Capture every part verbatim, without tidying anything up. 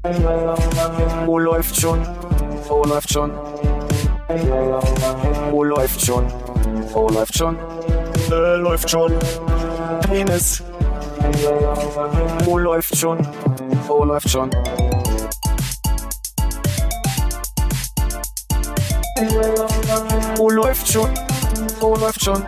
Oh, läuft schon. Oh, läuft schon. Oh, läuft schon. Oh, läuft schon. Äh, läuft schon. Penis. Oh, läuft schon. Oh, läuft schon. Oh, läuft schon. Oh, läuft schon.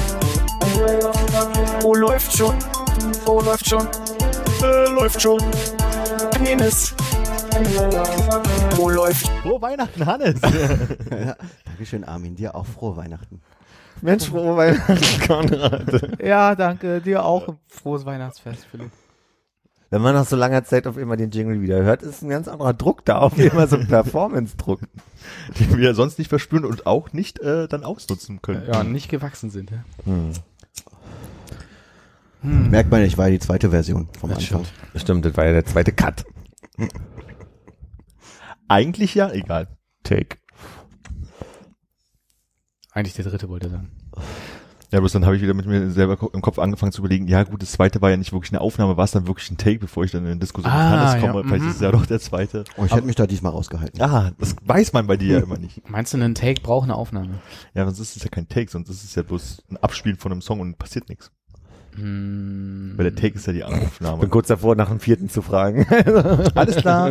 Oh, läuft schon. Oh, läuft schon. Äh, läuft schon. Penis. Oh, läuft. Frohe Weihnachten, Hannes. Ja, Dankeschön, Armin. Dir auch frohe Weihnachten. Mensch, frohe Weihnachten, Konrad. Ja, danke. Dir auch ein frohes Weihnachtsfest, Philipp. Wenn man nach so langer Zeit auf immer den Jingle wieder hört, ist ein ganz anderer Druck da, auf immer so ein Performance-Druck. Den wir sonst nicht verspüren und auch nicht äh, dann ausnutzen können. Ja, nicht gewachsen sind. Ja. Hm. Hm. Merkt man, ich war die zweite Version vom Das Anfang. stimmt. Stimmt, das war ja der zweite Cut. Eigentlich ja, egal. Take. Eigentlich der dritte, wollte er sagen. Ja, bloß dann habe ich wieder mit mir selber ko- im Kopf angefangen zu überlegen, ja gut, das zweite war ja nicht wirklich eine Aufnahme, war es dann wirklich ein Take, bevor ich dann in eine Diskussion Ah, mit Hannes ja, komme, vielleicht mhm. ist es ja doch der zweite. Oh, ich hätte mich da diesmal rausgehalten. Ah, das weiß man bei dir ja immer nicht. Meinst du, ein Take braucht eine Aufnahme? Ja, sonst ist es ja kein Take, sonst ist es ja bloß ein Abspielen von einem Song und passiert nichts. Hm. Weil der Take ist ja die Aufnahme. Bin kurz davor, nach dem vierten zu fragen. Alles klar.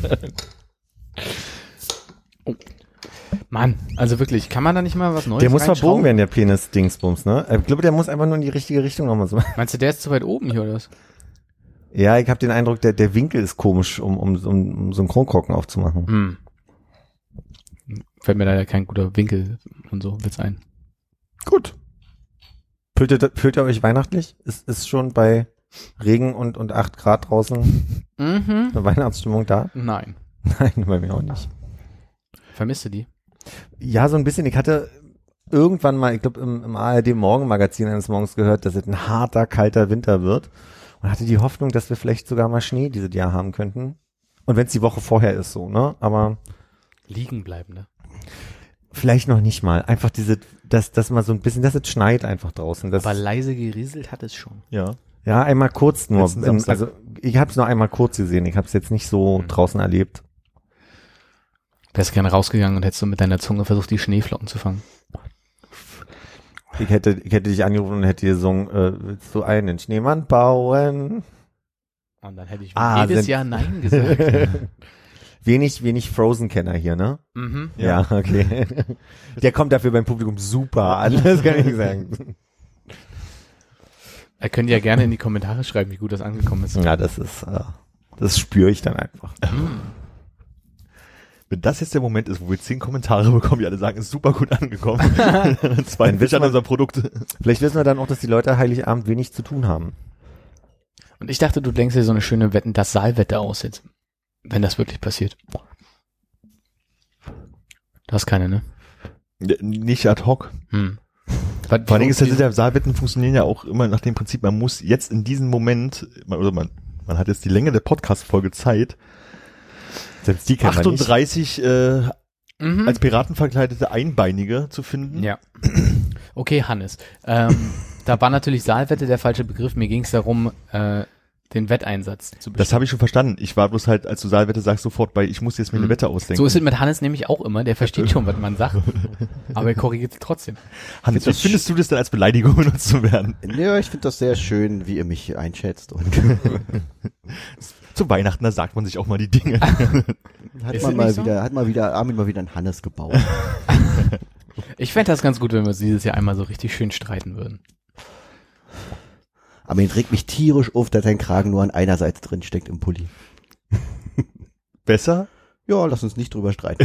Oh. Mann, also wirklich, kann man da nicht mal was Neues Der muss reinschrauben? verbogen werden, der Penis-Dingsbums, ne? Ich glaube, der muss einfach nur in die richtige Richtung nochmal so. Meinst du, der ist zu weit oben hier oder was? Ja, ich habe den Eindruck, der, der Winkel ist komisch, um, um, um, um so einen Kronkorken aufzumachen. Hm. Fällt mir leider kein guter Winkel und so Witz ein. Gut. Fühlt ihr, fühlt ihr euch weihnachtlich? Ist, ist schon bei Regen und, und acht Grad draußen Mhm. eine Weihnachtsstimmung da? Nein. Nein, bei mir auch nicht. Vermisst du die? Ja, so ein bisschen. Ich hatte irgendwann mal, ich glaube, im, im A R D-Morgenmagazin eines Morgens gehört, dass es ein harter, kalter Winter wird. Und hatte die Hoffnung, dass wir vielleicht sogar mal Schnee dieses Jahr haben könnten. Und wenn es die Woche vorher ist, so, ne? Aber Liegen bleiben, ne? vielleicht noch nicht mal. Einfach diese, dass, dass mal so ein bisschen, dass es schneit einfach draußen. Das, Aber leise gerieselt hat es schon. Ja. ja, einmal kurz nur. Letzten Im, Samstag. also ich habe es nur einmal kurz gesehen. Ich habe es jetzt nicht so Mhm. draußen erlebt. Wärst gerne rausgegangen und hättest du mit deiner Zunge versucht, die Schneeflocken zu fangen. Ich hätte, ich hätte dich angerufen und hätte dir gesungen, äh, willst du einen Schneemann bauen? Und dann hätte ich Ah, jedes sind- Jahr Nein gesagt. Wenig, wenig Frozen-Kenner hier, ne? mhm. Ja, okay. Der kommt dafür beim Publikum super an, das kann ich sagen. Er könnt ja gerne in die Kommentare schreiben, wie gut das angekommen ist. Ja, das ist, äh, das spüre ich dann einfach. Wenn das jetzt der Moment ist, wo wir zehn Kommentare bekommen, die alle sagen, ist super gut angekommen. Zwei Dann wissen an wir- unser Produkt. Vielleicht wissen wir dann auch, dass die Leute Heiligabend wenig zu tun haben. Und ich dachte, du denkst dir so eine schöne Wetten, das Saalwette aus jetzt. Wenn das wirklich passiert. Du hast keine, ne? Nicht ad hoc. Hm. Vor allen Dingen ist das, der Saalwetten funktionieren ja auch immer nach dem Prinzip, man muss jetzt in diesem Moment, man, oder man, man hat jetzt die Länge der Podcast-Folge Zeit, Selbst die kennen wir nicht. achtunddreißig äh, mhm. als Piraten verkleidete Einbeinige zu finden. Ja. Okay, Hannes. Ähm, da war natürlich Saalwette der falsche Begriff. Mir ging es darum, äh, den Wetteinsatz zu bestimmen. Das habe ich schon verstanden. Ich war bloß halt, als du Saalwette sagst, sofort bei, ich muss jetzt mir eine Mhm. Wette ausdenken. So ist es mit Hannes nämlich auch immer. Der versteht schon, was man sagt. Aber er korrigiert trotzdem. Hannes, wie das findest du das denn als Beleidigung benutzt zu werden? Ja, ich finde das sehr schön, wie ihr mich einschätzt. Und Zu Weihnachten, da sagt man sich auch mal die Dinge. hat Ist man es mal nicht so? wieder, hat mal wieder, Armin mal wieder einen Hannes gebaut. Ich fände das ganz gut, wenn wir uns dieses Jahr einmal so richtig schön streiten würden. Aber ihn trägt mich tierisch auf, dass sein Kragen nur an einer Seite drin steckt im Pulli. Besser? Ja, lass uns nicht drüber streiten.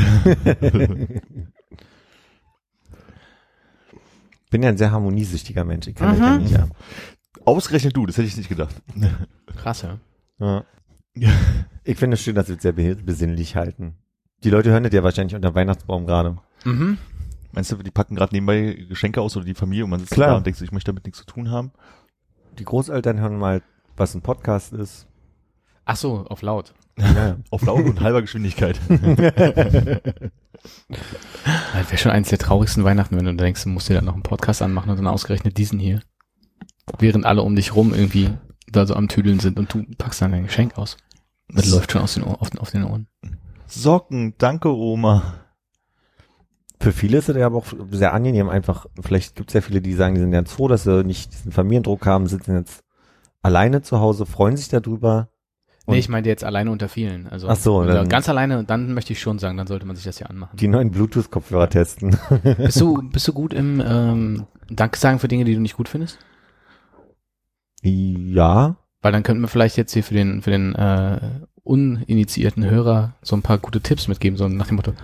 Bin ja ein sehr harmoniesüchtiger Mensch. Ich kann das ja Mhm. nicht, ja. Ausgerechnet du, das hätte ich nicht gedacht. Krass, ja. Ja. Ich finde es schön, dass wir es sehr be- besinnlich halten. Die Leute hören das ja wahrscheinlich unter dem Weihnachtsbaum gerade. Mhm. Meinst du, die packen gerade nebenbei Geschenke aus oder die Familie und man sitzt Klar. da und denkt sich, ich möchte damit nichts zu tun haben? Die Großeltern hören mal, was ein Podcast ist. Ach so, auf laut. Ja. Auf laut und halber Geschwindigkeit. Das wäre schon eines der traurigsten Weihnachten, wenn du denkst, du musst dir dann noch einen Podcast anmachen und dann ausgerechnet diesen hier. Während alle um dich rum irgendwie da so am Tüdeln sind und du packst dann dein Geschenk aus. Das läuft schon aus den Ohren, auf, auf den Ohren. Socken, danke Oma. Für viele ist es ja aber auch sehr angenehm, einfach, vielleicht gibt es ja viele, die sagen, die sind ganz froh, dass sie nicht diesen Familiendruck haben, sitzen jetzt alleine zu Hause, freuen sich darüber. Nee, ich meinte jetzt alleine unter vielen. Also Ach so, dann, ganz alleine, dann möchte ich schon sagen, dann sollte man sich das ja anmachen. Die neuen Bluetooth-Kopfhörer testen. Bist du, bist du gut im ähm, Danke sagen für Dinge, die du nicht gut findest? Ja. Weil dann könnten wir vielleicht jetzt hier für den für den äh, uninitiierten Hörer so ein paar gute Tipps mitgeben, so nach dem Motto,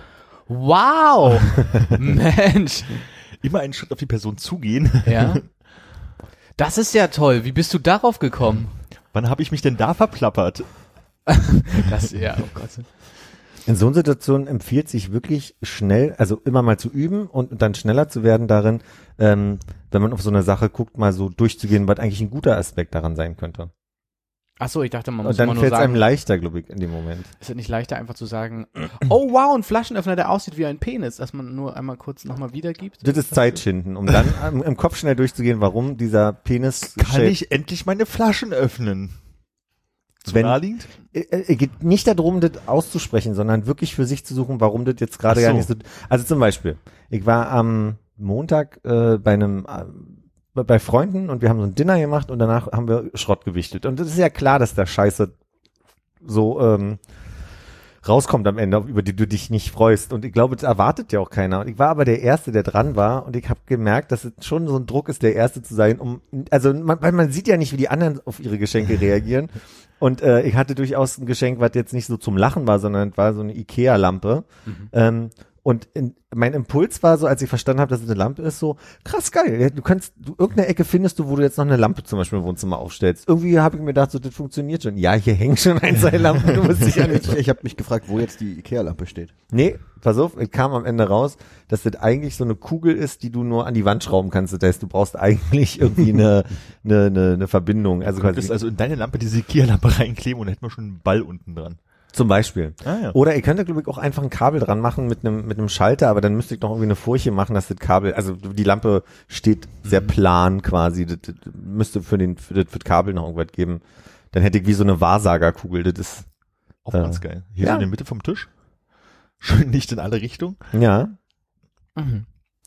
wow, Mensch. Immer einen Schritt auf die Person zugehen. Ja. Das ist ja toll. Wie bist du darauf gekommen? Wann habe ich mich denn da verplappert? Das, ja, oh Gott. In so einer Situation empfiehlt sich wirklich schnell, also immer mal zu üben und dann schneller zu werden darin, ähm, wenn man auf so eine Sache guckt, mal so durchzugehen, was eigentlich ein guter Aspekt daran sein könnte. Ach so, ich dachte, man muss Und dann immer nur fällt es einem sagen, leichter, glaube ich, in dem Moment. ist es nicht leichter einfach zu sagen, oh wow, ein Flaschenöffner, der aussieht wie ein Penis, dass man nur einmal kurz nochmal wiedergibt? Das ist Zeitschinden, um dann im, im Kopf schnell durchzugehen, warum dieser Penis Kann ich endlich meine Flaschen öffnen? Zu Wenn- naheliegend? Es geht nicht darum, das auszusprechen, sondern wirklich für sich zu suchen, warum das jetzt gerade Ach so. ja nicht so. Also zum Beispiel, ich war am Montag äh, bei einem äh, bei Freunden und wir haben so ein Dinner gemacht und danach haben wir Schrott gewichtet. Und es ist ja klar, dass da Scheiße so ähm, rauskommt am Ende, über die du dich nicht freust. Und ich glaube, das erwartet ja auch keiner. Und ich war aber der Erste, der dran war und ich habe gemerkt, dass es schon so ein Druck ist, der Erste zu sein, um, also man, weil man sieht ja nicht, wie die anderen auf ihre Geschenke reagieren. Und äh, ich hatte durchaus ein Geschenk, was jetzt nicht so zum Lachen war, sondern war so eine Ikea-Lampe. Mhm. Ähm, und in, mein Impuls war so, als ich verstanden habe, dass es eine Lampe ist, so krass geil. Ja, du kannst, du, irgendeine Ecke findest du, wo du jetzt noch eine Lampe zum Beispiel im Wohnzimmer aufstellst. Irgendwie habe ich mir gedacht, so, das funktioniert schon. Ja, hier hängen schon ein, zwei Lampen. Du musst dich ja nicht. Ich, ich habe mich gefragt, wo jetzt die Ikea-Lampe steht. Nee, pass auf, es kam am Ende raus, dass das eigentlich so eine Kugel ist, die du nur an die Wand schrauben kannst. Das heißt, du brauchst eigentlich irgendwie eine, eine, eine, eine Verbindung. Also Du quasi könntest also in deine Lampe diese Ikea-Lampe reinkleben und dann hätten wir schon einen Ball unten dran. zum Beispiel. Ah, ja. Oder ihr könnt da, glaube ich, auch einfach ein Kabel dran machen mit einem mit einem Schalter, aber dann müsste ich noch irgendwie eine Furche machen, dass das Kabel, also die Lampe steht sehr plan quasi, das, das müsste für den für das, für das Kabel noch irgendwas geben. Dann hätte ich wie so eine Wahrsagerkugel, das ist, Auch Äh, ganz geil. Hier ja. so in der Mitte vom Tisch. Schön Licht in alle Richtungen. ja, Mhm.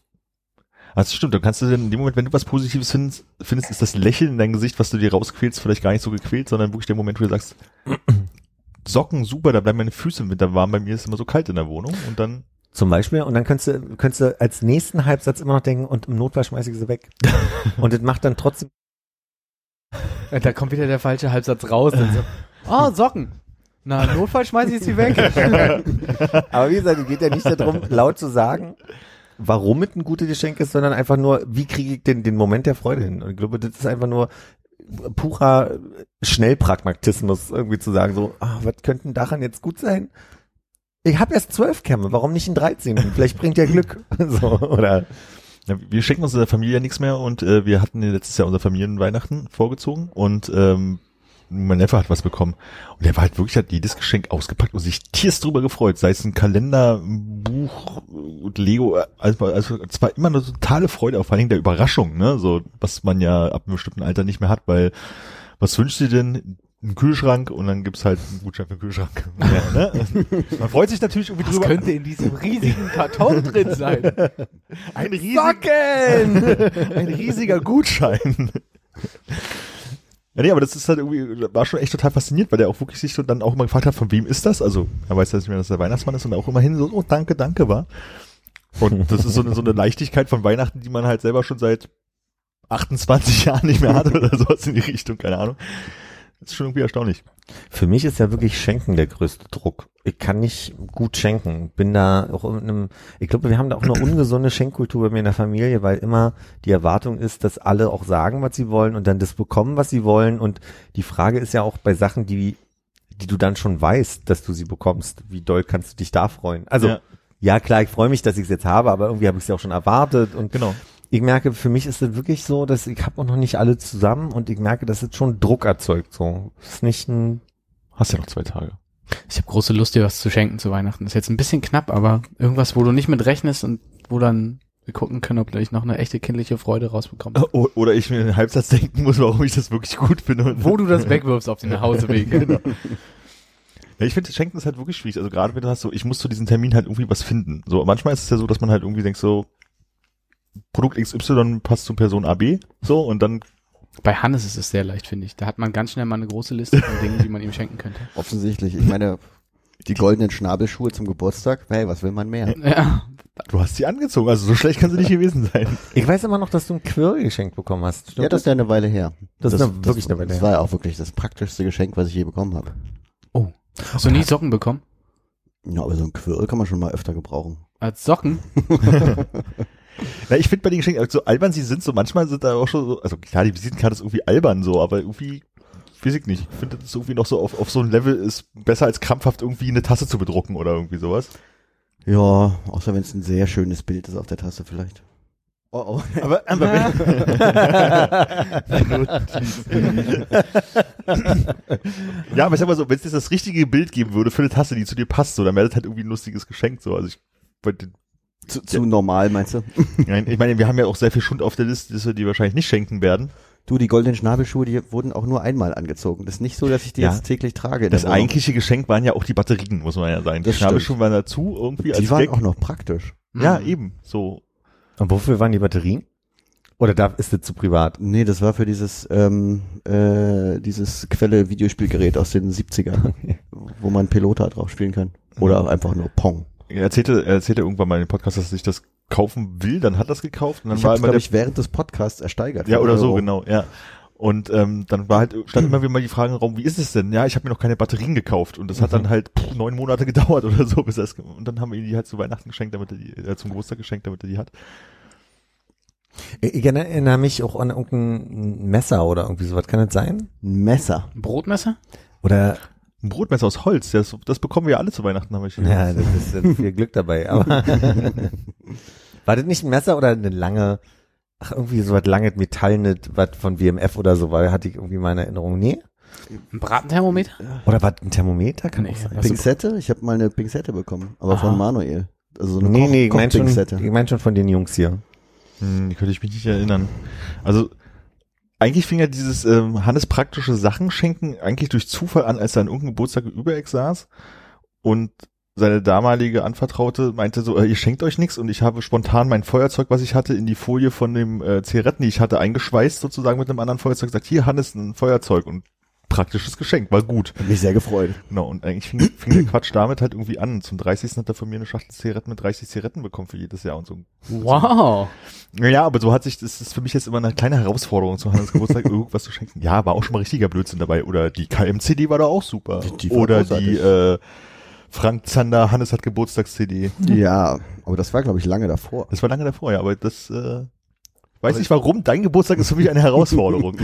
Also stimmt, dann kannst du denn in dem Moment, wenn du was Positives findest, findest, ist das Lächeln in deinem Gesicht, was du dir rausquälst, vielleicht gar nicht so gequält, sondern wirklich der Moment, wo du sagst, Socken, super, da bleiben meine Füße im Winter warm, bei mir ist es immer so kalt in der Wohnung und dann, zum Beispiel. Und dann könntest du, könntest du als nächsten Halbsatz immer noch denken, und im Notfall schmeiße ich sie weg. Und das macht dann trotzdem, Da kommt wieder der falsche Halbsatz raus. Und so, oh, Socken. Na, im Notfall schmeiße ich sie weg. aber wie gesagt, es geht ja nicht darum, laut zu sagen, warum es ein gutes Geschenk ist, sondern einfach nur, wie kriege ich den, den Moment der Freude hin? Und ich glaube, das ist einfach nur purer Schnellpragmatismus, irgendwie zu sagen, so, ah, was könnten daran jetzt gut sein? Ich habe erst zwölf Kämme, warum nicht ein dreizehnten? Vielleicht bringt ja Glück. So, oder ja, wir schenken unserer Familie ja nichts mehr und äh, wir hatten letztes Jahr unser Familienweihnachten vorgezogen und ähm, mein Neffe hat was bekommen und der war halt wirklich, hat jedes Geschenk ausgepackt und sich tierisch drüber gefreut, sei es ein Kalender, ein Buch und Lego, also, also es war immer eine totale Freude, vor allem der Überraschung, ne, so, was man ja ab einem bestimmten Alter nicht mehr hat, weil, was wünscht ihr denn? Ein Kühlschrank und dann gibt's halt einen Gutschein für den Kühlschrank. Ja, ne? Man freut sich natürlich irgendwie Was drüber. könnte in diesem riesigen Karton drin sein? Ein, riesig, ein riesiger Gutschein. Ja, nee, aber das ist halt irgendwie, war schon echt total fasziniert, weil der auch wirklich sich so dann auch immer gefragt hat, von wem ist das? Also, er weiß ja nicht mehr, dass der Weihnachtsmann ist und auch immerhin so, oh, danke, danke war. Und das ist so eine, so eine Leichtigkeit von Weihnachten, die man halt selber schon seit achtundzwanzig Jahren nicht mehr hat oder sowas in die Richtung, keine Ahnung. Das ist schon irgendwie erstaunlich. für mich ist ja wirklich Schenken der größte Druck. Ich kann nicht gut schenken. Bin da auch in einem, ich glaube, wir haben da auch eine ungesunde Schenkkultur bei mir in der Familie, weil immer die Erwartung ist, dass alle auch sagen, was sie wollen und dann das bekommen, was sie wollen. Und die Frage ist ja auch bei Sachen, die, die du dann schon weißt, dass du sie bekommst, wie doll kannst du dich da freuen? Also, ja, Ja. klar, ich freue mich, dass ich es jetzt habe, aber irgendwie habe ich es ja auch schon erwartet und Genau. ich merke, für mich ist es wirklich so, dass ich habe auch noch nicht alle zusammen und ich merke, dass es schon Druck erzeugt. So, das ist nicht ein. Hast ja noch zwei Tage. Ich habe große Lust, dir was zu schenken zu Weihnachten. Ist jetzt ein bisschen knapp, aber irgendwas, wo du nicht mit rechnest und wo dann wir gucken können, ob ich noch eine echte kindliche Freude rausbekomme. O- Oder ich mir einen Halbsatz denken muss, warum ich das wirklich gut finde. Wo du das wegwirfst auf den Nachhauseweg. Genau. Ja, ich finde, Schenken ist halt wirklich schwierig. Also gerade wenn du hast so, ich muss zu diesem Termin halt irgendwie was finden. So, manchmal ist es ja so, dass man halt irgendwie denkt so, Produkt X Y passt zu Person A B, so, und dann. Bei Hannes ist es sehr leicht, finde ich. Da hat man ganz schnell mal eine große Liste von Dingen, die man ihm schenken könnte. Offensichtlich. Ich meine, die goldenen Schnabelschuhe zum Geburtstag, hey, was will man mehr? Ja. Du hast sie angezogen, also so schlecht kann sie nicht gewesen sein. Ich weiß immer noch, dass du ein Quirl geschenkt bekommen hast. Stimmt Ja, das ist ja eine Weile her. Das ist eine- wirklich eine Weile Das her. war ja auch wirklich das praktischste Geschenk, was ich je bekommen habe. Oh. Hast du nie Socken bekommen? Ja, aber so ein Quirl kann man schon mal öfter gebrauchen. Als Socken? Na, ich finde bei den Geschenken, also so albern sie sind, so manchmal sind da auch schon so, also klar, die Visitenkarte ist irgendwie albern so, aber irgendwie, weiß ich nicht, ich finde das irgendwie noch so auf, auf so ein Level ist besser als krampfhaft irgendwie eine Tasse zu bedrucken oder irgendwie sowas. Ja, außer wenn es ein sehr schönes Bild ist auf der Tasse vielleicht. Oh, oh. Aber, aber wenn, ja, aber ich sag mal so, wenn es jetzt das richtige Bild geben würde für eine Tasse, die zu dir passt, so, dann wäre das halt irgendwie ein lustiges Geschenk, so, also ich, Zu, zu normal, meinst du? Nein, ich meine, wir haben ja auch sehr viel Schund auf der Liste, die wir die wahrscheinlich nicht schenken werden. Du, die goldenen Schnabelschuhe, die wurden auch nur einmal angezogen. Das ist nicht so, dass ich die Ja. jetzt täglich trage. in Das der Wohnung. eigentliche Geschenk waren ja auch die Batterien, muss man ja sagen. Die Das Schnabelschuhe waren dazu irgendwie als Die waren Gag. auch noch praktisch. Ja, Mhm. eben, so. Und wofür waren die Batterien? Oder da ist das zu privat? Nee, das war für dieses ähm, äh, dieses Quelle-Videospielgerät aus den siebzigern, wo man Pelota drauf spielen kann. Oder auch einfach nur Pong. Er erzählte, er erzählte irgendwann mal in dem Podcast, dass er sich das kaufen will, dann hat er es gekauft und dann Ich war habe immer glaube der, ich während des Podcasts ersteigert. ja, für oder so, Euro. genau, ja. Und ähm, dann war halt, stand immer wieder mal die Frage im Raum, wie ist es denn? Ja, ich habe mir noch keine Batterien gekauft und das hat dann halt pff, neun Monate gedauert oder so, bis er es, und dann haben wir ihn die halt zu Weihnachten geschenkt, damit er die, äh, zum Geburtstag geschenkt, damit er die hat. Ich erinnere mich auch an irgendein Messer oder irgendwie sowas. Kann das sein? Ein Messer. Brotmesser? Oder, Ein Brotmesser aus Holz, das, das bekommen wir alle zu Weihnachten, habe ich ja, das ist äh, viel Glück dabei. Aber war das nicht ein Messer oder eine lange, ach, irgendwie so was langes Metallnes, was von W M F oder so war, hatte ich irgendwie meine Erinnerung. Nee? Ein Bratenthermometer? Oder was, ein Thermometer? Kann Nee, auch sein. was- Pinzette? Ich habe mal eine Pinzette bekommen, aber Aha. von Manuel. Also so eine Nee, Koch- nee, ich meine schon, Kochpinzette. ich mein schon von den Jungs hier. Hm, die könnte ich mich nicht erinnern. Also eigentlich fing ja dieses ähm, Hannes praktische Sachen schenken eigentlich durch Zufall an, als er an irgendeinem Geburtstag in Übereck saß und seine damalige Anvertraute meinte so, äh, ihr schenkt euch nichts, und ich habe spontan mein Feuerzeug, was ich hatte, in die Folie von dem äh, Zigaretten, die ich hatte, eingeschweißt sozusagen mit einem anderen Feuerzeug, gesagt, hier Hannes, ein Feuerzeug, und praktisches Geschenk, war gut. Hat mich sehr gefreut. Genau, und eigentlich fing, fing der Quatsch damit halt irgendwie an. Zum dreißigsten hat er von mir eine Schachtel Zigaretten mit dreißig Zigaretten bekommen für jedes Jahr und so. Wow. Ja, aber so hat sich, das ist für mich jetzt immer eine kleine Herausforderung, zu Hannes Geburtstag irgendwas zu schenken. Ja, war auch schon mal richtiger Blödsinn dabei. Oder die K M-C D war da auch super. Die- die war Oder großartig. die äh, Frank Zander, Hannes hat Geburtstags-C D. Ja, aber das war glaube ich lange davor. Das war lange davor, ja, aber das, äh, weiß nicht warum, dein Geburtstag ist für mich eine Herausforderung.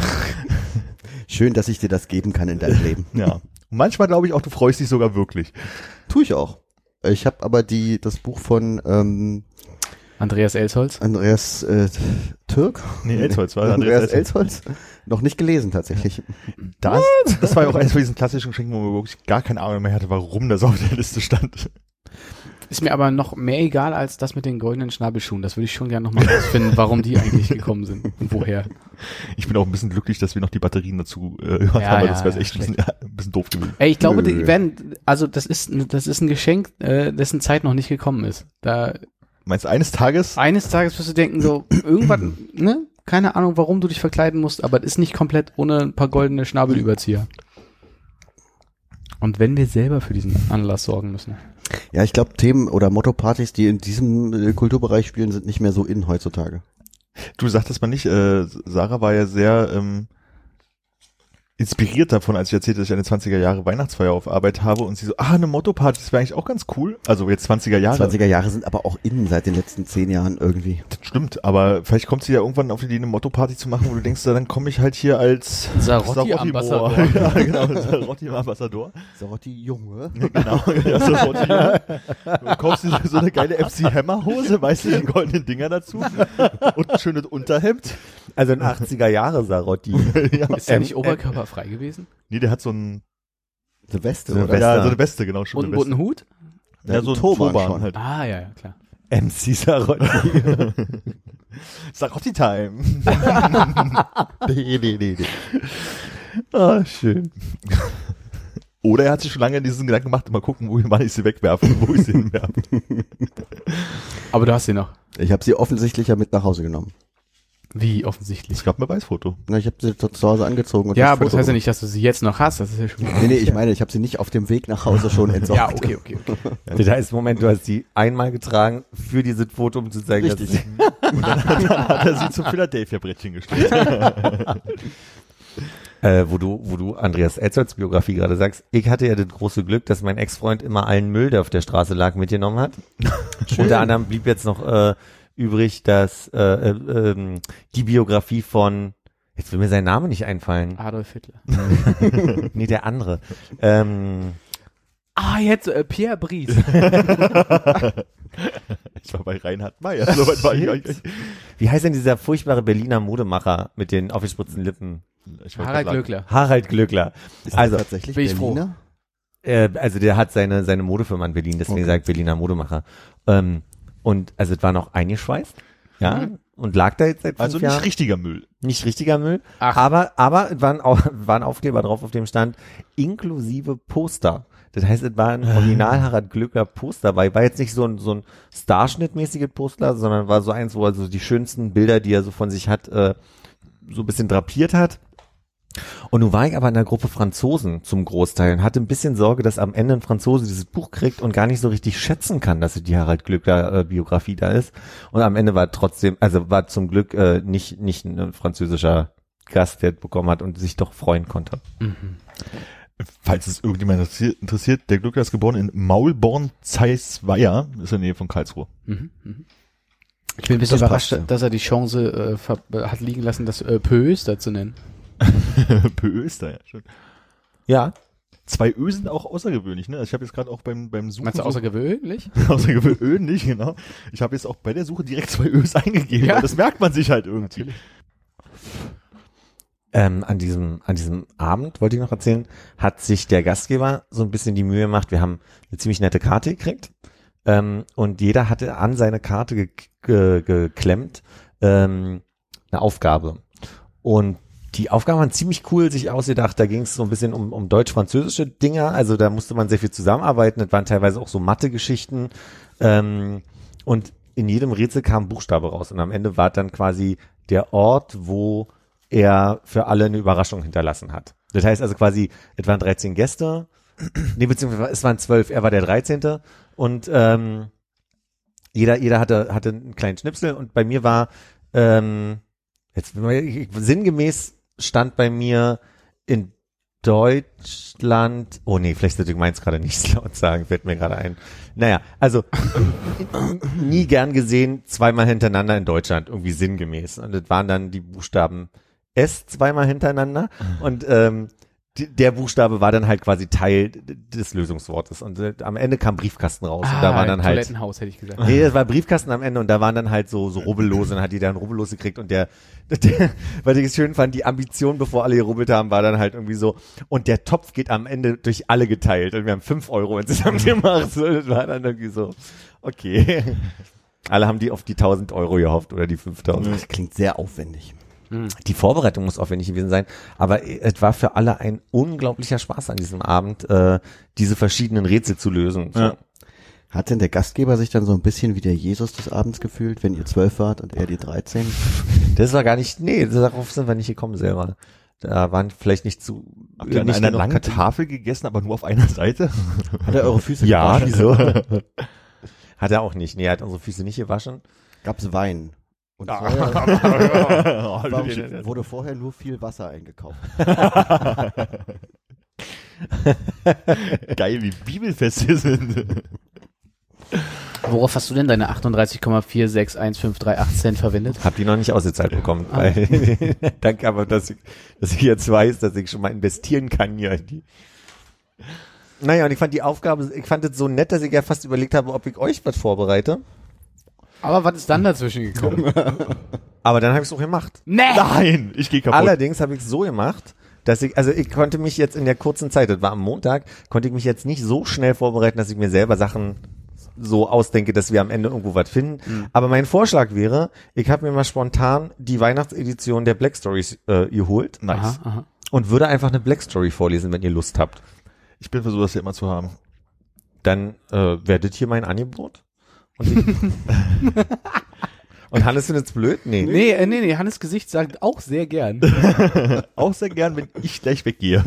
Schön, dass ich dir das geben kann in deinem Leben. Ja. Und manchmal glaube ich auch, du freust dich sogar wirklich. Tue ich auch. Ich habe aber die das Buch von ähm, Andreas Elsholz? Andreas äh, Türk? Nee, Elsholz war Andreas Andreas Elsholz. Elsholz? Noch nicht gelesen tatsächlich. Das, das war ja auch eines von diesen klassischen Geschenken, wo man wirklich gar keine Ahnung mehr hatte, warum das auf der Liste stand. Ist mir aber noch mehr egal als das mit den goldenen Schnabelschuhen. Das würde ich schon gerne nochmal rausfinden, warum die eigentlich gekommen sind und woher. Ich bin auch ein bisschen glücklich, dass wir noch die Batterien dazu äh, gehört Ja, haben, weil ja, das wäre ja, echt ein bisschen, ja, ein bisschen doof gewesen. Ey, ich glaube, Nö. die werden, also das ist, das ist ein Geschenk, äh, dessen Zeit noch nicht gekommen ist. Da Meinst du, eines Tages? eines Tages wirst du denken, so, irgendwas, ne? Keine Ahnung, warum du dich verkleiden musst, aber es ist nicht komplett ohne ein paar goldene Schnabelüberzieher. Und wenn wir selber für diesen Anlass sorgen müssen. Ja, ich glaube Themen oder Motto-Partys, die in diesem äh, Kulturbereich spielen, sind nicht mehr so in heutzutage. Du sagtest mal nicht, äh, Sarah war ja sehr ähm, inspiriert davon, als ich erzählte, dass ich eine zwanziger Jahre Weihnachtsfeier auf Arbeit habe, und sie so, ah, eine Motto-Party, das wäre eigentlich auch ganz cool. Also jetzt zwanziger Jahre. zwanziger Jahre sind aber auch innen seit den letzten zehn Jahren irgendwie. Das stimmt, aber vielleicht kommt sie ja irgendwann auf die Idee, eine Motto-Party zu machen, wo du denkst, dann komme ich halt hier als Sarotti-Ambassador. ja, genau, Sarotti-Ambassador. Sarotti Junge. Genau, ja, Sarotti. Du kaufst dir so eine geile F C Hammer Hose, weißt du, die goldenen Dinger dazu und ein schönes Unterhemd. Also ein achtziger Jahre Sarotti. Ja. Ist der Ähm, nicht oberkörperfrei gewesen? Nee, der hat so ein, Eine Weste, So eine oder? Weste. ja, so eine Weste, genau, schon Und eine einen bunten Hut? Ja, Ja, so ein Turban Turban schon. halt. Ah, ja, ja, klar. M C Sarotti. Sarotti-Time. Nee, nee, nee, nee. Ah, schön. Oder er hat sich schon lange diesen Gedanken gemacht, mal gucken, wo wann ich sie wegwerfe und wo ich sie hinwerfe. Aber du hast sie noch. Ich habe sie offensichtlich ja mit nach Hause genommen. Wie offensichtlich. Es gab ein Beweisfoto. Na, ich habe sie zu zu Hause angezogen. Und Ja, das aber das Foto heißt ja nicht, dass du sie jetzt noch hast. Das ist ja schon. Nee, nee, ich meine, ich habe sie nicht auf dem Weg nach Hause schon entsorgt. Ja, okay, okay, okay. Also da ist Moment, du hast die einmal getragen für dieses Foto, um zu zeigen, Richtig. dass Und dann, dann hat er sie zum Philadelphia-Brettchen gestellt. Äh, wo du, wo du Andreas Elzolds Biografie gerade sagst, ich hatte ja das große Glück, dass mein Ex-Freund immer allen Müll, der auf der Straße lag, mitgenommen hat. Unter anderem blieb jetzt noch äh, übrig, dass äh, äh, ähm, die Biografie von, jetzt will mir sein Name nicht einfallen. Adolf Hitler. Nee, der andere. Ähm, Ah, jetzt äh, Pierre Brice. Ich war bei Reinhard May. So weit war ich gar nicht. wie heißt denn dieser furchtbare Berliner Modemacher mit den aufgespritzten Lippen? Ich wollte Harald gerade Glöckler. Harald Glöckler. Ist Also, das tatsächlich bin ich Berliner? Äh, also der hat seine seine Modefirma in Berlin, deswegen Okay. sagt Berliner Modemacher. Ähm, und also es war noch eingeschweißt, ja, und lag da jetzt seit fünf Also nicht Jahren. richtiger Müll. Nicht richtiger Müll, Ach. aber aber es war ein, Au- war ein Aufkleber drauf, auf dem stand inklusive Poster. Das heißt, es war ein Original Harald Glöckler Poster dabei. War jetzt nicht so ein so ein Starschnittmäßiges Poster, sondern war so eins, wo er so die schönsten Bilder, die er so von sich hat, äh, so ein bisschen drapiert hat. Und nun war ich aber in einer Gruppe Franzosen zum Großteil und hatte ein bisschen Sorge, dass am Ende ein Franzose dieses Buch kriegt und gar nicht so richtig schätzen kann, dass es die Harald Glöckler äh, Biografie da ist. Und am Ende war trotzdem, also war zum Glück äh, nicht nicht ein französischer Gast, der es bekommen hat und sich doch freuen konnte. Falls es irgendjemand interessiert, interessiert, der Glöckler ist geboren in Maulborn-Zeisweier, das ist in der Nähe von Karlsruhe. Mhm, mhm. Ich bin ein bisschen Das überrascht, passt ja. dass er die Chance äh, ver hat liegen lassen, das äh, Pöster zu nennen. Pöster, ja, schon. Ja, Zwei Ö sind auch außergewöhnlich, ne? Also ich habe jetzt gerade auch beim beim Suchen Meinst du so- außergewöhnlich? außergewöhnlich, genau. Ich habe jetzt auch bei der Suche direkt zwei Ös eingegeben, Ja. weil das merkt man sich halt irgendwie. ähm, an diesem an diesem Abend wollte ich noch erzählen, hat sich der Gastgeber so ein bisschen die Mühe gemacht. Wir haben eine ziemlich nette Karte gekriegt ähm, und jeder hatte an seine Karte ge ge geklemmt ähm, eine Aufgabe. Und die Aufgaben waren ziemlich cool sich ausgedacht. Da ging es so ein bisschen um, um deutsch-französische Dinger. Also da musste man sehr viel zusammenarbeiten. Das waren teilweise auch so Mathe-Geschichten. Ähm, und in jedem Rätsel kam ein Buchstabe raus. Und am Ende war dann quasi der Ort, wo er für alle eine Überraschung hinterlassen hat. Das heißt also quasi, es waren dreizehn Gäste. Nee, beziehungsweise es waren zwölf. Er war der dreizehnte. Und ähm, jeder, jeder hatte, hatte einen kleinen Schnipsel. Und bei mir war ähm, jetzt sinngemäß stand bei mir in Deutschland, oh nee, vielleicht sollte ich meins gerade nicht laut sagen, fällt mir gerade ein. Naja, also nie gern gesehen, zweimal hintereinander in Deutschland, irgendwie sinngemäß. Und das waren dann die Buchstaben S zweimal hintereinander und ähm, die, der Buchstabe war dann halt quasi Teil d- des Lösungswortes. Und äh, am Ende kam Briefkasten raus und da waren dann halt Toilettenhaus, hätte ich gesagt. Nee, das war Briefkasten am Ende und da waren dann halt so, so Rubbellose und dann hat jeder einen Rubbellos gekriegt und der, der, weil ich es schön fand, die Ambition, bevor alle gerubbelt haben, war dann halt irgendwie so und der Topf geht am Ende durch alle geteilt und wir haben fünf Euro insgesamt gemacht. So, das war dann irgendwie so, okay. Alle haben die auf die tausend Euro gehofft oder die fünftausend. Das klingt sehr aufwendig. Die Vorbereitung muss aufwendig gewesen sein, aber es war für alle ein unglaublicher Spaß an diesem Abend, äh, diese verschiedenen Rätsel zu lösen. So. Ja. Hat denn der Gastgeber sich dann so ein bisschen wie der Jesus des Abends gefühlt, wenn ihr zwölf wart und er die dreizehn? Das war gar nicht, nee, darauf sind wir nicht gekommen selber. Da waren vielleicht nicht zu, Habt ihr an nicht einer genug langen Kategorien. Tafel gegessen, aber nur auf einer Seite? Hat er eure Füße Ja, gewaschen? wieso? Hat er auch nicht. Nee, er hat unsere Füße nicht gewaschen. Gab's Wein? Und Oh, vorher, warum wurde vorher nur viel Wasser eingekauft? Geil, wie bibelfest wir sind. Worauf hast du denn deine achtunddreißig Komma vier sechs eins fünf drei acht Cent verwendet? Hab die noch nicht ausgezahlt bekommen. Weil, danke aber, dass ich, dass ich jetzt weiß, dass ich schon mal investieren kann hier. in die. Naja, und ich fand die Aufgabe, ich fand es so nett, dass ich ja fast überlegt habe, ob ich euch was vorbereite. Aber was ist dann dazwischen gekommen? Aber dann habe ich es auch gemacht. Nee! Nein, ich gehe kaputt. Allerdings habe ich es so gemacht, dass ich, also ich konnte mich jetzt in der kurzen Zeit, das war am Montag, konnte ich mich jetzt nicht so schnell vorbereiten, dass ich mir selber Sachen so ausdenke, dass wir am Ende irgendwo was finden. Mhm. Aber mein Vorschlag wäre, ich habe mir mal spontan die Weihnachtsedition der Black Stories äh, geholt Nice. Aha, aha. und würde einfach eine Black Story vorlesen, wenn ihr Lust habt. Ich bin versucht, das ja immer zu haben. Dann äh, werdet hier mein Angebot. Und, ich, und Hannes findet es blöd? Nee. Nee, äh, nee, nee, Hannes Gesicht sagt auch sehr gern. Auch sehr gern, wenn ich gleich weggehe.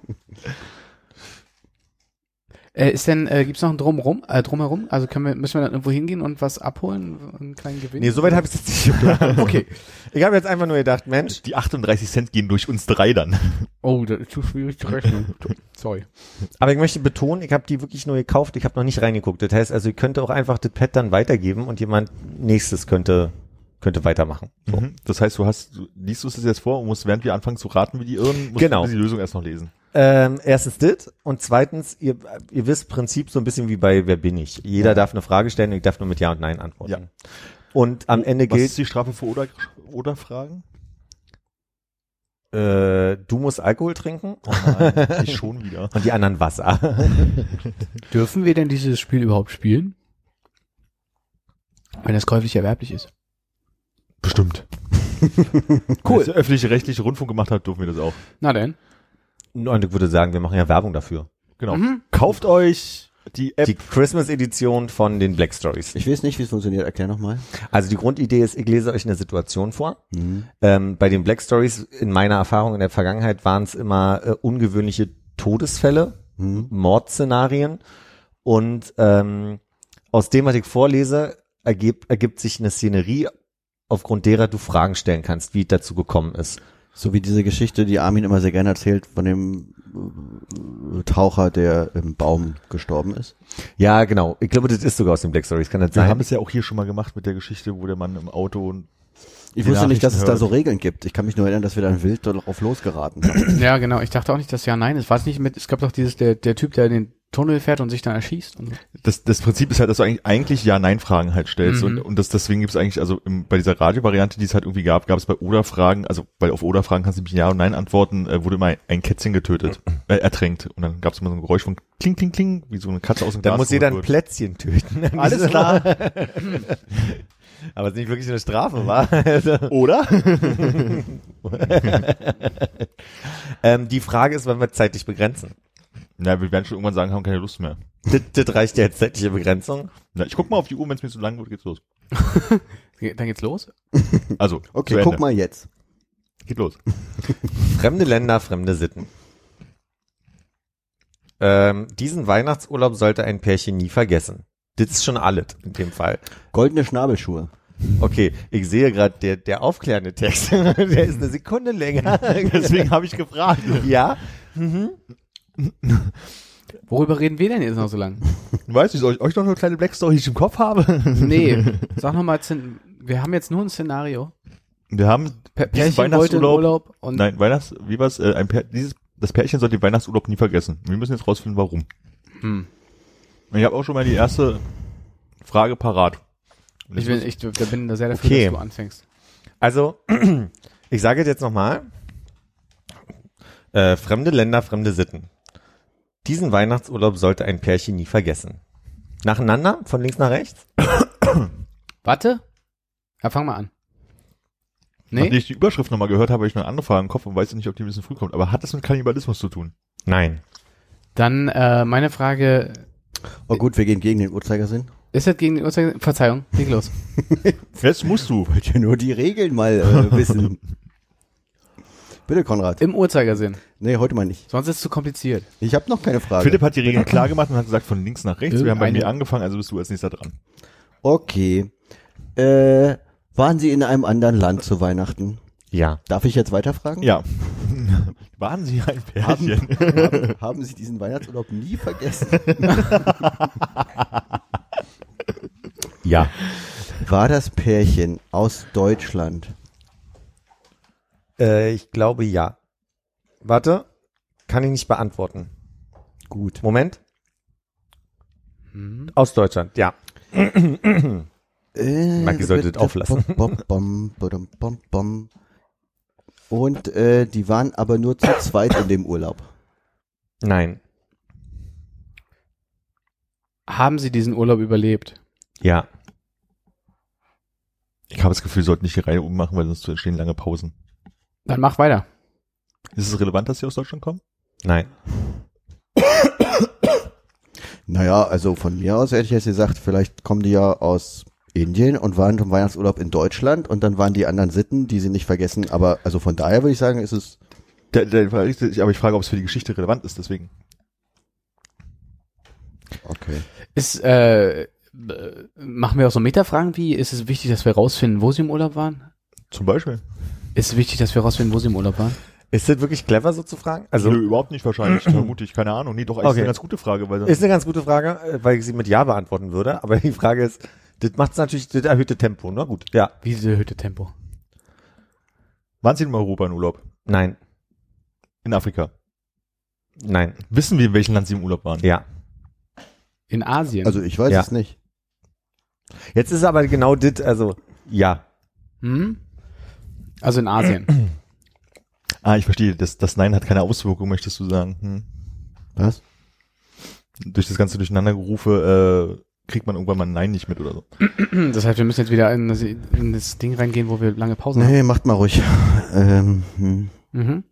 Äh, ist denn, äh, gibt's noch ein Drumherum, äh, Drumherum? Also können wir, müssen wir dann irgendwo hingehen und was abholen? Einen kleinen Gewinn? Nee, soweit habe ich es jetzt nicht geplant. Okay. Ich habe jetzt einfach nur gedacht, Mensch, Die achtunddreißig Cent gehen durch uns drei dann. Oh, das ist zu schwierig zu rechnen. Sorry. aber ich möchte betonen, ich habe die wirklich nur gekauft, ich habe noch nicht reingeguckt. Das heißt, also ich könnte auch einfach das Pad dann weitergeben und jemand nächstes könnte könnte weitermachen. So. Mhm. Das heißt, du hast, du, liest du es jetzt vor und musst, während wir anfangen zu raten, wie die irren, musst Genau. du die Lösung erst noch lesen. Ähm, erstens das und zweitens, ihr, ihr wisst Prinzip so ein bisschen wie bei Wer bin ich? Jeder Ja. darf eine Frage stellen und ich darf nur mit Ja und Nein antworten. Ja. Und am Ende Was gilt, ist die Strafe für oder, oder Fragen? äh, du musst Alkohol trinken Oh nein, ich schon wieder. und die anderen Wasser. Dürfen wir denn dieses Spiel überhaupt spielen? Wenn es käuflich erwerblich ist. Bestimmt. Cool. Wenn der öffentliche rechtliche Rundfunk gemacht hat, dürfen wir das auch. Na denn. Und ich würde sagen, wir machen ja Werbung dafür. Genau. Mhm. Kauft euch die App. Die Christmas-Edition von den Black Stories. Ich weiß nicht, wie es funktioniert. Erklär nochmal. Also die Grundidee ist, ich lese euch eine Situation vor. Mhm. Ähm, bei den Black Stories, in meiner Erfahrung in der Vergangenheit, waren es immer äh, ungewöhnliche Todesfälle, Mhm. Mordszenarien. Und ähm, aus dem, was ich vorlese, ergibt, ergibt sich eine Szenerie, aufgrund derer du Fragen stellen kannst, wie es dazu gekommen ist. So wie diese Geschichte, die Armin immer sehr gerne erzählt, von dem äh, Taucher, der im Baum gestorben ist. Ja, genau. Ich glaube, das ist sogar aus den Black Stories. Kann das Wir sein? haben es ja auch hier schon mal gemacht mit der Geschichte, wo der Mann im Auto. Ich Die wusste nicht, dass es Nachrichten da so hört. Regeln gibt. Ich kann mich nur erinnern, dass wir dann wild darauf losgeraten haben. Ja, genau. Ich dachte auch nicht, dass ja nein ist. War es nicht mit, es gab doch dieses, der, der Typ, der in den Tunnel fährt und sich dann erschießt. Und so. Das, das Prinzip ist halt, dass du eigentlich, eigentlich Ja-Nein-Fragen halt stellst. Mhm. Und, und das, deswegen gibt es eigentlich, also im, bei dieser Radiovariante, die es halt irgendwie gab, gab es bei Oder-Fragen, also weil auf Oder-Fragen kannst du mit Ja und Nein antworten, äh, wurde immer ein Kätzchen getötet, äh, ertränkt. Und dann gab es immer so ein Geräusch von Kling, Kling, Kling, wie so eine Katze aus dem Da Glas. muss jeder ein geholt Plätzchen töten. Alles klar. Aber es ist nicht wirklich eine Strafe, war. Also, wird. Oder? ähm, die Frage ist, wann wir zeitlich begrenzen. Na, wir werden schon irgendwann sagen, haben keine Lust mehr. Das, das reicht ja als zeitliche Begrenzung. Na, ich guck mal auf die Uhr, wenn es mir zu lang wird, geht's los. Dann geht's los. Also, Okay, zu guck Ende. mal jetzt. Geht los. Fremde Länder, fremde Sitten. Ähm, diesen Weihnachtsurlaub sollte ein Pärchen nie vergessen. Das ist schon alles in dem Fall. Goldene Schnabelschuhe. Okay, ich sehe gerade, der, der aufklärende Text, der ist eine Sekunde länger. Deswegen habe ich gefragt. Ja, Worüber reden wir denn jetzt noch so lang? Weißt du, soll ich euch noch eine kleine Black Story, die ich im Kopf habe? Nee, sag nochmal, wir haben jetzt nur ein Szenario. Wir haben P diesen Pärchen wollte in Weihnachtsurlaub, Urlaub und nein, Weihnachts, wie war's, äh, ein Pär, dieses, das Pärchen sollte den Weihnachtsurlaub nie vergessen. Wir müssen jetzt rausfinden, warum. hm. Und ich habe auch schon mal die erste Frage parat. Und ich, das bin, ich da bin da sehr dafür, Okay. dass du anfängst. also, ich sage jetzt nochmal, äh, fremde Länder, fremde Sitten. Diesen Weihnachtsurlaub sollte ein Pärchen nie vergessen. Nacheinander, von links nach rechts? Warte. Ja, fang mal an. Nee? Nachdem ich die Überschrift nochmal gehört habe, habe ich noch eine andere Frage im Kopf und weiß nicht, ob die ein bisschen früh kommt. Aber hat das mit Kannibalismus zu tun? Nein. Dann äh, meine Frage, Oh gut, wir gehen gegen den Uhrzeigersinn. ist das gegen die Uhrzeit? Verzeihung, leg los. Jetzt musst du. Wollt ihr nur die Regeln mal äh, wissen? Bitte, Konrad. Im Uhrzeigersinn. Nee, heute mal nicht. Sonst ist es zu kompliziert. Ich habe noch keine Frage. Philipp hat die Regeln klar gemacht und hat gesagt, von links nach rechts. Wir haben bei Irgendeine- mir angefangen, also bist du als nächster dran. Okay. Äh, waren Sie in einem anderen Land zu Weihnachten? Ja. Darf ich jetzt weiterfragen? Ja. Waren Sie ein Pärchen? haben, haben Sie diesen Weihnachtsurlaub nie vergessen? Ja. War das Pärchen aus Deutschland? Äh, ich glaube ja. Warte, kann ich nicht beantworten. Gut. Moment. Hm. Aus Deutschland, ja. Äh, Maggi sollte das auflassen. Bom, bom, bom, bom, bom. Und äh, die waren aber nur zu zweit in dem Urlaub. Nein. Haben Sie diesen Urlaub überlebt? Ja. Ich habe das Gefühl, wir sollten nicht die Reihe ummachen, weil sonst entstehen lange Pausen. Dann mach weiter. Ist es relevant, dass Sie aus Deutschland kommen? Nein. Naja, also von mir aus hätte ich jetzt gesagt, vielleicht kommen die ja aus Indien und waren zum Weihnachtsurlaub in Deutschland und dann waren die anderen Sitten, die sie nicht vergessen. Aber also von daher würde ich sagen, ist es... Der, der, aber ich frage, ob es für die Geschichte relevant ist, deswegen. Okay. Ist, äh, machen wir auch so Metafragen wie, ist es wichtig, dass wir rausfinden, wo sie im Urlaub waren? Zum Beispiel. Ist es wichtig, dass wir rausfinden, wo sie im Urlaub waren? Ist das wirklich clever, so zu fragen? Also Nö, überhaupt nicht wahrscheinlich, vermute ich, keine Ahnung. Nee, doch, eigentlich Okay. ist eine ganz gute Frage. Weil ist eine ganz gute Frage, äh, weil ich sie mit Ja beantworten würde. Aber die Frage ist, das macht natürlich das erhöhte Tempo. Na gut, ja. Wie diese erhöhte Tempo? Waren Sie in Europa in Urlaub? Nein, In Afrika? nein, Wissen wir, in welchem Land Sie im Urlaub waren? ja. In Asien? Also ich weiß Ja. es nicht. Jetzt ist aber genau das, also ja. hm? Also in Asien. Ah, ich verstehe. Das, das Nein hat keine Auswirkung, möchtest du sagen. Hm. Was? Durch das ganze Durcheinandergerufe äh, kriegt man irgendwann mal ein Nein nicht mit oder so. Das heißt, wir müssen jetzt wieder in das, in das Ding reingehen, wo wir lange Pausen Nee, macht mal ruhig. Ähm, hm. haben.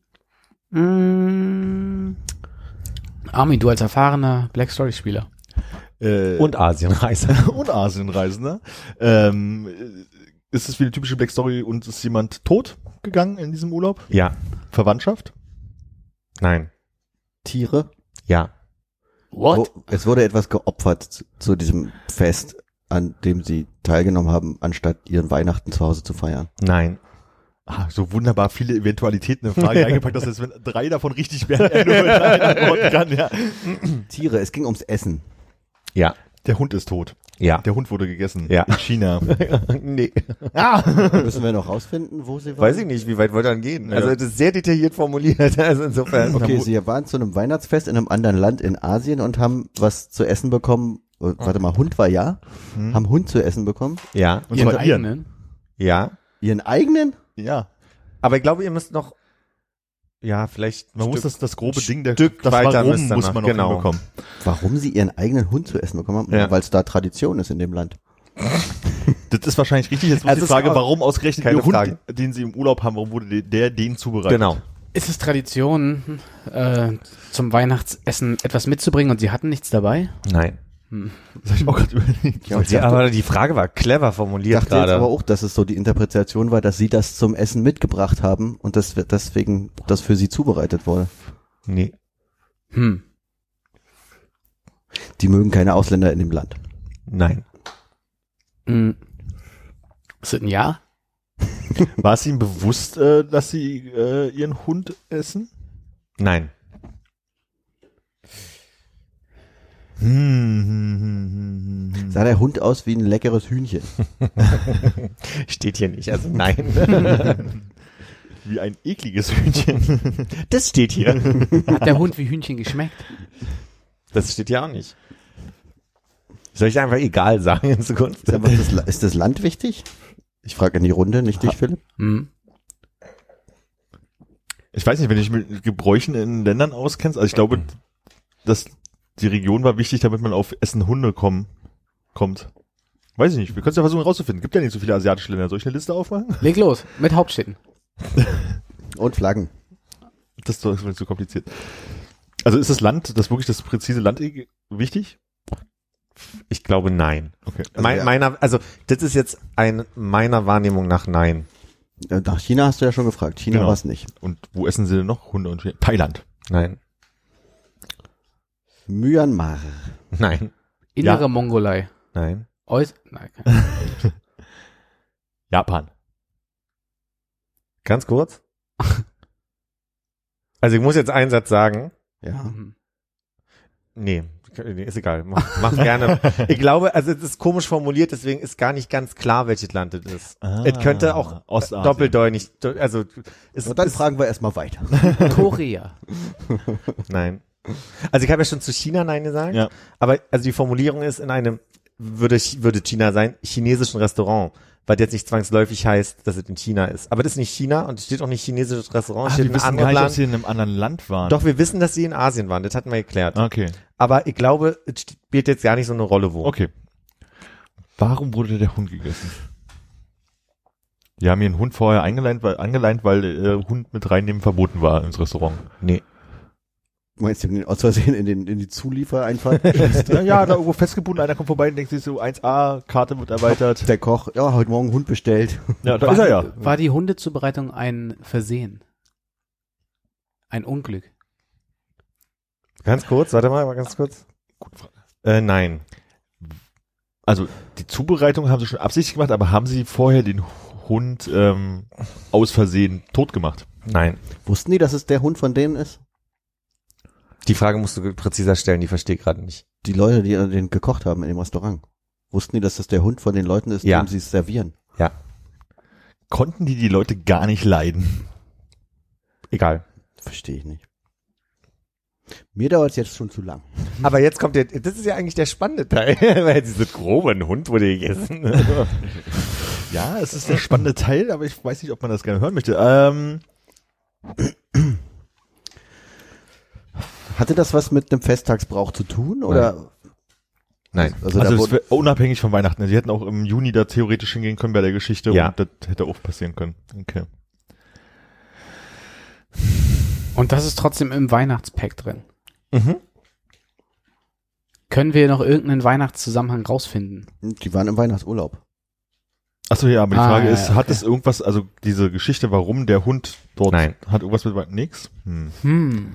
Mhm. Mm. Armin, du als erfahrener Black Story Spieler. Äh, Und Asienreise. und Asienreisender. Ähm, ist es wie eine typische Black Story und ist jemand tot gegangen in diesem Urlaub? Ja, Verwandtschaft? nein, Tiere? ja, What? Oh, es wurde etwas geopfert zu, zu diesem Fest, an dem sie teilgenommen haben, anstatt ihren Weihnachten zu Hause zu feiern. nein. Ah, so wunderbar viele Eventualitäten in Frage eingepackt, dass es, wenn drei davon richtig wären, er nur mit Nein antworten kann, ja. Tiere, es ging ums Essen. Ja, Der Hund ist tot. ja. Der Hund wurde gegessen. Ja. In China. nee. Müssen wir noch rausfinden, wo sie waren? Weiß ich nicht, wie weit wollt ihr dann gehen? Ja. Also das ist sehr detailliert formuliert, also insofern. Okay, sie waren zu einem Weihnachtsfest in einem anderen Land in Asien und haben was zu essen bekommen. Oh, warte mal, Hund war ja? Hm. Haben Hund zu essen bekommen? Ja, Und Ihren zwar ihren. eigenen? ja. Ihren eigenen? Ja. Aber ich glaube, ihr müsst noch, ja, vielleicht Man ein muss Stück- das, das grobe Ding, der, Stück das weiter Warum müsst ihr muss noch, man noch genau. hinbekommen. Warum sie ihren eigenen Hund zu essen bekommen haben? Ja. Weil es da Tradition ist in dem Land. Das ist wahrscheinlich richtig. Jetzt muss Also die es Frage, ist auch warum ausgerechnet keine ihr Hund, Frage. den sie im Urlaub haben, warum wurde der den zubereitet? Genau. Ist es Tradition, äh, zum Weihnachtsessen etwas mitzubringen und sie hatten nichts dabei? Nein. Das hab ich auch gerade überlegt. Ja, und ich Ja, dachte, aber die Frage war clever formuliert dachte jetzt gerade. aber auch, dass es so die Interpretation war, dass sie das zum Essen mitgebracht haben und das wird deswegen das für sie zubereitet wurde. Nee. Hm. Die mögen keine Ausländer in dem Land. Nein. Hm. Ist das ein Ja? War es ihnen bewusst, äh, dass sie äh, ihren Hund essen? Nein. Hm, hm, hm, hm, hm. Sah der Hund aus wie ein leckeres Hühnchen? Steht hier nicht, also nein. Wie ein ekliges Hühnchen. Das steht hier. Hat der Hund wie Hühnchen geschmeckt? Das steht hier auch nicht. Soll ich einfach egal sagen in Zukunft? Ist, einfach das, La- ist das Land wichtig? Ich frage in die Runde, nicht dich, Philipp. Hm. Ich weiß nicht, wenn ich mit Gebräuchen in Ländern auskennst, also ich glaube, dass die Region war wichtig, damit man auf Essen Hunde kommen, kommt. Weiß ich nicht, wir können es ja versuchen rauszufinden. Gibt ja nicht so viele asiatische Länder. Soll ich eine Liste aufmachen? Leg los, mit Hauptstädten. Und Flaggen. Das ist doch das ist zu kompliziert. Also ist das Land, das wirklich das präzise Land eh wichtig? Ich glaube nein. Okay. Also mein, ja. meiner, also das ist jetzt ein meiner Wahrnehmung nach nein. Äh, Nach China hast du ja schon gefragt. China Genau. war es nicht. Und wo essen sie denn noch Hunde und Schweine? Thailand. Nein. Myanmar. Nein. Innere Ja. Mongolei. Nein. Äuß Nein. kein- Japan. Ganz kurz. Also ich muss jetzt einen Satz sagen. Ja. Mhm. Nee, nee, ist egal. Mach, mach gerne. Ich glaube, also es ist komisch formuliert, deswegen ist gar nicht ganz klar, welches Land es ist. Ah, es könnte auch Ostasien. doppeldeutig, also es Und dann ist, fragen wir erstmal weiter. Korea. nein. Also ich habe ja schon zu China nein gesagt, Ja. aber also die Formulierung ist in einem, würde, Ch- würde China sein, chinesischen Restaurant, weil das jetzt nicht zwangsläufig heißt, dass es in China ist. Aber das ist nicht China und es steht auch nicht chinesisches Restaurant, es Ah, steht wir ein wissen anderes gar nicht, ob Land. sie in einem anderen Land waren. Doch, wir wissen, dass sie in Asien waren, das hatten wir geklärt. Okay. Aber ich glaube, es spielt jetzt gar nicht so eine Rolle, wo. Okay. Warum wurde der Hund gegessen? Die haben ihren Hund vorher eingeleint, weil, angeleint, weil äh, Hund mit reinnehmen verboten war ins Restaurant. Nee. Meinst du, den aus Versehen in, den, in die Zuliefereinfahrt? ja, ja, da irgendwo festgebunden, einer kommt vorbei und denkt sich so, eins a, Karte wird erweitert. Der Koch, ja, heute Morgen Hund bestellt. Ja, da war, ist er ja. War die Hundezubereitung ein Versehen? Ein Unglück? Ganz kurz, warte mal, mal ganz kurz. Äh, nein. Also die Zubereitung haben sie schon absichtlich gemacht, aber haben sie vorher den Hund ähm, aus Versehen tot gemacht? Nein. Wussten die, dass es der Hund von denen ist? Die Frage musst du präziser stellen, die verstehe ich gerade nicht. Die Leute, die den gekocht haben in dem Restaurant. Wussten die, dass das der Hund von den Leuten ist, Ja. dem sie es servieren? Ja. Konnten die die Leute gar nicht leiden? Egal. Verstehe ich nicht. Mir dauert es jetzt schon zu lang. Aber jetzt kommt der, das ist ja eigentlich der spannende Teil, weil diese groben Hund wurde gegessen. Ja, es ist der spannende Teil, aber ich weiß nicht, ob man das gerne hören möchte. Ähm, Hatte das was mit einem Festtagsbrauch zu tun, oder? Nein. Also, also da das wurde, wär unabhängig von Weihnachten. Sie hätten auch im Juni da theoretisch hingehen können bei der Geschichte Ja. und das hätte auch passieren können. Okay. Und das ist trotzdem im Weihnachtspack drin. Mhm. Können wir noch irgendeinen Weihnachtszusammenhang rausfinden? die waren im Weihnachtsurlaub. Achso, ja, aber die Ah, Frage ja, ist, ja, hat okay. es irgendwas, also diese Geschichte, warum der Hund dort Nein. hat irgendwas mit Weihnachten? Nix? Hm. Hm.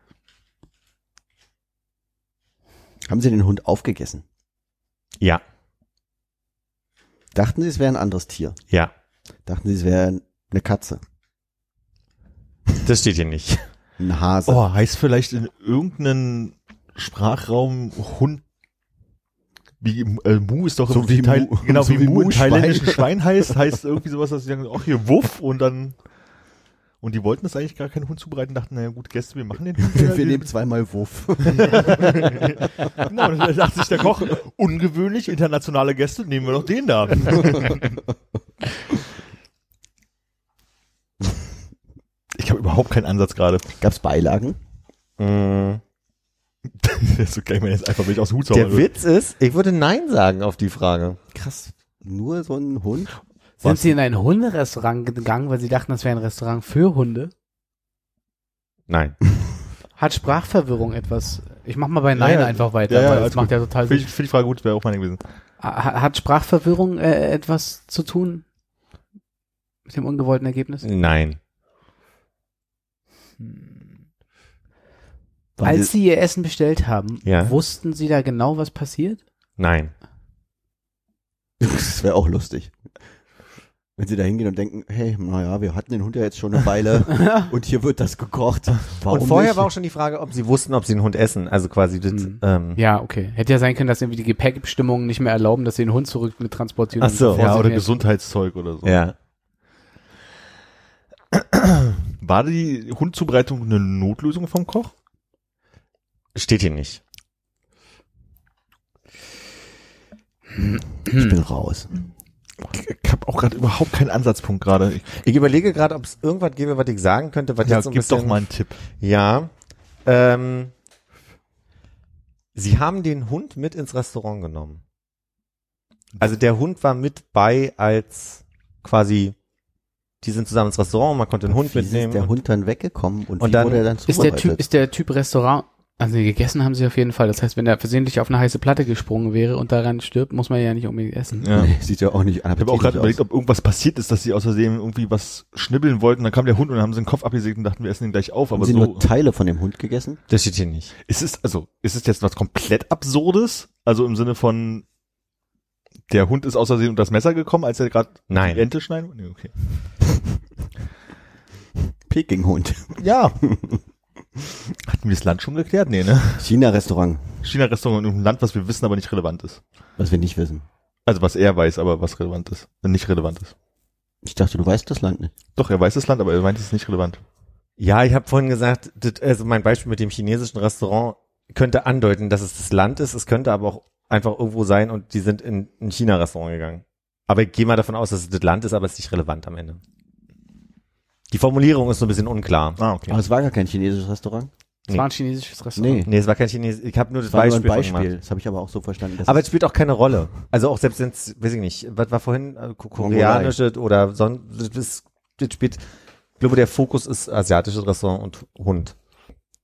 Haben sie den Hund aufgegessen? Ja. Dachten sie, es wäre ein anderes Tier? Ja. Dachten sie, es wäre eine Katze? Das steht hier nicht. Ein Hase? Oh, heißt vielleicht in irgendeinem Sprachraum Hund, wie äh, Mu ist doch So im wie Teil, Mu- genau so wie, wie Mu im Mu Schwein. thailändischen Schwein heißt, heißt irgendwie sowas, dass sie sagen, ach hier Wuff und dann und die wollten das eigentlich gar keinen Hund zubereiten, dachten, naja gut, Gäste, wir machen den Hund. wir, wir nehmen zweimal Wuff. Genau, dann dachte sich der Koch, ungewöhnlich, internationale Gäste, nehmen wir doch den da. Ich habe überhaupt keinen Ansatz gerade. Gab's Beilagen? Mm. So kann ich mir jetzt einfach nicht aus dem Hut Der zaubern. Witz ist, ich würde Nein sagen auf die Frage. Krass. Nur so ein Hund? Sind Was? Sie in ein Hunderestaurant gegangen, weil Sie dachten, das wäre ein Restaurant für Hunde? Nein. Hat Sprachverwirrung etwas? Ich mach mal bei Nein Ja, ja. einfach weiter, Ja, ja, weil das alles macht gut. ja total Für, Sinn. für die Frage gut, wäre auch meine gewesen. Ha- Hat Sprachverwirrung äh, etwas zu tun mit dem ungewollten Ergebnis? Nein. Waren Als Sie Ihr Essen bestellt haben, Ja. wussten Sie da genau, was passiert? Nein. Das wäre auch lustig. Wenn sie da hingehen und denken, hey, naja, wir hatten den Hund ja jetzt schon eine Weile und hier wird das gekocht. Warum Und vorher nicht? war auch schon die Frage, ob sie wussten, ob sie einen Hund essen. Also quasi das, Mhm. ähm, Ja, okay. Hätte ja sein können, dass irgendwie die Gepäckbestimmungen nicht mehr erlauben, dass Sie den Hund zurück mit transportieren. Ach so. bevor Ja, Sie oder den- Gesundheitszeug oder so. ja. War die Hundzubereitung eine Notlösung vom Koch? Steht hier nicht. Ich bin raus. Ich habe auch gerade überhaupt keinen Ansatzpunkt gerade. Ich- Ich überlege gerade, ob es irgendwas gäbe, was ich sagen könnte, was Ja, jetzt so ein gib bisschen... doch mal einen Tipp. Ja. Ähm, sie haben den Hund mit ins Restaurant genommen. Also der Hund war mit bei als quasi, die sind zusammen ins Restaurant, man konnte den Hund Wie mitnehmen. ist der und- Hund dann weggekommen und, und wie dann wurde er dann Ist der zubereitet? Typ, ist der Typ Restaurant, also gegessen haben Sie auf jeden Fall. Das heißt, wenn er versehentlich auf eine heiße Platte gesprungen wäre und daran stirbt, muss man ja nicht unbedingt essen. Ja. Nee, sieht ja auch nicht an. Ich habe auch gerade überlegt, ob irgendwas passiert ist, dass sie aus Versehen irgendwie was schnibbeln wollten. Dann kam der Hund und dann haben sie den Kopf abgesägt und dachten, wir essen ihn gleich auf. Haben Aber sie so nur Teile von dem Hund gegessen? Das steht hier nicht. ist es, also ist es jetzt was komplett Absurdes? Also im Sinne von der Hund ist aus Versehen unter das Messer gekommen, als er gerade die Nein. Ente schneiden? Nee, okay. Peking-Hund. Ja. Hatten wir das Land schon geklärt? Nee, ne? China-Restaurant, China-Restaurant in einem Land, was wir wissen, aber nicht relevant ist. was wir nicht wissen. Also was er weiß, aber was relevant ist. Äh, Nicht relevant ist. Ich dachte, du weißt das Land nicht. Doch, er weiß das Land, aber er meint, es ist nicht relevant. Ja, ich habe vorhin gesagt, das, also mein Beispiel mit dem chinesischen Restaurant könnte andeuten, dass es das Land ist. Es könnte aber auch einfach irgendwo sein und die sind in ein China-Restaurant gegangen. Aber ich gehe mal davon aus, dass es das Land ist, aber es ist nicht relevant am Ende. Die Formulierung ist so ein bisschen unklar. Ah, okay. Aber es war gar kein chinesisches Restaurant. Es Nee. war ein chinesisches Restaurant. Nee, Nee, es war kein Chines. Ich habe nur das es war nur Beispiel, ein von Beispiel. gemacht. Das habe ich aber auch so verstanden. dass Aber es- es spielt auch keine Rolle. Also auch selbst wenn es, weiß ich nicht, was war vorhin, äh, ko- koreanische oder sonst, das, das, das spielt, ich glaube, der Fokus ist asiatisches Restaurant und Hund.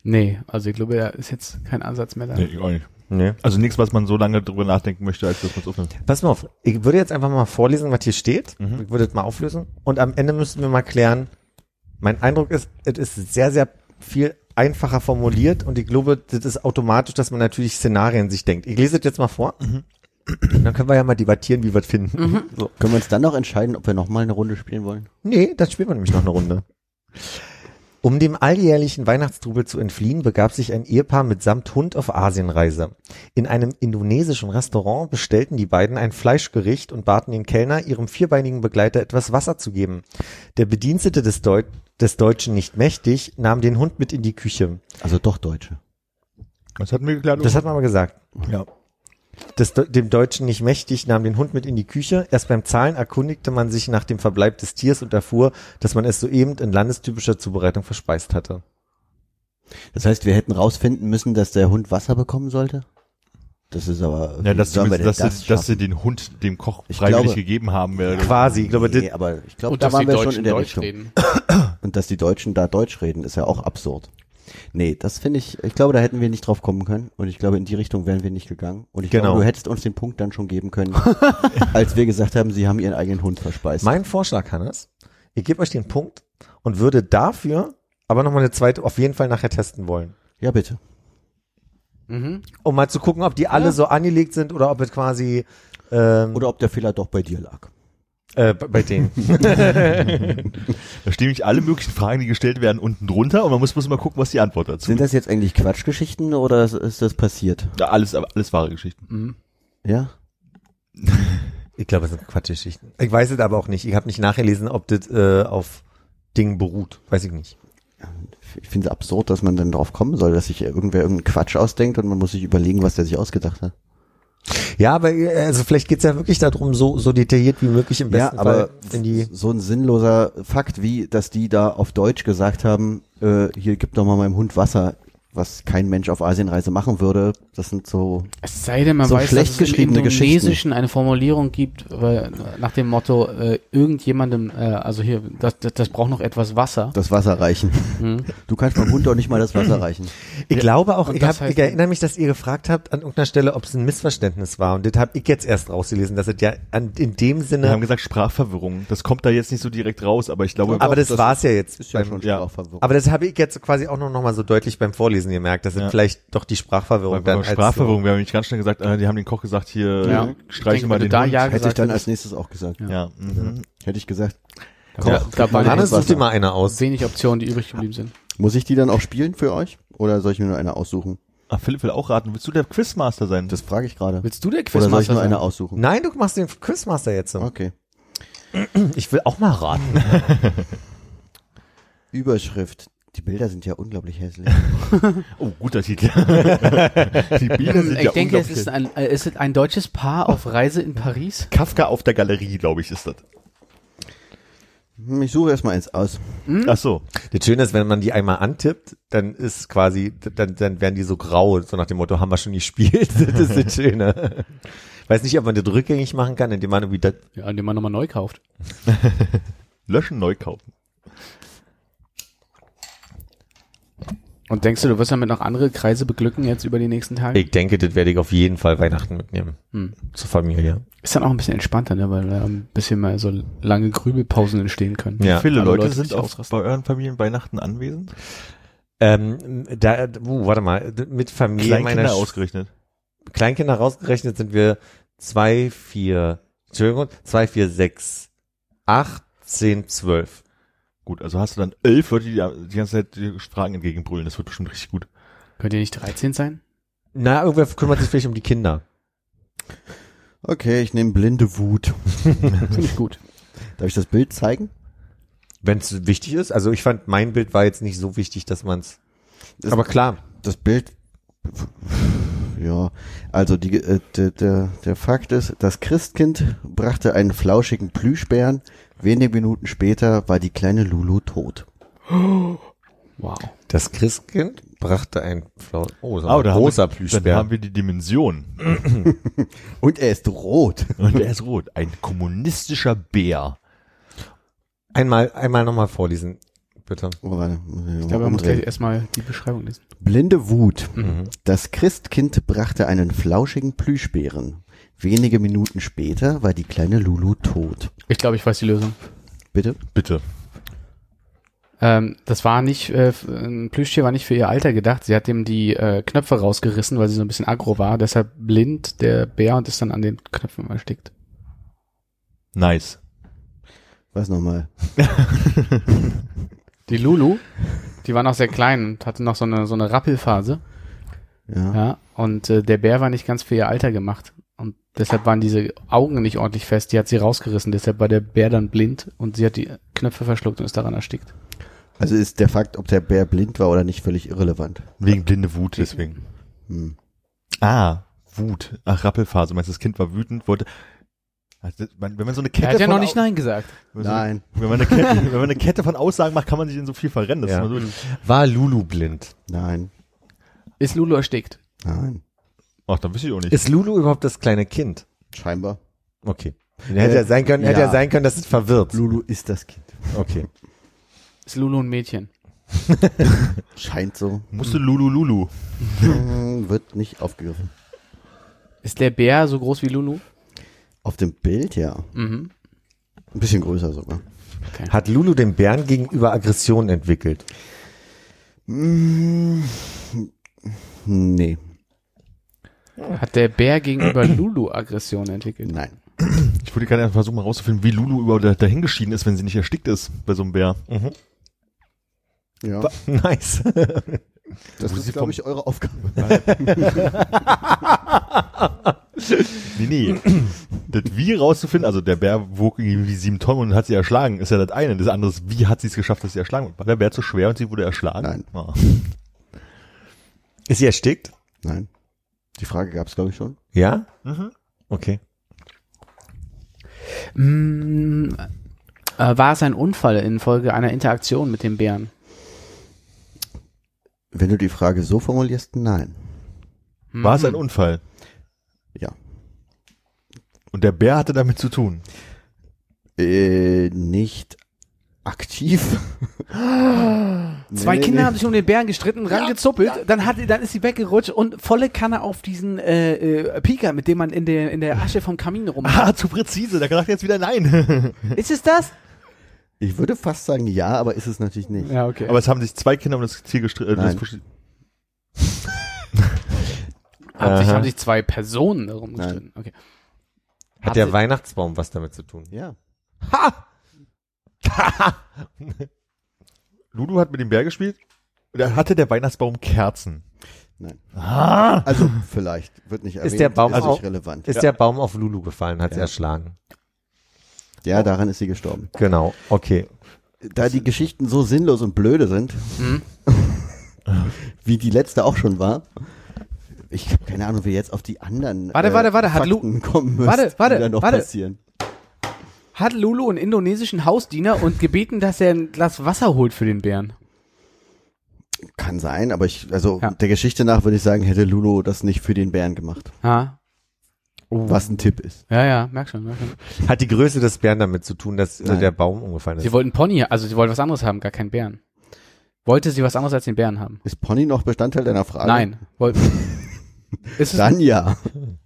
Nee, also ich glaube, da ist jetzt kein Ansatz mehr da. Nee, ich auch nicht. Nee. Also nichts, was man so lange drüber nachdenken möchte, als dass man es aufnimmt. Pass mal auf, ich würde jetzt einfach mal vorlesen, was hier steht. Mhm. Ich würde es mal auflösen. Und am Ende müssten wir mal klären, mein Eindruck ist, es ist sehr, sehr viel einfacher formuliert und ich glaube, das ist automatisch, dass man natürlich Szenarien sich denkt. Ich lese es jetzt mal vor. Mhm. Dann können wir ja mal debattieren, wie wir es finden. Mhm. So. Können wir uns dann noch entscheiden, ob wir nochmal eine Runde spielen wollen? Nee, dann spielen wir nämlich noch eine Runde. Um dem alljährlichen Weihnachtstrubel zu entfliehen, begab sich ein Ehepaar mitsamt Hund auf Asienreise. In einem indonesischen Restaurant bestellten die beiden ein Fleischgericht und baten den Kellner, ihrem vierbeinigen Begleiter etwas Wasser zu geben. Der Bedienstete des, Deut- des Deutschen nicht mächtig, nahm den Hund mit in die Küche. Also doch Deutsche. Das hatten wir geklärt. Das hat man aber gesagt. ja. Das, dem Deutschen nicht mächtig, nahm den Hund mit in die Küche. Erst beim Zahlen erkundigte man sich nach dem Verbleib des Tiers und erfuhr, dass man es soeben in landestypischer Zubereitung verspeist hatte. Das heißt, wir hätten rausfinden müssen, dass der Hund Wasser bekommen sollte? Das ist aber... Ja, wie dass, sollen sie, wir denn dass, das sie, dass sie schaffen? den Hund dem Koch Ich freiwillig glaube- gegeben haben. Wäre Quasi, ich glaube, Nee, das, aber ich glaube, Und da dass waren die wir schon Deutschen in der Deutsch Richtung. reden. Und dass die Deutschen da Deutsch reden, ist ja auch absurd. Nee, das finde ich, ich glaube, da hätten wir nicht drauf kommen können. Und ich glaube, in die Richtung wären wir nicht gegangen. Und ich Genau. glaube, du hättest uns den Punkt dann schon geben können, als wir gesagt haben, sie haben ihren eigenen Hund verspeist. mein Vorschlag, Hannes, ich gebe euch den Punkt und würde dafür aber nochmal eine zweite auf jeden Fall nachher testen wollen. Ja, bitte. Mhm. Um mal zu gucken, ob die alle so angelegt sind oder ob es quasi ähm, Oder ob der Fehler doch bei dir lag. äh, bei bei denen. Da stehen nämlich alle möglichen Fragen, die gestellt werden, unten drunter und man muss, muss mal gucken, was die Antwort dazu Sind das jetzt eigentlich Quatschgeschichten oder ist, ist das passiert? Ja, alles, alles wahre Geschichten. Mhm. Ja? Ich glaube, es sind Quatschgeschichten. Ich weiß es aber auch nicht. Ich habe nicht nachgelesen, ob das äh, auf Dingen beruht. Weiß ich nicht. Ich finde es absurd, dass man dann drauf kommen soll, dass sich irgendwer irgendeinen Quatsch ausdenkt und man muss sich überlegen, was der sich ausgedacht hat. Ja, aber äh, also vielleicht geht's ja wirklich darum, so so detailliert wie möglich im besten Ja, aber Fall in die. so ein sinnloser Fakt wie, dass die da auf Deutsch gesagt haben, äh, hier gib doch mal meinem Hund Wasser, was kein Mensch auf Asienreise machen würde. Das sind so... Es sei denn, man So weiß, schlecht dass es im geschriebene Indonesischen eine Formulierung gibt, weil, nach dem Motto, äh, irgendjemandem, äh, also hier, das, das, das braucht noch etwas Wasser. Das Wasser reichen. Mhm. Du kannst beim Hund doch nicht mal das Wasser reichen. Ich glaube auch, Und ich, das hab, heißt- ich erinnere mich, dass ihr gefragt habt an irgendeiner Stelle, ob es ein Missverständnis war. Und das habe ich jetzt erst rausgelesen, dass es ja an, in dem Wir Sinne. haben gesagt Sprachverwirrung. Das kommt da jetzt nicht so direkt raus, aber ich glaube, aber das, das war's ja jetzt. Ist ja beim- schon ja. Sprachverwirrung. aber das habe ich jetzt quasi auch noch, noch mal so deutlich beim Vorlesen gemerkt, dass es Ja. vielleicht doch die Sprachverwirrung Bei, dann bei Sprachverwirrung, wir haben nicht ganz schnell gesagt, äh, die haben den Koch gesagt, hier Ja. äh, streiche Ich denke, mal wenn du den da Hund. ja Hätte ich gesagt dann hättest- als nächstes auch gesagt. Ja, mhm. Hätte ich gesagt. Da, ja, da mal waren Hannes, Wasser. such dir mal eine aus. wenig Optionen, die übrig geblieben sind. Muss ich die dann auch spielen für euch? Oder soll ich mir nur eine aussuchen? Ah, Philipp will auch raten. Willst du der Quizmaster sein? Das frage ich gerade. Willst du der Oder soll ich Quizmaster nur eine sein? aussuchen? Nein, du machst den Quizmaster jetzt so. Okay. Ich will auch mal raten. Überschrift. Die Bilder sind ja unglaublich hässlich. Oh, guter Titel. Die Bilder sind Ich ja denke, es unglaublich. ist ein, äh, es ist ein deutsches Paar auf Reise in Paris. Kafka auf der Galerie, glaube ich, ist das. Hm, Ich suche erstmal eins aus. Ach so. Das Schöne ist, wenn man die einmal antippt, dann ist quasi, dann, dann werden die so grau, so nach dem Motto, haben wir schon gespielt. Das ist das Schöne. Weiß nicht, ob man das rückgängig machen kann, indem man irgendwie das, Ja, den man nochmal neu kauft. Löschen, neu kaufen. Und denkst du, du wirst damit noch andere Kreise beglücken jetzt über die nächsten Tage? ich denke, das werde ich auf jeden Fall Weihnachten mitnehmen. Hm. Zur Familie. Ist dann auch ein bisschen entspannter, ne? Weil da ein bisschen mal so lange Grübelpausen entstehen können. Ja. Wie viele Alle Leute, Leute sind sich auf, ausrasten. bei euren Familien Weihnachten anwesend? Ähm, da, uh, warte mal, mit Familie meiner Kleinkinder Sch- ausgerechnet. Kleinkinder rausgerechnet sind wir zwei, vier, Entschuldigung, zwei, vier, sechs, acht, zehn, zwölf. Gut, also hast du dann elf Leute, die die ganze Zeit die Fragen entgegenbrüllen. Das wird bestimmt richtig gut. Könnt ihr nicht dreizehn sein? Na, irgendwer kümmert sich vielleicht um die Kinder. Okay, ich nehme blinde Wut. Finde ich gut. Darf ich das Bild zeigen? Wenn es wichtig ist. Also ich fand, mein Bild war jetzt nicht so wichtig, dass man es. Aber klar. Das Bild, ja, also die, äh, der, der, der Fakt ist, das Christkind brachte einen flauschigen Plüschbären. Wenige Minuten später war die kleine Lulu tot. Wow. Das Christkind brachte ein Flau oh, so Ah, ein da großer haben wir, dann Plüschbär. haben wir die Dimension. Und er ist rot. Und er ist rot. Ein kommunistischer Bär. Einmal, einmal nochmal vorlesen. bitte. Oh, warte, Ich glaube, man muss gleich erstmal die Beschreibung lesen. Blinde Wut. Mhm. Das Christkind brachte einen flauschigen Plüschbären. Wenige Minuten später war die kleine Lulu tot. Ich glaube, ich weiß die Lösung. Bitte? Bitte. Ähm, das war nicht, äh, ein Plüschtier war nicht für ihr Alter gedacht. Sie hat ihm die äh, Knöpfe rausgerissen, weil sie so ein bisschen aggro war. Deshalb blind der Bär und ist dann an den Knöpfen erstickt. Nice. Was nochmal? Die Lulu, die war noch sehr klein und hatte noch so eine so eine Rappelphase. Ja. Ja. Und äh, der Bär war nicht ganz für ihr Alter gemacht. Und deshalb waren diese Augen nicht ordentlich fest. Die hat sie rausgerissen. Deshalb war der Bär dann blind und sie hat die Knöpfe verschluckt und ist daran erstickt. Also ist der Fakt, ob der Bär blind war oder nicht, völlig irrelevant. Wegen blinde Wut, deswegen. Hm. Ah, Wut. Ach, Rappelphase. Du meinst, das Kind war wütend, wollte... Also, man- wenn man so eine Kette Er hat ja von noch nicht Au- Nein gesagt. wenn man so- Nein. Wenn man, eine Kette, wenn man eine Kette von Aussagen macht, kann man sich in so viel verrennen. Das Ja. ist immer so. War Lulu blind? Nein. Ist Lulu erstickt? Nein. Ach, dann wüsste ich auch nicht. Ist Lulu überhaupt das kleine Kind? Scheinbar. Okay. Hätte ja sein können, hätte ja. ja sein können, dass es verwirrt. Lulu ist das Kind. Okay. Ist Lulu ein Mädchen? Scheint so. Musste Lulu Lulu. Hm, wird nicht aufgegriffen. Ist der Bär so groß wie Lulu? Auf dem Bild, ja. Mhm. Ein bisschen größer sogar. Hat Lulu dem Bären gegenüber Aggression entwickelt? Hm, nee. Hat der Bär gegenüber Lulu Aggression entwickelt? Nein. Ich würde gerade versuchen, mal rauszufinden, wie Lulu überhaupt da- dahin geschieden ist, wenn sie nicht erstickt ist bei so einem Bär. Ja. Nice. Das Wo ist, sie glaube vom- ich, eure Aufgabe. Nee, nee. Das wie rauszufinden, also der Bär wog irgendwie sieben Tonnen und hat sie erschlagen, ist ja das eine. Das andere ist, wie hat sie es geschafft, dass sie erschlagen wurde? War der Bär zu schwer und sie wurde erschlagen? Nein. Ah. Ist sie erstickt? Nein. Die Frage gab es, glaube ich, schon. Ja? Mhm. Okay. Mm, äh, war es ein Unfall infolge einer Interaktion mit dem Bären? Wenn du die Frage so formulierst, nein. War es Mhm. ein Unfall? Ja. Und der Bär hatte damit zu tun? Äh, nicht aktiv. Zwei Nee, Kinder nee. haben sich um den Bären gestritten, rangezuppelt, dann hat, dann ist sie weggerutscht und volle Kanne auf diesen äh, äh, Pika, mit dem man in der in der Asche vom Kamin rum. Ah, zu präzise, da sagt er jetzt wieder nein. Ist es das? Ich würde fast sagen ja, aber ist es natürlich nicht. Ja, okay. Aber es haben sich zwei Kinder um das Ziel gestritten. Nein. haben, sich, Aha. haben sich zwei Personen darum gestritten. Okay. Hat Hat der sie- Weihnachtsbaum was damit zu tun? Ja. Lulu hat mit dem Bär gespielt. Da hatte der Weihnachtsbaum Kerzen. Nein. Ah. Also vielleicht wird nicht erwähnt. Ist der Baum ist auch- nicht relevant. Ist der Baum auf Lulu gefallen, hat sie Ja. erschlagen? Ja, daran ist sie gestorben. Genau, okay. Da die Geschichten so sinnlos und blöde sind, Mhm. wie die letzte auch schon war. Ich habe keine Ahnung, wie jetzt auf die anderen Warte, warte, warte, hat Lu- Fakten kommen müsst, Warte, warte, die da noch warte. passieren. Hat Lulu einen indonesischen Hausdiener und gebeten, dass er ein Glas Wasser holt für den Bären. Kann sein, aber ich, also Ja. der Geschichte nach würde ich sagen, hätte Lulu das nicht für den Bären gemacht. Ja, Was ein Tipp ist. ja, ja, merk schon, merk schon. Hat die Größe des Bären damit zu tun, dass äh, Nein. der Baum umgefallen ist? Sie wollten Pony, also sie wollten was anderes haben, gar keinen Bären. Wollte sie was anderes als den Bären haben? Ist Pony noch Bestandteil deiner Frage? Nein. Wollten. Ist es, Dann ja.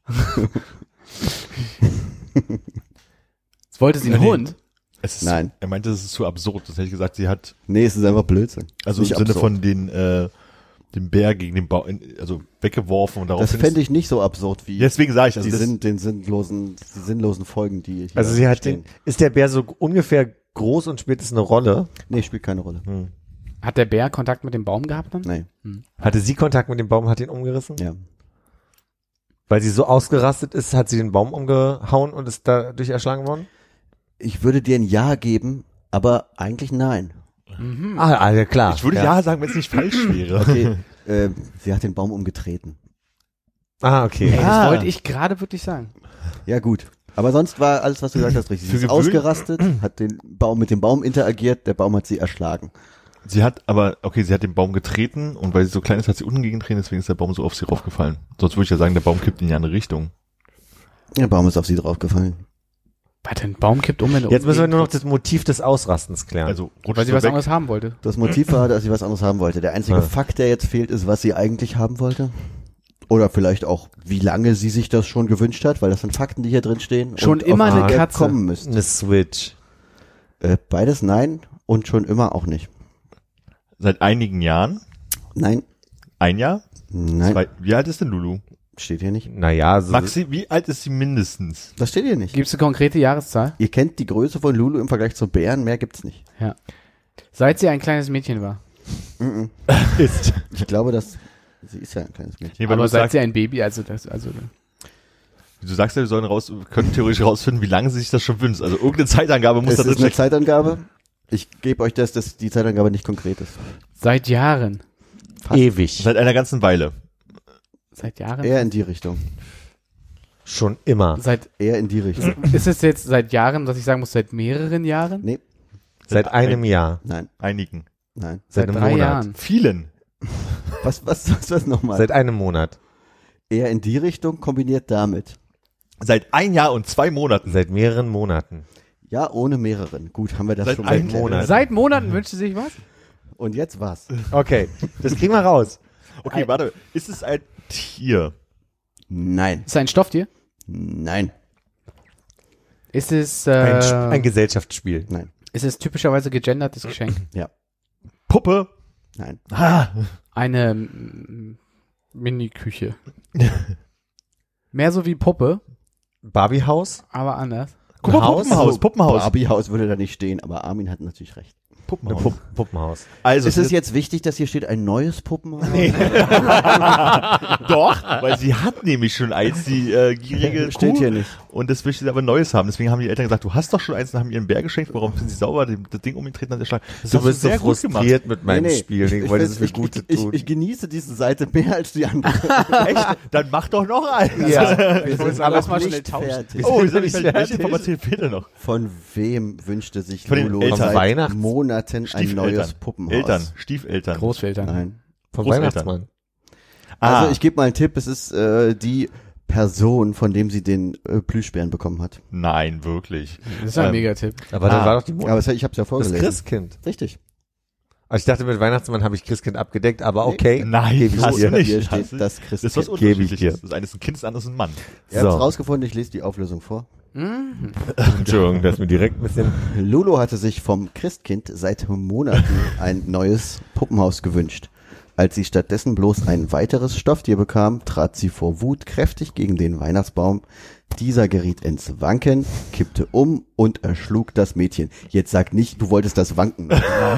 wollte sie einen Nee. Hund? Es ist, Nein. Er meinte, es ist zu absurd. Das hätte ich gesagt, sie hat, Nee, es ist einfach Blödsinn. also Nicht im Sinne absurd. von den, äh, dem Bär gegen den Baum, also weggeworfen und Das daraufhin. fände ich nicht so absurd wie Deswegen sage ich, also die, das, sind, den sinnlosen, die sinnlosen Folgen, die hier Also sie hat stehen. den, ist der Bär so ungefähr groß und spielt es eine Rolle? Nee, spielt keine Rolle. Hm. Hat der Bär Kontakt mit dem Baum gehabt dann? Nee, Hatte sie Kontakt mit dem Baum, hat ihn umgerissen? ja. Weil sie so ausgerastet ist, hat sie den Baum umgehauen und ist dadurch erschlagen worden? Ich würde dir ein Ja geben, aber eigentlich nein. Mhm. Ah, ah ja, klar. ich würde ja, sagen, wenn es nicht falsch wäre. Okay, äh, sie hat den Baum umgetreten. Ah, okay. Ey, das Ah. wollte ich gerade wirklich sagen. Ja, gut. Aber sonst war alles, was du gesagt hast, richtig. Sie Für ist gewöhn- ausgerastet, hat den Baum mit dem Baum interagiert, der Baum hat sie erschlagen. Sie hat aber, okay, sie hat den Baum getreten und weil sie so klein ist, hat sie unten gegengetreten, deswegen ist der Baum so auf sie raufgefallen. Sonst würde ich ja sagen, der Baum kippt in die andere Richtung. Der Baum ist auf sie draufgefallen. Warte, ein Baum kippt um, wenn du Jetzt müssen wir umgehen nur noch trittst. das Motiv des Ausrastens klären. Also Weil rutscht sie so was weg. anderes haben wollte. Das Motiv war, dass sie was anderes haben wollte. Der einzige Ja. Fakt, der jetzt fehlt, ist, was sie eigentlich haben wollte. Oder vielleicht auch, wie lange sie sich das schon gewünscht hat, weil das sind Fakten, die hier drin stehen. Schon und immer auf die eine ihr Katze. kommen müsst. Eine Switch. Äh, beides nein und schon immer auch nicht. Seit einigen Jahren. Nein, Ein Jahr? nein, Zwei, wie alt ist denn Lulu? steht hier nicht. Naja, so Maxi, wie alt ist sie mindestens? Das steht hier nicht. Gibt's eine konkrete Jahreszahl? Ihr kennt die Größe von Lulu im Vergleich zu Bären, mehr gibt's nicht. Ja. Seit sie ein kleines Mädchen war. Mhm. ist. Ich glaube, dass sie ist ja ein kleines Mädchen. Nee, weil Aber du seit sagst, sie ein Baby, also das, also du sagst ja, wir sollen raus, können theoretisch rausfinden, wie lange sie sich das schon wünscht. Also irgendeine Zeitangabe muss Es da ist drin eine stecken. Zeitangabe. Ich gebe euch das, dass die Zeitangabe nicht konkret ist. seit Jahren. Fast. Ewig. Seit einer ganzen Weile. Seit Jahren? Eher in die Richtung. Schon immer. Seit, Eher in die Richtung. ist es jetzt seit Jahren, dass ich sagen muss, seit mehreren Jahren? Nee, Seit einem Jahr. nein, Einigen. nein. Seit, Seit einem drei Monat. Jahren. Vielen. Was, was, was, was nochmal? Seit einem Monat. Eher in die Richtung kombiniert damit. Seit ein Jahr und zwei Monaten. Seit mehreren Monaten. Ja, ohne mehreren. Gut, haben wir das Seit schon einem geklärt. Monat. Seit Monaten wünscht sie sich was? Und jetzt was? Okay, das kriegen wir raus. Okay, warte. Ist es ein Tier? Nein, Ist es ein Stofftier? nein, Ist es, äh, Ein, Sch- ein Gesellschaftsspiel. nein, ist es typischerweise gegendertes Geschenk? ja, Puppe? nein, Ah. Eine mm, Mini-Küche. Mehr so wie Puppe, Barbiehaus. aber anders. Guck mal, Haus? Puppenhaus, Puppenhaus. Barbiehaus würde da nicht stehen, aber Armin hat natürlich recht. Eine Puppenhaus. Pupp Puppenhaus. Also, Ist es jetzt wichtig, dass hier steht ein neues Puppenhaus? doch, weil sie hat nämlich schon eins, die äh, gierige Steht Kuh. hier nicht. Und das möchte sie aber Neues haben. Deswegen haben die Eltern gesagt, du hast doch schon eins und haben ihr einen Bär geschenkt. Warum sind sie sauber? dem- Das Ding umgetreten an der Schlange. Das Du hast bist so sehr gut gemacht. frustriert mit meinem Spiel. Ich wollte es ich, für ich, Gute ich, tun. ich genieße diese Seite mehr als die andere. Echt? Dann mach doch noch eins. Ja. Wir sind aber noch mal nicht schnell tauschen. fertig. Oh, sind welche, nicht welche fertig. Information fehlt denn noch? Von wem wünschte sich Von den Lulu Eltern. seit Weihnachts- Monaten ein neues Puppenhaus? Eltern, Stiefeltern. Großeltern. Nein. Vom Großeltern. Weihnachtsmann. Ah, Also ich gebe mal einen Tipp, es ist äh, die Person, von dem sie den äh, Plüschbären bekommen hat. nein, wirklich. Das ist ein Ähm, Megatipp. Aber das Ah. war doch die Mo Aber es, ich habe es ja das vorgelesen. Christkind. Richtig. Also ich dachte, mit Weihnachtsmann habe ich Christkind abgedeckt, aber okay. Nein, Gebe ich hast dir. du nicht. Hier Hast steht du- das Das ist was Christkind. Gebe ich unterschiedliches. dir. Das eine ist ein Kind, das andere ist ein Mann. Ihr habt So. rausgefunden, ich lese die Auflösung vor. Mhm. Entschuldigung, das ist mir direkt ein bisschen... Lulu hatte sich vom Christkind seit Monaten ein neues Puppenhaus gewünscht. Als sie stattdessen bloß ein weiteres Stofftier bekam, trat sie vor Wut kräftig gegen den Weihnachtsbaum. Dieser geriet ins Wanken, kippte um und erschlug das Mädchen. Jetzt sag nicht, du wolltest das Wanken.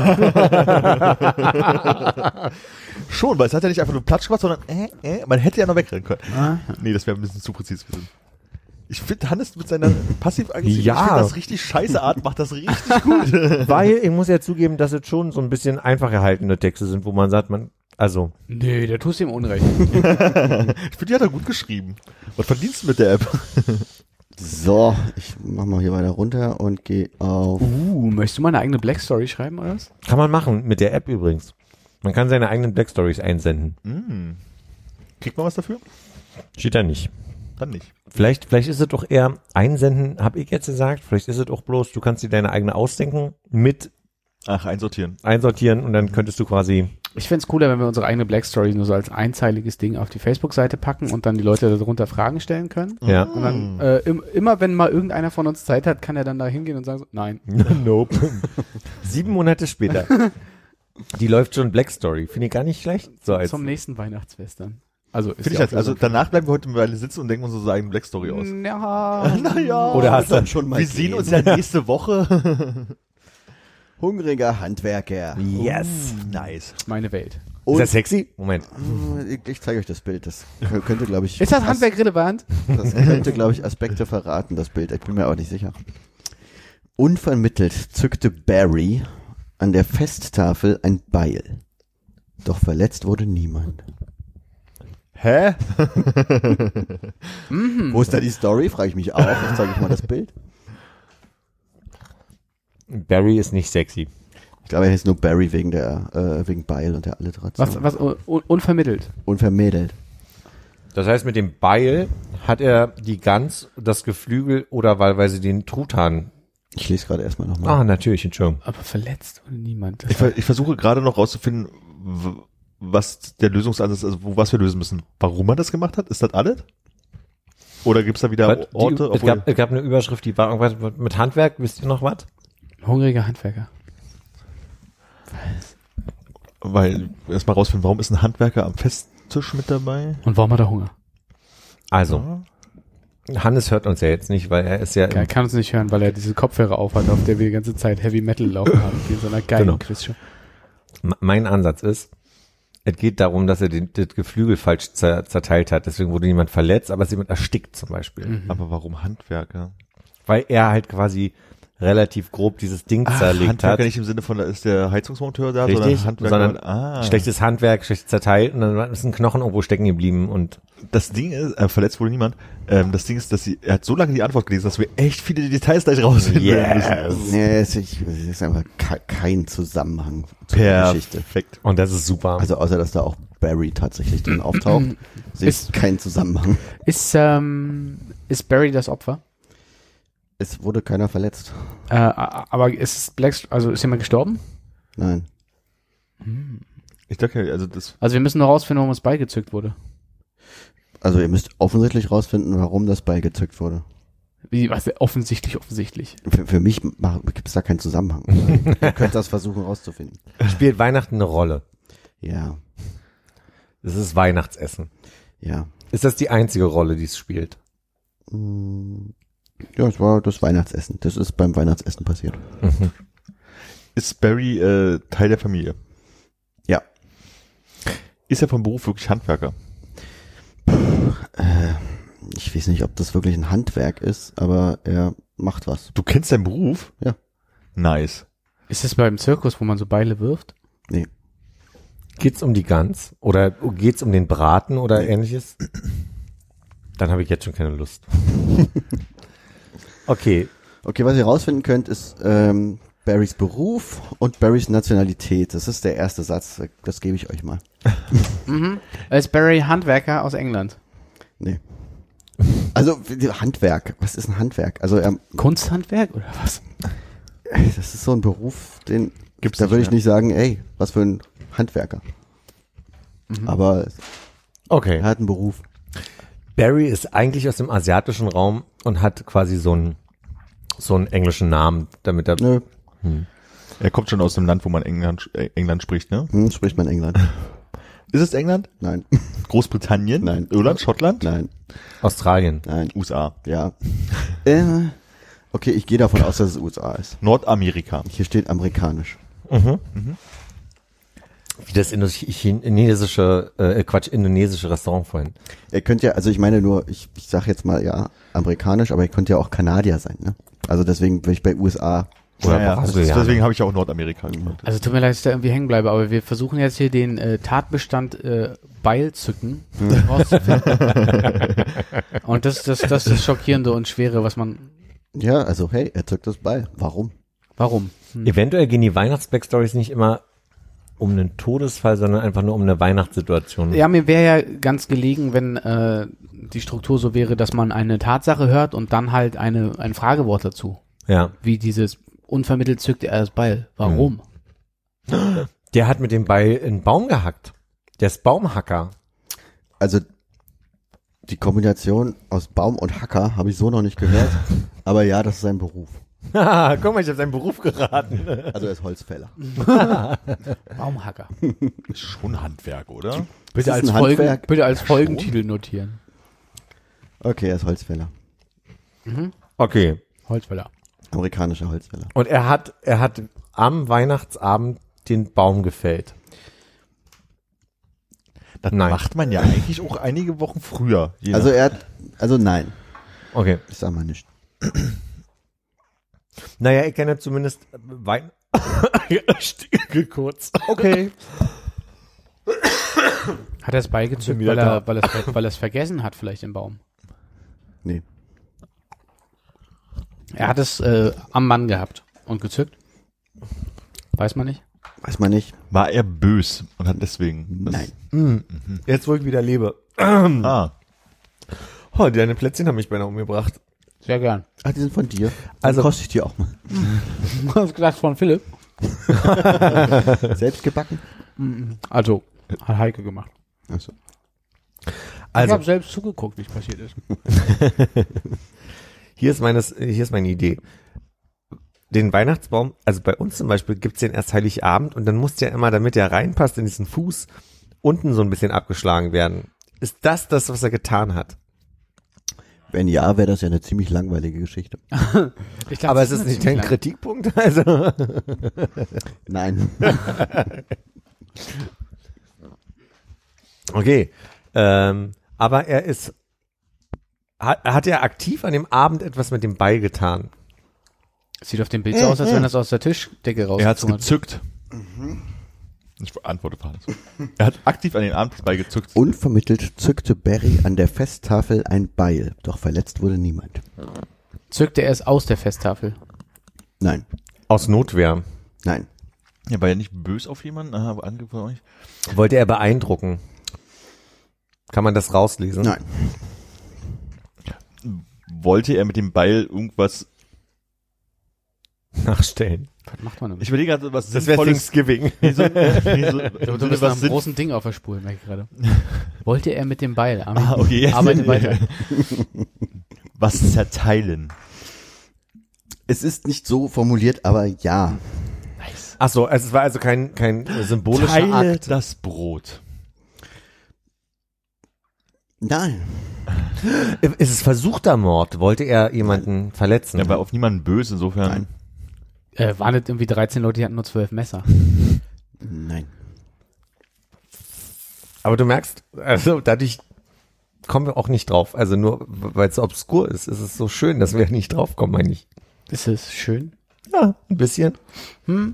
Schon, weil es hat ja nicht einfach nur Platsch gemacht, sondern äh, äh, man hätte ja noch wegrennen können. Ah. Nee, das wäre ein bisschen zu präzise gewesen. Ich finde, Hannes mit seiner passiv-aggressiven, Ja. ich finde das richtig scheiße Art, macht das richtig gut. Weil ich muss ja zugeben, dass es schon so ein bisschen einfach erhaltene Texte sind, wo man sagt, man, also, Nee, da tust du ihm Unrecht. Ich finde, die hat er gut geschrieben. Was verdienst du mit der App? So, ich mach mal hier weiter runter und gehe auf... Uh, möchtest du mal eine eigene Black Story schreiben, oder was? kann man machen, mit der App übrigens. Man kann seine eigenen Black Stories einsenden. Mm. Kriegt man was dafür? Steht da nicht. Dann nicht. Vielleicht, vielleicht ist es doch eher einsenden, habe ich jetzt gesagt. Vielleicht ist es auch bloß, du kannst dir deine eigene ausdenken, mit Ach, einsortieren. einsortieren und dann könntest du quasi, Ich fänd's cooler, wenn wir unsere eigene Black Story nur so als einzeiliges Ding auf die Facebook-Seite packen und dann die Leute darunter Fragen stellen können. ja. Und dann äh, im, immer, wenn mal irgendeiner von uns Zeit hat, kann er dann da hingehen und sagen so, nein. Nope. Sieben Monate später. Die läuft schon Black Story. Finde ich gar nicht schlecht. So als Zum nächsten Weihnachtsfest dann. Also, ist Finde die ich halt, also Auflösung. danach bleiben wir heute eine Weile sitzen und denken uns so eigene Black Story aus. Ja. Naja. Oder hast du dann schon mal Wir sehen gehen. uns ja nächste Woche. Hungriger Handwerker. Yes. Nice. Meine Welt. Ist Und das sexy? Moment. ich, ich zeige euch das Bild. Das könnte, glaube ich... Ist das Handwerk relevant? Das könnte, glaube ich, Aspekte verraten, das Bild. Ich bin mir auch nicht sicher. Unvermittelt zückte Barry an der Festtafel ein Beil. Doch verletzt wurde niemand. Hä? Wo ist da die Story? Frage ich mich auch. Ich zeige euch mal das Bild. Barry ist nicht sexy. Ich glaube, er heißt nur Barry wegen der äh, wegen Beil und der Alliteration. Was, was un, unvermittelt. Unvermittelt. Das heißt, mit dem Beil Hat er die Gans, das Geflügel oder wahlweise den Truthahn? Ich lese gerade erstmal nochmal. Ah, natürlich, Entschuldigung. Aber verletzt wurde niemand. Das Ich, ver- ich versuche gerade noch rauszufinden, w- was der Lösungsansatz ist, also wo, was wir lösen müssen. Warum man das gemacht hat? Ist das alles? Oder gibt's da wieder Was, die, Orte? es, obwohl- gab, es gab eine Überschrift, die war irgendwas mit Handwerk. Wisst ihr noch was? Hungriger Handwerker. Weil, erstmal rausfinden, warum ist ein Handwerker am Festtisch mit dabei? Und warum hat er Hunger? Also, Hannes hört uns ja jetzt nicht, weil er ist ja... Er kann uns nicht hören, weil er diese Kopfhörer aufhat, auf der wir die ganze Zeit Heavy Metal laufen haben, wie in so einer geilen Genau. Quizshow. M- Mein Ansatz ist, es geht darum, dass er den, das Geflügel falsch zer, zerteilt hat. Deswegen wurde jemand verletzt, aber es ist jemand erstickt zum Beispiel. Mhm. Aber warum Handwerker? Weil er halt quasi relativ grob dieses Ding zerlegt Handwerker hat. nicht im Sinne von, da ist der Heizungsmonteur da, Richtig, sondern Handwerker. sondern ah. Schlechtes Handwerk, schlecht zerteilt und dann ist ein Knochen irgendwo stecken geblieben und Das Ding ist, äh, verletzt wurde niemand, ähm, das Ding ist, dass sie, er hat so lange die Antwort gelesen, dass wir echt viele Details gleich rausfinden müssen. Nee, es ist, es ist einfach ke- kein Zusammenhang zur Geschichte. Perfekt. und das ist super. Also außer, dass da auch Barry tatsächlich drin auftaucht, sehe ich Ist- keinen Zusammenhang. Ist, ähm, ist Barry das Opfer? Es wurde keiner verletzt. Äh, aber ist Black, also ist jemand gestorben? Nein. Ich dachte, also das, Also wir müssen nur rausfinden, warum es beigezückt wurde. Also ihr müsst offensichtlich rausfinden, warum das beigezückt wurde. Wie, was, offensichtlich, offensichtlich. Für, für mich gibt es da keinen Zusammenhang. Ihr könnt das versuchen rauszufinden. Spielt Weihnachten eine Rolle? Ja, Das ist Weihnachtsessen. ja. Ist das die einzige Rolle, die es spielt? Mm, Ja, es war das Weihnachtsessen. Das ist beim Weihnachtsessen passiert. ist Barry äh, Teil der Familie? Ja. Ist er vom Beruf wirklich Handwerker? Äh, ich weiß nicht, ob das wirklich ein Handwerk ist, aber er macht was. Du kennst deinen Beruf? Ja. Nice. Ist das beim Zirkus, wo man so Beile wirft? Nee. Geht's um die Gans? Oder geht's um den Braten oder ähnliches? Dann habe ich jetzt schon keine Lust. Okay. Okay, was ihr rausfinden könnt, ist ähm, Barrys Beruf und Barrys Nationalität. Das ist der erste Satz. Das gebe ich euch mal. Mhm. Ist Barry Handwerker aus England? Nee. Also Handwerk. Was ist ein Handwerk? Also er, Kunsthandwerk oder was? das ist so ein Beruf, den Gibt's da nicht würde ich mehr. nicht sagen, ey, was für ein Handwerker. Aber Okay. er hat einen Beruf. Barry ist eigentlich aus dem asiatischen Raum und hat quasi so einen so einen englischen Namen, damit er Nö, Er kommt schon aus dem Land, wo man England, äh, England spricht, ne? hm, spricht man England. Ist es England? Nein, Großbritannien? Nein. Irland? Schottland? nein, Australien. nein. U S A. Ja. Äh, okay, ich gehe davon aus, dass es U S A ist. Nordamerika. Hier steht amerikanisch. Wie das Indo- chinesische, äh, Quatsch, indonesische Restaurant vorhin. Ihr könnt ja, also ich meine nur, ich, ich sag jetzt mal ja amerikanisch, aber ihr könnt ja auch Kanadier sein, ne? Also deswegen bin ich bei U S A. Oder Ja, ja, das ist, Brasilianer. deswegen habe ich ja auch Nordamerika gemacht. Also tut mir leid, dass ich da irgendwie hängen bleibe, aber wir versuchen jetzt hier den äh, Tatbestand äh, Beilzücken rauszufinden. Und das, das, das ist das Schockierende und Schwere, was man... Ja, also hey, er zückt das Ball. Warum? Warum? Hm. Eventuell gehen die Weihnachts-Backstories nicht immer um einen Todesfall, sondern einfach nur um eine Weihnachtssituation. Ja, mir wäre ja ganz gelegen, wenn äh, die Struktur so wäre, dass man eine Tatsache hört und dann halt eine ein Fragewort dazu. Ja. Wie dieses unvermittelt zückt er das Beil. Warum? Der hat mit dem Beil einen Baum gehackt. Der ist Baumhacker. Also die Kombination aus Baum und Hacker habe ich so noch nicht gehört. Aber ja, das ist sein Beruf. Haha, guck mal, ich habe seinen Beruf geraten. Also er ist Holzfäller. Baumhacker. Ist schon Handwerk, oder? Bitte ist als, ein Folgen, Handwerk. bitte als Folgentitel notieren. Okay, er ist Holzfäller. Okay. Holzfäller. Amerikanischer Holzfäller. Und er hat, er hat am Weihnachtsabend den Baum gefällt. Das Nein. macht man ja eigentlich auch einige Wochen früher. Je Also nach- er hat, also nein, Okay. ich sag mal nicht. Naja, ich kenne zumindest Wein. Stickel kurz. Okay. Hat er es beigezückt, Bin wieder weil er, da. weil, er es, weil er es vergessen hat vielleicht im Baum? Nee. Er hat es äh, am Mann gehabt und gezückt? Weiß man nicht. Weiß man nicht. war er bös und hat deswegen. Das, Nein. Jetzt, wo ich wieder lebe. Ah, Oh, deine Plätzchen haben mich beinahe umgebracht. Sehr gern. Ach, die sind von dir. Also- Also koste ich die auch mal. Du hast gesagt von Philipp. Selbst gebacken? Also, hat Heike gemacht. Achso. ich Also, habe selbst zugeguckt, wie es passiert ist. hier ist meines, hier ist meine Idee. Den Weihnachtsbaum, also bei uns zum Beispiel gibt's den erst Heiligabend und dann muss der immer, damit der reinpasst in diesen Fuß, unten so ein bisschen abgeschlagen werden. Ist das das, was er getan hat? Wenn ja, wäre das ja eine ziemlich langweilige Geschichte. Ich glaub, Aber das es ist nicht ziemlich dein lang. Kritikpunkt, also. Nein. Okay. Ähm, aber er ist, hat, hat er aktiv an dem Abend etwas mit dem Beil getan? Sieht auf dem Bild so aus, als wenn das aus der Tischdecke raus. Er hat's gezückt. Ich beantworte gerade so. Er hat aktiv an den Abend dabei gezückt. Unvermittelt zückte Barry an der Festtafel ein Beil, doch verletzt wurde niemand. Zückte er es aus der Festtafel. Nein, Aus Notwehr. nein. Er war ja nicht böse auf jemanden, aber angegriffen euch. Wollte er beeindrucken? Kann man das rauslesen? Nein. Wollte er mit dem Beil irgendwas, Nachstellen. Was macht man damit? ich überlege gerade, was Das wäre Sinnvolles. Thanksgiving. Nee, so, nee, so, Du, im du Sinne, bist nach was einem Sinn- großen Ding auf der Spur, merke ich gerade. Wollte er mit dem Beil? Armin, Ah, okay, jetzt. Arbeite weiter. Was zerteilen. Es ist nicht so formuliert, aber ja. Ach so, es war also kein, kein symbolischer Teile Akt. das Brot. Nein. Es ist versuchter Mord. Wollte er jemanden verletzen? Er war auf niemanden böse, insofern. Nein. Äh, waren das irgendwie dreizehn Leute, die hatten nur zwölf Messer. Nein. Aber du merkst, also dadurch kommen wir auch nicht drauf. Also nur, weil es so obskur ist, ist es so schön, dass wir nicht drauf kommen, meine ich. Ist es schön? Ja, ein bisschen. Hm?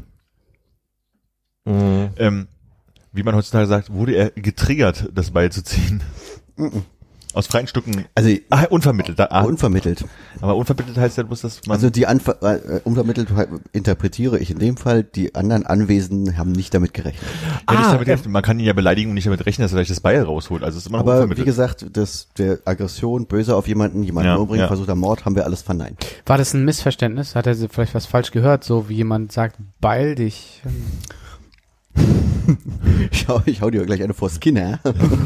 Mhm. Ähm, wie man heutzutage sagt, wurde er getriggert, das Beil zu ziehen. Aus freien Stücken. Also Ah, unvermittelt. Ah, unvermittelt. aber unvermittelt heißt ja bloß, dass man... Also die Anf äh, unvermittelt interpretiere ich in dem Fall, die anderen Anwesenden haben nicht damit gerechnet. ja, nicht Ah, damit er- rechnen. Man kann ihn ja beleidigen und nicht damit rechnen, dass er gleich das Beil rausholt. Also es ist immer noch Aber wie unvermittelt. gesagt, das der Aggression, böse auf jemanden, jemanden Ja, umbringen, ja. versuchter Mord, haben wir alles verneint. War das ein Missverständnis? Hat er vielleicht was falsch gehört? So wie jemand sagt, beil dich. Ich hau, ich hau dir gleich eine vor Skinner.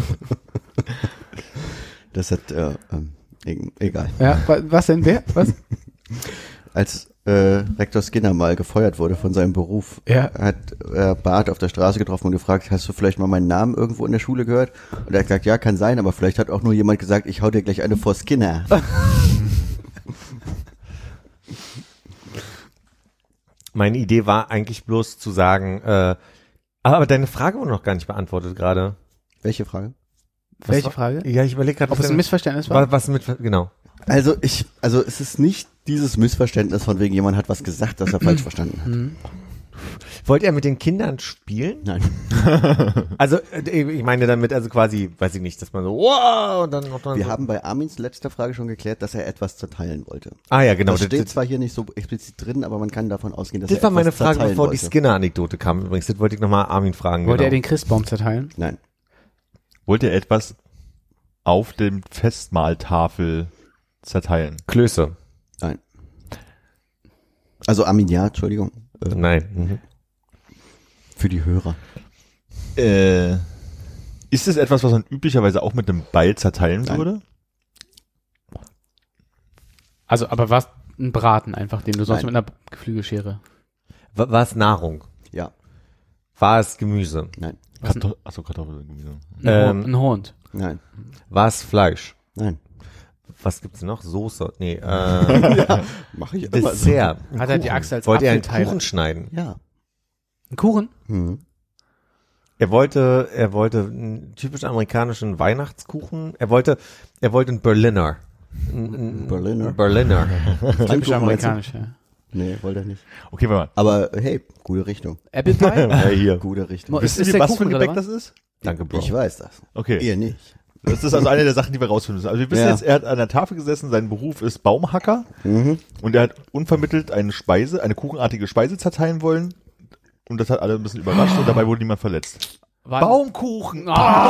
Das hat, äh, ähm, e- egal. Ja, wa- was denn? Wer? Was? Als äh, Rektor Skinner mal gefeuert wurde von seinem Beruf, Ja. hat äh, Bart auf der Straße getroffen und gefragt, hast du vielleicht mal meinen Namen irgendwo in der Schule gehört? Und er hat gesagt, ja, kann sein, aber vielleicht hat auch nur jemand gesagt, ich hau dir gleich eine vor Skinner. Meine Idee war eigentlich bloß zu sagen, äh, aber deine Frage wurde noch gar nicht beantwortet gerade. Welche Frage? Welche war- Frage? Ja, ich überlege gerade, Ob es ein Missverständnis war? war, was mit, genau. Also ich, also es ist nicht dieses Missverständnis von wegen, jemand hat was gesagt, das er falsch verstanden hat. Wollte er mit den Kindern spielen? Nein. Also, äh, ich meine damit, also quasi, weiß ich nicht, dass man so, wow, und dann noch dann Wir so. haben bei Armins letzter Frage schon geklärt, dass er etwas zerteilen wollte. Ah ja, genau. das Das, steht das, zwar hier nicht so explizit drin, aber man kann davon ausgehen, dass das er war etwas meine Frage, zerteilen bevor die wollte. Skinner-Anekdote kam übrigens. Das wollte ich nochmal Armin fragen. Wollte genau. er den Christbaum zerteilen? Nein. Wollte er etwas auf dem Festmahltafel zerteilen? Klöße? Nein. Also Armin, ja, Entschuldigung. Äh, Nein. Mhm. Für die Hörer. Äh, ist es etwas, was man üblicherweise auch mit einem Beil zerteilen Nein. würde? Also, aber war es ein Braten einfach, den du sonst Nein. mit einer Geflügelschere? War, war es Nahrung? Ja. War es Gemüse? Nein. Was Kartoffel, achso, Kartoffeln. Gemüse. Ein, Ähm, Hund, ein Hund. Nein. War es Fleisch? Nein. Was gibt's noch? Soße? Nee, äh, Mache ich Dessert. Hat er die Achse als Wollte er einen Apfelteil? Kuchen schneiden? Ja. Ein Kuchen? Hm. Er wollte, er wollte einen typisch amerikanischen Weihnachtskuchen. Er wollte, er wollte einen Berliner. Ein, ein Berliner? Berliner. Typisch Pfannkuchen meinst du? amerikanisch, ja. Nee, wollte er nicht. Okay, warte mal. Aber hey, gute Richtung. Apple Pie? Ja, hier. Gute Richtung. Mo- Wisst ist ihr, der was für Kuchen ein Gebäck relevant? das ist? Danke, Bro. Ich weiß das. Okay. Ihr nicht. Das ist also eine der Sachen, die wir rausfinden müssen. Also wir wissen Ja. jetzt, er hat an der Tafel gesessen, sein Beruf ist Baumhacker Mhm. und er hat unvermittelt eine Speise, eine kuchenartige Speise zerteilen wollen und das hat alle ein bisschen überrascht und dabei wurde niemand verletzt. Wann? Baumkuchen.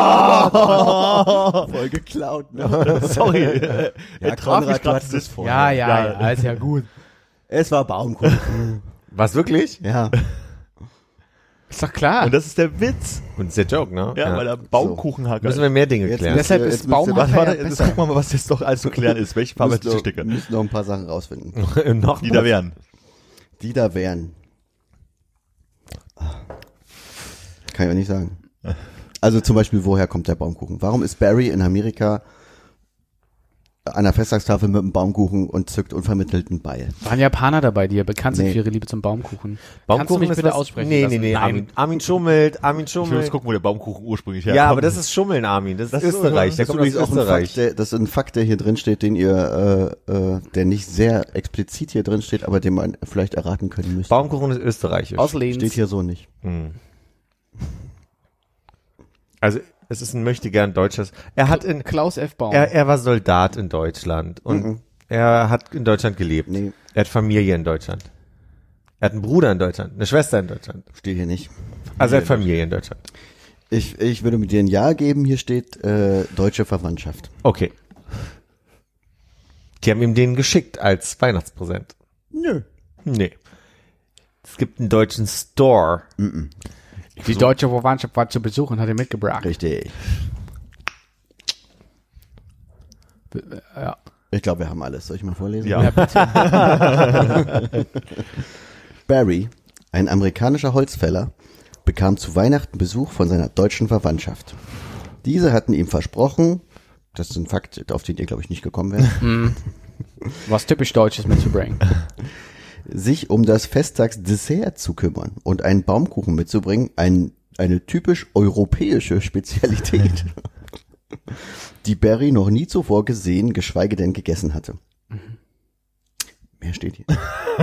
Ah! Voll geklaut, ne? Sorry. Ja, Er traf mich Konrad, du grad hattest es das- vorher. Ja, ja, Ja. ja, ist ja gut. Es war Baumkuchen. Was, wirklich? Ja. Ist doch klar. Und das ist der Witz. Und das ist der Joke, ne? Ja, weil er Baumkuchenhacker Müssen wir mehr Dinge Jetzt klären. müssen Deshalb wir- ist jetzt müsst ihr- Baumhacker Was war ja das? Jetzt besser. gucken wir mal, was jetzt noch alles zu klären ist. Welche Farbe hat müsst die noch, Sticker? müsst noch ein paar Sachen rausfinden. noch Die da wären. Die da wären. Kann ich auch nicht sagen. Also zum Beispiel, woher kommt der Baumkuchen? Warum ist Barry in Amerika an der Festtagstafel mit einem Baumkuchen und zückt unvermittelt einen Beil? Waren Japaner dabei, die ja bekannt sind Nee. für ihre Liebe zum Baumkuchen. Kannst du Baumkuchen mich ist bitte was- aussprechen Nee, lassen? nee, nee. Nein. Armin, Armin schummelt, Armin Ich will schummelt. jetzt gucken, wo der Baumkuchen ursprünglich herkommt. Ja, aber das ist Schummeln, Armin. Das ist Das ist Österreich. Der Das ist kommt aus übrigens auch ein Österreich. Fakt, der, das ist ein Fakt, der hier drin steht, den ihr, äh, äh, der nicht sehr explizit hier drin steht, aber den man vielleicht erraten können müsste. Baumkuchen ist österreichisch. Aus Linz. Steht hier so nicht. Hm. Also, es ist ein möchtegern deutsches. Er hat in, Klaus F. Baum. er, er war Soldat in Deutschland und Mhm. er hat in Deutschland gelebt. Nee, Er hat Familie in Deutschland. Er hat einen Bruder in Deutschland, eine Schwester in Deutschland. steht hier nicht. Also er hat Familie in Deutschland. Ich, ich würde mit dir ein Ja geben, hier steht äh, deutsche Verwandtschaft. Okay. Die haben ihm den geschickt als Weihnachtspräsent. Nö. Nee. Es gibt einen deutschen Store. Die deutsche Verwandtschaft war zu Besuch und hat ihn mitgebracht. Richtig. Ja. Ich glaube, wir haben alles. Soll ich mal vorlesen? Ja. Barry, ein amerikanischer Holzfäller, bekam zu Weihnachten Besuch von seiner deutschen Verwandtschaft. Diese hatten ihm versprochen, das ist ein Fakt, auf den ihr, glaube ich, nicht gekommen wärt, Was typisch Deutsches mitzubringen. sich um das Festtagsdessert zu kümmern und einen Baumkuchen mitzubringen, ein, eine typisch europäische Spezialität, die Barry noch nie zuvor gesehen, geschweige denn gegessen hatte. Mehr steht hier.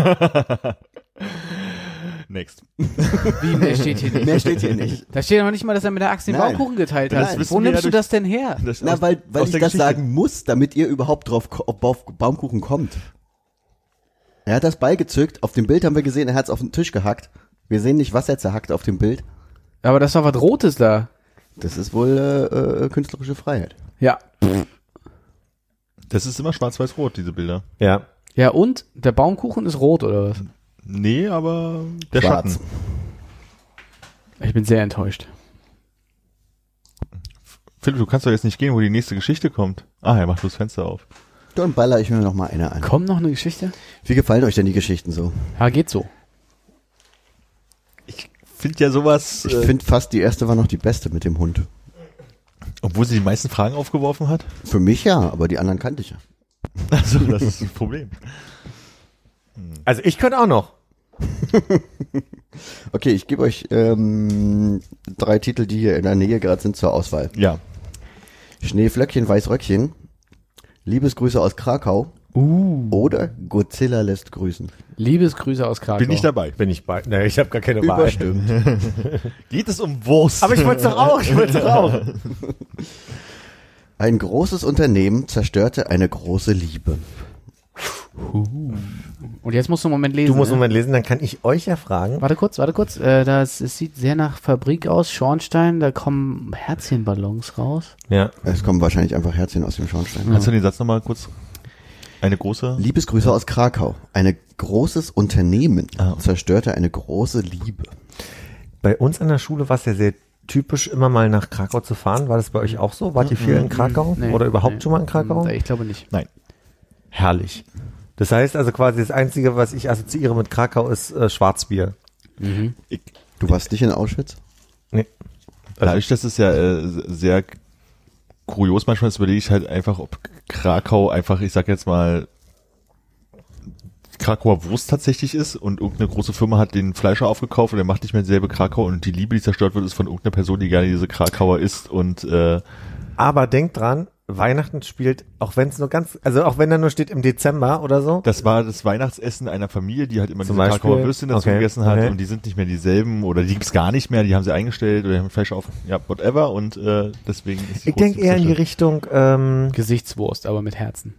Next. Wie, mehr steht hier nicht. Mehr steht hier nicht. Da steht aber nicht mal, dass er mit der Axt den Nein. Baumkuchen geteilt Nein. hat. Das wissen Wo wir nimmst ja du das denn her? Das Na, aus- weil, weil aus ich der das Geschichte. sagen muss, damit ihr überhaupt drauf ko- auf, auf Baumkuchen kommt. Er hat das beigezückt. Auf dem Bild haben wir gesehen, er hat es auf den Tisch gehackt. Wir sehen nicht, was er zerhackt auf dem Bild. Aber das war was Rotes da. Das ist wohl äh, äh, künstlerische Freiheit. Ja. Das ist immer schwarz-weiß-rot, diese Bilder. Ja. Ja, und? Der Baumkuchen ist rot, oder was? Nee, aber der Schwarz. Schatten. Ich bin sehr enttäuscht. Philipp, du kannst doch jetzt nicht gehen, wo die nächste Geschichte kommt. Ah, er macht das Fenster auf. Dann baller ich mir noch mal eine an. Kommt noch eine Geschichte? Wie gefallen euch denn die Geschichten so? Ja, geht so. Ich finde ja sowas, Ich äh, finde fast, die erste war noch die beste mit dem Hund. obwohl sie die meisten Fragen aufgeworfen hat. Für mich ja, aber die anderen kannte ich ja. Also, das ist das Problem. Also ich könnte auch noch. Okay, ich gebe euch ähm, drei Titel, die hier in der Nähe gerade sind, zur Auswahl. Ja. Schneeflöckchen, Weißröckchen, Liebesgrüße aus Krakau Uh. oder Godzilla lässt grüßen. Liebesgrüße aus Krakau. Bin ich dabei. Bin ich bei. Ne, ich habe gar keine Wahl. Überstimmt. Geht es um Wurst? Aber ich wollte es doch auch. Ich wollte es doch auch. Ein großes Unternehmen zerstörte eine große Liebe. Und jetzt musst du einen Moment lesen. Du musst ne? einen Moment lesen, dann kann ich euch ja fragen. Warte kurz, warte kurz. Äh, das, es sieht sehr nach Fabrik aus. Schornstein, da kommen Herzchenballons raus. Ja. Es kommen wahrscheinlich einfach Herzchen aus dem Schornstein. Kannst du den Satz nochmal kurz? Eine große? Liebesgrüße aus Krakau. Ein großes Unternehmen Ah. zerstörte eine große Liebe. Bei uns an der Schule war es ja sehr typisch, immer mal nach Krakau zu fahren. War das bei euch auch so? Wart ihr viel in Krakau? Nee, Oder überhaupt nee. schon mal in Krakau? Ich glaube nicht. Nein. Herrlich. Das heißt also quasi, das Einzige, was ich assoziiere mit Krakau, ist äh, Schwarzbier. Du warst nicht in Auschwitz? Nee. Dadurch, dass es ja äh, sehr kurios manchmal ist, überlege ich halt einfach, ob Krakau einfach, ich sag jetzt mal, Krakauer Wurst tatsächlich ist und irgendeine große Firma hat den Fleischer aufgekauft und er macht nicht mehr dieselbe Krakau und die Liebe, die zerstört wird, ist von irgendeiner Person, die gerne diese Krakauer isst und äh, Aber denkt dran, Weihnachten spielt, auch wenn es nur ganz, also auch wenn da nur steht im Dezember oder so. das war das Weihnachtsessen einer Familie, die halt immer Zum diese Beispiel? Krakauer Würstchen dazu Okay, gegessen hat okay. und die sind nicht mehr dieselben oder die gibt's gar nicht mehr, die haben sie eingestellt oder die haben Fleisch auf, ja, whatever und äh, deswegen ist die Ich denke eher in die zerstört. Richtung, ähm, Gesichtswurst, aber mit Herzen.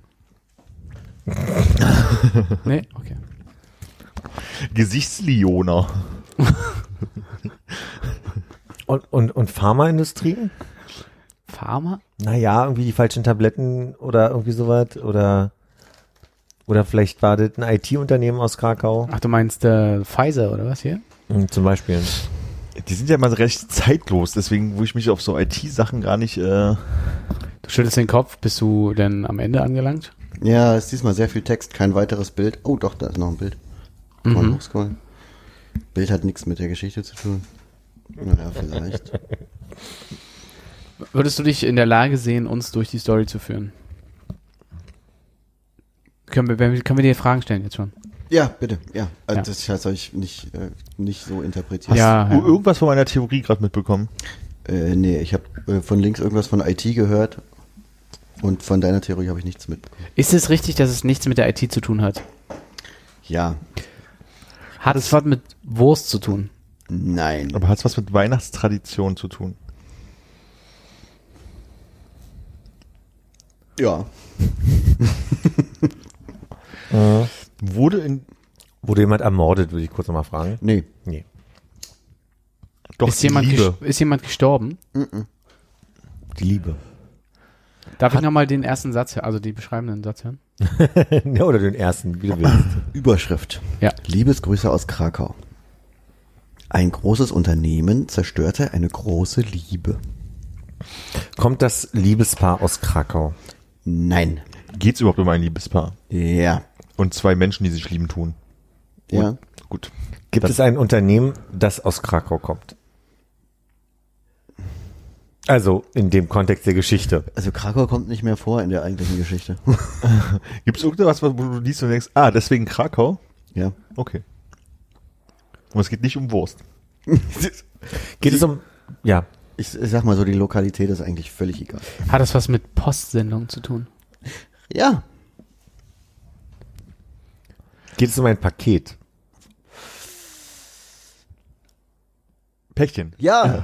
Nee? Okay. Gesichtslioner. Und, und, und Pharmaindustrie? Pharma? Naja, irgendwie die falschen Tabletten oder irgendwie sowas. Oder, oder vielleicht war das ein I T-Unternehmen aus Krakau. Ach, du meinst äh, Pfizer oder was hier? Mhm, zum Beispiel. Die sind ja mal recht zeitlos, deswegen, wo ich mich auf so I T-Sachen gar nicht, äh, Du schüttelst den Kopf, bist du denn am Ende angelangt? Ja, ist diesmal sehr viel Text, kein weiteres Bild. Oh doch, da ist noch ein Bild. Kann man Mhm. hochscrollen. Bild hat nichts mit der Geschichte zu tun. Naja, vielleicht. Würdest du dich in der Lage sehen, uns durch die Story zu führen? Können wir, können wir dir Fragen stellen jetzt schon? Ja, bitte, ja. Also Ja. Das hat euch nicht, äh, nicht so interpretiert. Ja, Hast du irgendwas von meiner Theorie gerade mitbekommen? Äh, nee, ich habe äh, von links irgendwas von I T gehört und von deiner Theorie habe ich nichts mitbekommen. Ist es richtig, dass es nichts mit der I T zu tun hat? Ja, Hat es was mit Wurst zu tun? nein. Aber hat es was mit Weihnachtstradition zu tun? Ja. Wurde in, Wurde jemand ermordet, würde ich kurz nochmal fragen. Nee. Nee. doch ist, die jemand Liebe. ges- ist jemand gestorben? Die Liebe. Darf ich nochmal den ersten Satz, hören, also die beschreibenden Satz hören? Ja, oder den ersten, wie du willst. Überschrift. Ja. Liebesgrüße aus Krakau. Ein großes Unternehmen zerstörte eine große Liebe. Kommt das Liebespaar aus Krakau? Nein. Geht's überhaupt um ein Liebespaar? Ja. Und zwei Menschen, die sich lieben tun? Ja. Gut. Gibt Das- es ein Unternehmen, das aus Krakau kommt? Also in dem Kontext der Geschichte. Also Krakau kommt nicht mehr vor in der eigentlichen Geschichte. Gibt's irgendwas, wo du liest und denkst, ah, deswegen Krakau? Ja. Okay. Und es geht nicht um Wurst. Geht es um, ja, Ich, ich sag mal so, die Lokalität ist eigentlich völlig egal. Hat das was mit Postsendung zu tun? Ja. geht es um ein Paket? Päckchen. Ja.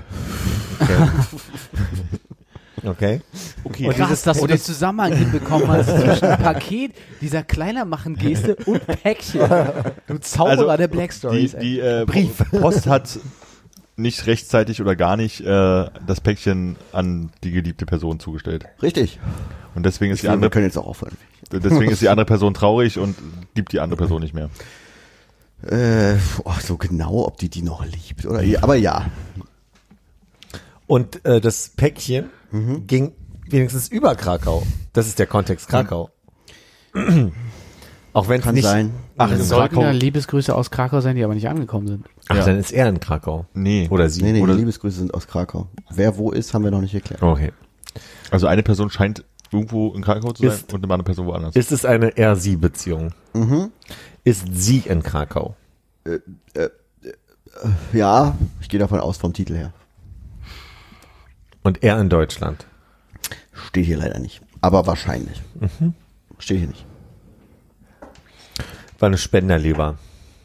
Okay. Okay. Und krass, dass du den Zusammenhang hinbekommen hast zwischen Paket, dieser Kleinermachen-Geste und Päckchen. Du Zauberer Also, der Black Die, Stories. die äh, Post hat nicht rechtzeitig oder gar nicht äh, das Päckchen an die geliebte Person zugestellt. Richtig. Und deswegen ist Ich die finde, wir andere, können jetzt auch aufhören. deswegen ist die andere Person traurig und liebt die andere Person nicht mehr. Äh, oh, so genau, ob die die noch liebt oder ja, aber ja. Und äh, das Päckchen ging wenigstens über Krakau. Das ist der Kontext Krakau. Auch wenn es Kann nicht. sein. Ach, in Es sollten Krakau- ja Liebesgrüße aus Krakau sein, die aber nicht angekommen sind. ach Ja. dann ist er in Krakau. Nee. Oder sie. Nee, nee, Oder- die Liebesgrüße sind aus Krakau. Wer wo ist, haben wir noch nicht geklärt. Okay. Also eine Person scheint irgendwo in Krakau zu sein Ist- und eine andere Person woanders. Ist es eine Er-Sie-Beziehung? Mhm. Ist sie in Krakau? Ja, ich gehe davon aus vom Titel her. Und er in Deutschland? Steht hier leider nicht. Aber wahrscheinlich. Steht hier nicht. War eine Spenderleber.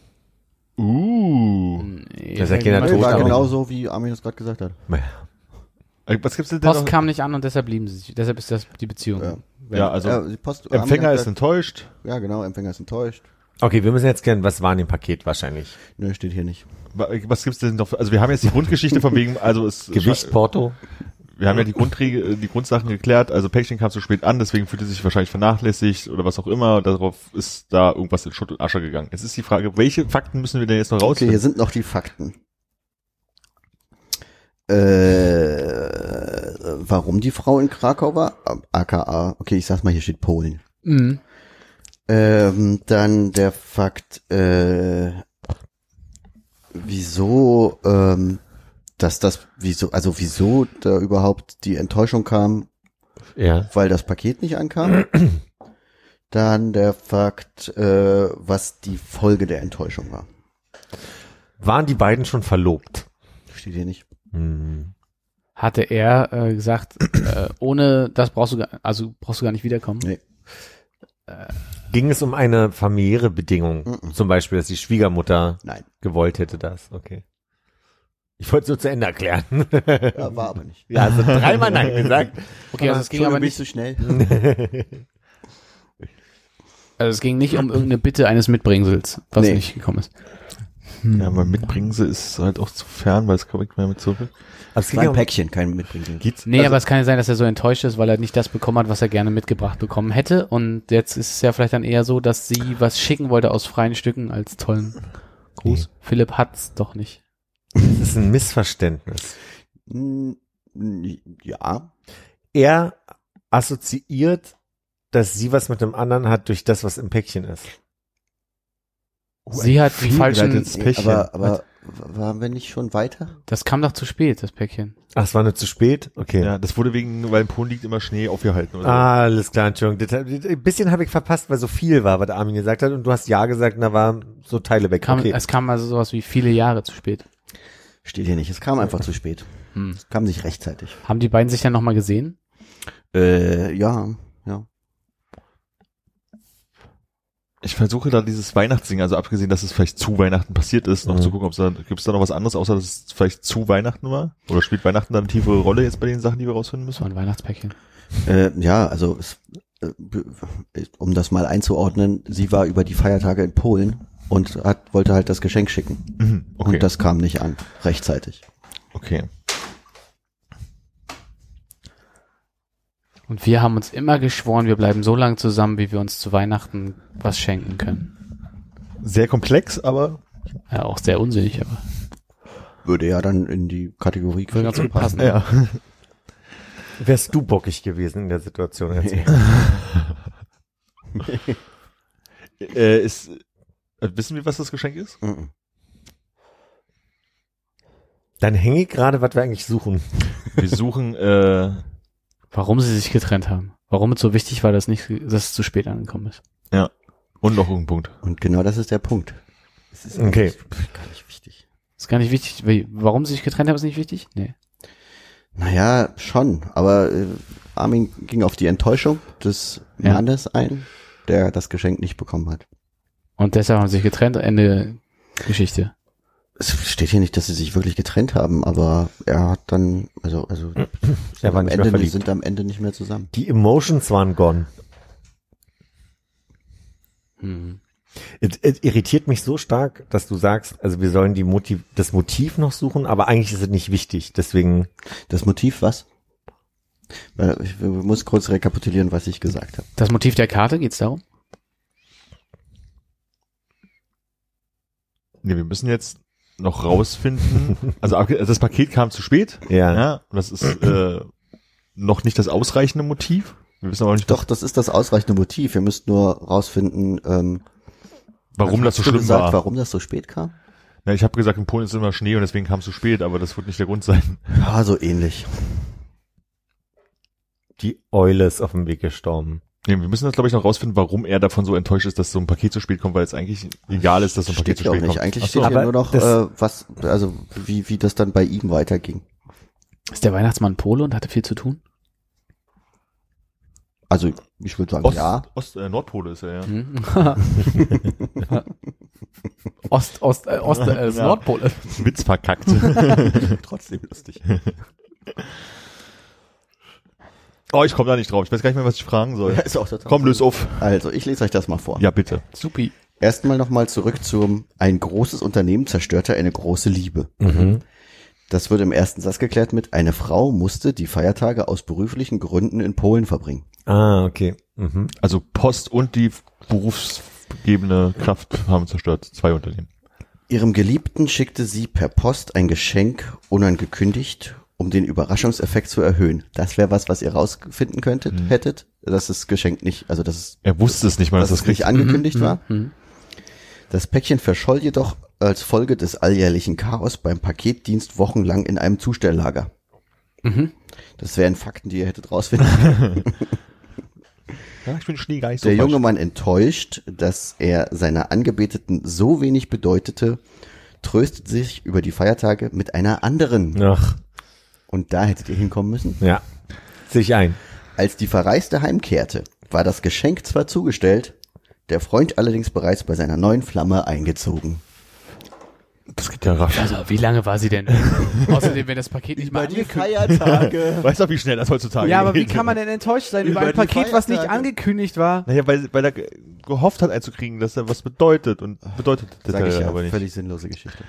Uh. Das erkennt er Nee, tot, war aber- genauso, wie Armin es gerade gesagt hat. Äh, Was gibt's denn Post noch? kam nicht an und deshalb blieben sie sich. Deshalb ist das die Beziehung. Ja. Ja, also Ja, die Post, Empfänger Armin ist hat gesagt, enttäuscht. ja, genau, Empfänger ist enttäuscht. Okay, wir müssen jetzt kennen, was war in dem Paket wahrscheinlich? Nö, steht hier nicht. Wa- Was gibt's denn noch? für- Also wir haben jetzt die Grundgeschichte von wegen, also es Gewicht, Porto? wir haben ja die Grundregel, die Grundsachen geklärt. Also Päckchen kam zu spät an, deswegen fühlte sich wahrscheinlich vernachlässigt oder was auch immer. Darauf ist da irgendwas in Schutt und Asche gegangen. Jetzt ist die Frage, welche Fakten müssen wir denn jetzt noch Okay, rausfinden? hier sind noch die Fakten. Äh, warum die Frau in Krakau war? A K A, okay, ich sag's mal, hier steht Polen. Mhm. Ähm, dann der Fakt, äh, wieso, ähm, dass das, wieso, also wieso da überhaupt die Enttäuschung kam, Ja. weil das Paket nicht ankam. Dann der Fakt, äh, was die Folge der Enttäuschung war. Waren die beiden schon verlobt? Steht hier nicht. Hm. Hatte er äh, gesagt, äh, ohne das brauchst du gar, also brauchst du gar nicht wiederkommen. Nee. Ging es um eine familiäre Bedingung? Mhm. Zum Beispiel, dass die Schwiegermutter Nein. gewollt hätte das. Okay. Ich wollte es nur zu Ende erklären. Ja, war aber nicht. Ja, also dreimal Nein gesagt. Okay, also es ging aber Entschuldigung, nicht, nicht so schnell. also es ging nicht um irgendeine Bitte eines Mitbringsels, was Nee. nicht gekommen ist. Ja, aber mitbringen sie ist halt auch zu fern, weil es kommt mehr mit zurück. Aber es Das ging war ja ein um, Päckchen, kein Mitbringsel. Geht's? Nee, also, aber es kann ja sein, dass er so enttäuscht ist, weil er nicht das bekommen hat, was er gerne mitgebracht bekommen hätte. Und jetzt ist es ja vielleicht dann eher so, dass sie was schicken wollte aus freien Stücken als tollen Gruß. Nee. Philipp hat's doch nicht. das ist ein Missverständnis. Mm, Ja. Er assoziiert, dass sie was mit dem anderen hat durch das, was im Päckchen ist. Sie hat die falschen, fehlgeleitetes Päckchen. Aber, aber waren wir nicht schon weiter? das kam doch zu spät, das Päckchen. Ach, es war nur zu spät? Okay. Ja, das wurde wegen, weil in Polen liegt immer Schnee aufgehalten. Oder Ah, alles klar, Entschuldigung. Das, ein bisschen habe ich verpasst, weil so viel war, was der Armin gesagt hat. Und du hast ja gesagt, und da waren so Teile weg. Kam, Okay. Es kam also sowas wie viele Jahre zu spät. Steht hier nicht. Es kam einfach zu spät. Hm. Es kam nicht rechtzeitig. Haben die beiden sich dann nochmal gesehen? Äh, ja, ja. Ich versuche da dieses Weihnachtsding, also abgesehen, dass es vielleicht zu Weihnachten passiert ist, noch Mhm. zu gucken, ob es da, gibt es da noch was anderes, außer dass es vielleicht zu Weihnachten war? Oder spielt Weihnachten da eine tiefere Rolle jetzt bei den Sachen, die wir rausfinden Das war müssen? ein Weihnachtspäckchen. Äh, ja, also es, äh, b- um das mal einzuordnen, sie war über die Feiertage in Polen und hat, wollte halt das Geschenk schicken. Mhm, okay. Und das kam nicht an, rechtzeitig. okay. Und wir haben uns immer geschworen, wir bleiben so lange zusammen, wie wir uns zu Weihnachten was schenken können. Sehr komplex, aber Ja, auch sehr unsinnig, aber Würde ja dann in die Kategorie würde ganz gut passen. ja. Wärst du bockig gewesen in der Situation? Jetzt? äh, ist, äh, wissen wir, was das Geschenk ist? Mhm. Dann hänge ich gerade, was wir eigentlich suchen. Wir suchen, äh, Warum sie sich getrennt haben. Warum es so wichtig war, dass nicht, dass es zu spät angekommen ist. und noch irgendein Punkt. Und genau das ist der Punkt. Es ist Okay. eigentlich gar nicht wichtig. Ist gar nicht wichtig. Wie- Warum sie sich getrennt haben, ist nicht wichtig? Nee. Naja, schon, aber äh, Armin ging auf die Enttäuschung des Ja. Mannes ein, der das Geschenk nicht bekommen hat. Und deshalb haben sie sich getrennt, Ende Geschichte. Es steht hier nicht, dass sie sich wirklich getrennt haben, aber er hat dann, also, also Er war am nicht mehr Ende verliebt. sind am Ende nicht mehr zusammen. Die Emotions waren gone. Hm. Es, es irritiert mich so stark, dass du sagst, also wir sollen die Motiv, das Motiv noch suchen, aber eigentlich ist es nicht wichtig. Deswegen, Das Motiv, was? Weil Ich muss kurz rekapitulieren, was ich gesagt habe. Das Motiv der Karte, geht's darum? Nee, wir müssen jetzt noch rausfinden, also ab- das Paket kam zu spät, ja. ja, und das ist äh, noch nicht das ausreichende Motiv. Wir wissen aber nicht, Doch, das ist das ausreichende Motiv. Wir müssten nur rausfinden, ähm, warum das so hast du schlimm gesagt, war. warum das so spät kam? Ja, ich habe gesagt, in Polen ist immer Schnee und deswegen kam es zu spät, aber das wird nicht der Grund sein. Ja, so ähnlich. Die Eule ist auf dem Weg gestorben. Nee, wir müssen jetzt, glaube ich, noch rausfinden, warum er davon so enttäuscht ist, dass so ein Paket zu spät kommt, weil es eigentlich egal ist, dass so ein Paket Steht hier zu auch spät nicht. kommt. Eigentlich Ach so. steht hier aber nur noch, das- äh, was, also wie, wie das dann bei ihm weiterging. Ist der Weihnachtsmann Pole und hatte viel zu tun? Also ich würde sagen, Ost, ja. Ost, äh, Nordpole ist er, ja. Hm? Ost, Ost, äh, Ost, äh, ist Ja. Nordpol. Witz verkackt. Trotzdem lustig. Oh, ich komme da nicht drauf. Ich weiß gar nicht mehr, was ich fragen soll. Ist auch total Komm, löse auf. Also, ich lese euch das mal vor. Ja, bitte. Supi. Erstmal nochmal zurück zum, ein großes Unternehmen zerstörte eine große Liebe. Mhm. Das wird im ersten Satz geklärt mit, eine Frau musste die Feiertage aus beruflichen Gründen in Polen verbringen. Ah, okay. Mhm. Also Post und die berufsgebende Kraft haben zerstört. Zwei Unternehmen. Ihrem Geliebten schickte sie per Post ein Geschenk unangekündigt, um den Überraschungseffekt zu erhöhen. Das wäre was, was ihr rausfinden könntet, Mhm. hättet, dass das Geschenk nicht, also dass es, Er wusste es nicht mal, dass dass das es nicht kriegt. angekündigt war. Mhm. Das Päckchen verscholl jedoch als Folge des alljährlichen Chaos beim Paketdienst wochenlang in einem Zustelllager. Mhm. Das wären Fakten, die ihr hättet rausfinden können. Ja, ich bin Schnee gar nicht so Der falsch. junge Mann enttäuscht, dass er seiner Angebeteten so wenig bedeutete, tröstet sich über die Feiertage mit einer anderen. Ach, Und da hättet ihr hinkommen müssen. ja. Sehe ich ein. Als die Verreiste heimkehrte, war das Geschenk zwar zugestellt, der Freund allerdings bereits bei seiner neuen Flamme eingezogen. Das geht ja rasch. Also, wie lange war sie denn? Außerdem, wenn das Paket nicht mal angekündigt Feiertage. Weißt du, wie schnell das heutzutage Ja, aber wie geht? kann man denn enttäuscht sein über, Über ein die Paket, was nicht Feiertage. angekündigt war? Naja, weil, weil da gehofft hat einzukriegen, dass er was bedeutet und bedeutet das Sag ich ja, aber nicht. völlig sinnlose Geschichte.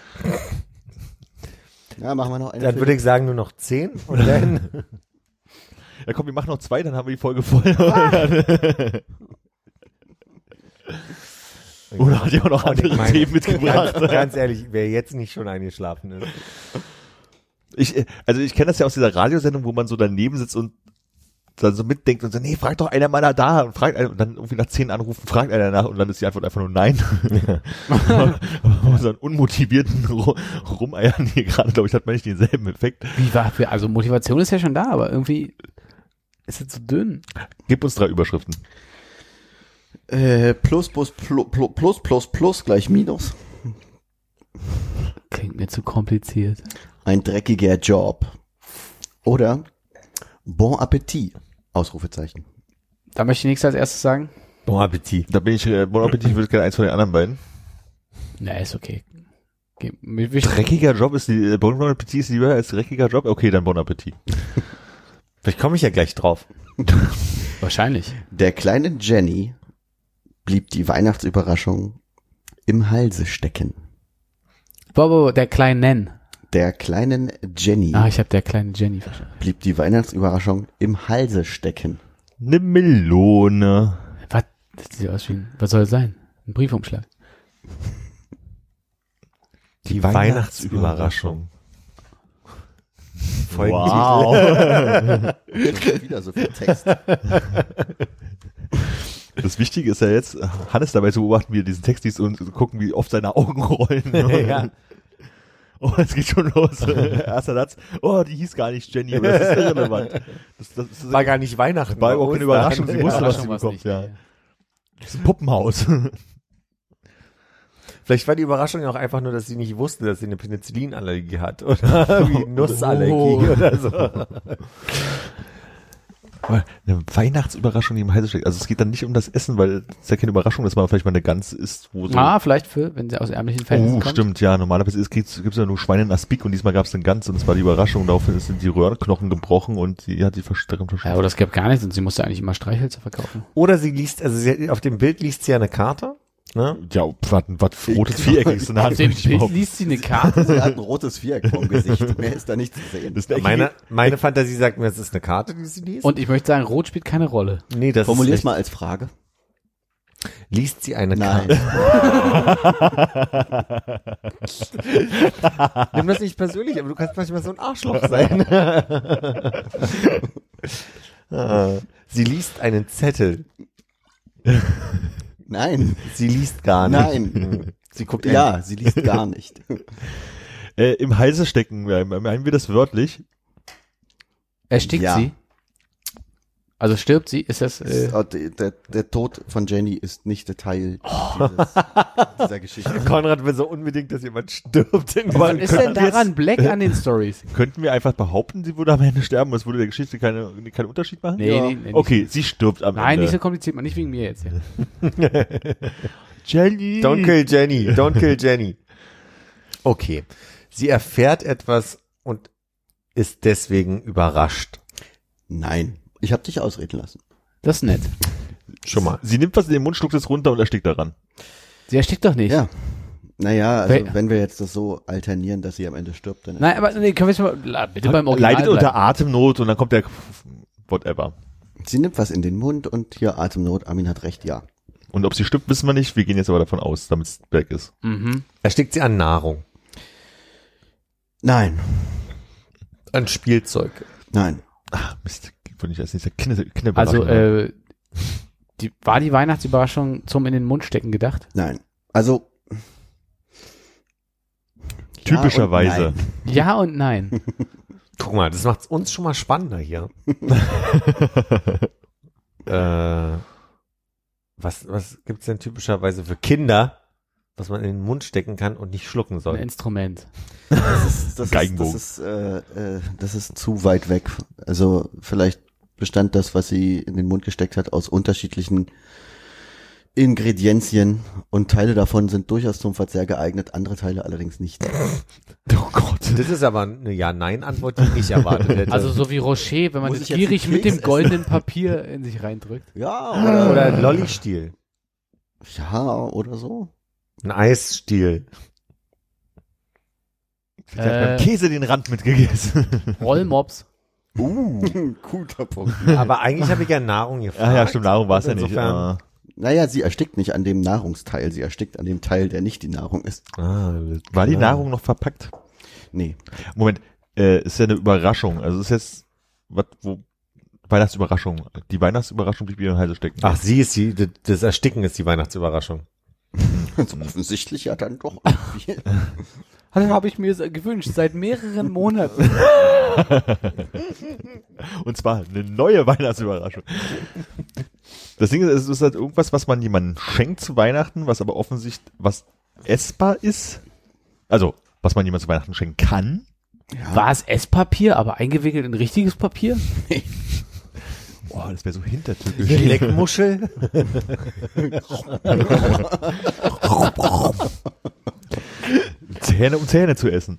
Ja, machen wir noch eine. Dann würde ich sagen nur noch zehn und dann Ja komm, wir machen noch zwei, dann haben wir die Folge voll. Oder hat ja auch noch andere ich meine, Themen mitgebracht. ganz, ganz ehrlich, wer jetzt nicht schon eingeschlafen ist. Ich, äh, also ich kenne das ja aus dieser Radiosendung, wo man so daneben sitzt und dann so mitdenkt und so, nee, frag doch einer mal da und fragt einer, und dann irgendwie nach zehn Anrufen fragt einer nach und dann ist die Antwort einfach nur nein. So einen unmotivierten Ru- Rumeiern hier gerade, glaube ich, hat man nicht denselben Effekt. Wie war für, also Motivation ist ja schon da, aber irgendwie ist es so dünn. Gib uns drei Überschriften. Äh, plus, plus, plus, plus, plus, plus, plus gleich Minus. Klingt mir zu kompliziert. Ein dreckiger Job. Oder Bon Appetit. Ausrufezeichen. Da möchte ich nichts als erstes sagen. Bon Appetit. Da bin ich, äh, Bon Appetit, ich würde gerne eins von den anderen beiden. Na, ist okay. Geh- mir- wir- Dreckiger Job ist die, äh, Bon Appetit ist lieber als dreckiger Job? Okay, dann Bon Appetit. Vielleicht komme ich ja gleich drauf. Wahrscheinlich. Der kleinen Jenny blieb die Weihnachtsüberraschung im Halse stecken. Bobo, der Kleinen. Der kleinen Jenny Ah, ich habe der kleine Jenny verstanden. blieb die Weihnachtsüberraschung im Halse stecken. Eine Melone. Was? Das sieht aus wie ein, was soll das sein? Ein Briefumschlag. Die Weihnachtsüberraschung. Folgentitel. Wow. Schon wieder so viel Text. Das Wichtige ist ja jetzt, Hannes dabei zu beobachten, wie er diesen Text liest und gucken, wie oft seine Augen rollen. Ja. Oh, es geht schon los. Erster Satz. Oh, die hieß gar nicht Jenny, aber das ist irrelevant. Das, das, das War gar nicht Weihnachten. war auch keine Überraschung. Sie Ja. wusste, was sie Überraschung war's bekommt. nicht. Ja. Das ist ein Puppenhaus. Vielleicht war die Überraschung ja auch einfach nur, dass sie nicht wusste, dass sie eine Penicillinallergie hat oder wie Nussallergie Oh. oder so. Aber eine Weihnachtsüberraschung, die im Halse steckt. Also es geht dann nicht um das Essen, weil es ist ja keine Überraschung, dass man vielleicht mal eine Gans isst, wo so... Ah, vielleicht für, wenn sie aus ärmlichen Verhältnissen Oh, kommt. stimmt, ja. Normalerweise gibt es ja nur Schweine in Aspik und diesmal gab es eine Gans und es war die Überraschung. Daraufhin sind die Röhrenknochen gebrochen und sie hat die Verstärkung Ja, verschwunden. aber das gab gar nichts und sie musste eigentlich immer Streichhölzer verkaufen. Oder sie liest, also sie, auf dem Bild liest sie ja eine Karte. Ne? Ja, was, was rotes Viereckiges in der Auf Hand. dem würde ich Bild behaupten. liest sie eine Karte. Sie hat ein rotes Viereck vorm Gesicht. Mehr ist da nicht zu sehen. Das ist eine Meine, eckige- meine Fantasie sagt mir, es ist eine Karte, die sie liest. Und ich möchte sagen, Rot spielt keine Rolle. nee, das Formulier's ist mal als Frage. Liest sie eine Nein. Karte? Nimm das nicht persönlich, aber du kannst manchmal so ein Arschloch sein. Ah, sie liest einen Zettel. Nein. Sie liest gar nicht. Nein. Sie guckt Ja, sie liest gar nicht. Äh, im Halse stecken, äh, meinen wir das wörtlich? Erstickt Ja. sie? Also stirbt sie? Ist das, äh, Oh, der, der, der Tod von Jenny ist nicht der Teil dieses, dieser Geschichte. Konrad will so unbedingt, dass jemand stirbt. In Aber diesem was ist denn können wir daran Black an den Stories? Könnten wir einfach behaupten, sie würde am Ende sterben? Es würde der Geschichte keine, keinen Unterschied machen? Nee, Ja. nee, nee. nicht- Okay, sie stirbt am Nein, Ende. nicht so kompliziert, man, nicht wegen mir jetzt. Ja. Jenny! Don't kill Jenny, don't kill Jenny. Okay. Sie erfährt etwas und ist deswegen überrascht. Nein. Ich habe dich ausreden lassen. Das ist nett. Schon mal. Sie nimmt was in den Mund, schluckt es runter und erstickt daran. Sie erstickt doch nicht. Ja. Naja, also Wel- wenn wir jetzt das so alternieren, dass sie am Ende stirbt, dann... Nein, aber nee, können wir jetzt mal, la- bitte beim Original Leidet unter bleiben. Atemnot und dann kommt der whatever. Sie nimmt was in den Mund und hier Atemnot. Armin hat recht, ja. Und ob sie stirbt, wissen wir nicht. Wir gehen jetzt aber davon aus, damit es weg ist. Mhm. Erstickt sie an Nahrung, Nein. an Spielzeug. Nein. Ah, Mist. Von ich als nächster Kinder, Kinder Also, äh, die, war die Weihnachtsüberraschung zum in den Mund stecken gedacht? Nein. Also... Ja Typischerweise. und nein. Ja und nein. Guck mal, das macht uns schon mal spannender hier. äh, was, was gibt's denn typischerweise für Kinder, was man in den Mund stecken kann und nicht schlucken Ein soll? Instrument. Das ist, das Geigenbogen. ist, das ist, äh, äh, das ist zu weit weg. Also vielleicht bestand das, was sie in den Mund gesteckt hat, aus unterschiedlichen Ingredienzien und Teile davon sind durchaus zum Verzehr geeignet, andere Teile allerdings nicht. Oh Gott. Das ist aber eine Ja-Nein-Antwort, die ich erwartet hätte. Also so wie Rocher, wenn man Muss das ich jetzt gierig einen mit dem Keks goldenen Papier in sich reindrückt. Ja, oder, oder Lolli-Stiel. Ja, oder so. Ein Eisstiel. Der hat Äh, beim Käse den Rand mitgegessen. Rollmops. Uh, guter Punkt. Aber eigentlich habe ich ja Nahrung gefragt. Ah ja, stimmt, Nahrung war es ja nicht. Insofern- Ah, Naja, sie erstickt nicht an dem Nahrungsteil, sie erstickt an dem Teil, der nicht die Nahrung ist. Ah, war die ja. Nahrung noch verpackt? Nee. Moment, äh, ist ja eine Überraschung. Also ist jetzt, was, wo, Weihnachtsüberraschung. Die Weihnachtsüberraschung blieb ihr im Halse stecken. Ach, sie ist die, das Ersticken ist die Weihnachtsüberraschung. Also offensichtlich ja dann doch irgendwie. Das habe ich mir gewünscht, seit mehreren Monaten. Und zwar eine neue Weihnachtsüberraschung. Das Ding ist, es ist halt irgendwas, was man jemandem schenkt zu Weihnachten, was aber offensichtlich was essbar ist. Also, was man jemandem zu Weihnachten schenken kann. War es Esspapier, aber eingewickelt in richtiges Papier? Boah, das wäre so hintertückisch. Leckmuschel? Zähne um Zähne zu essen.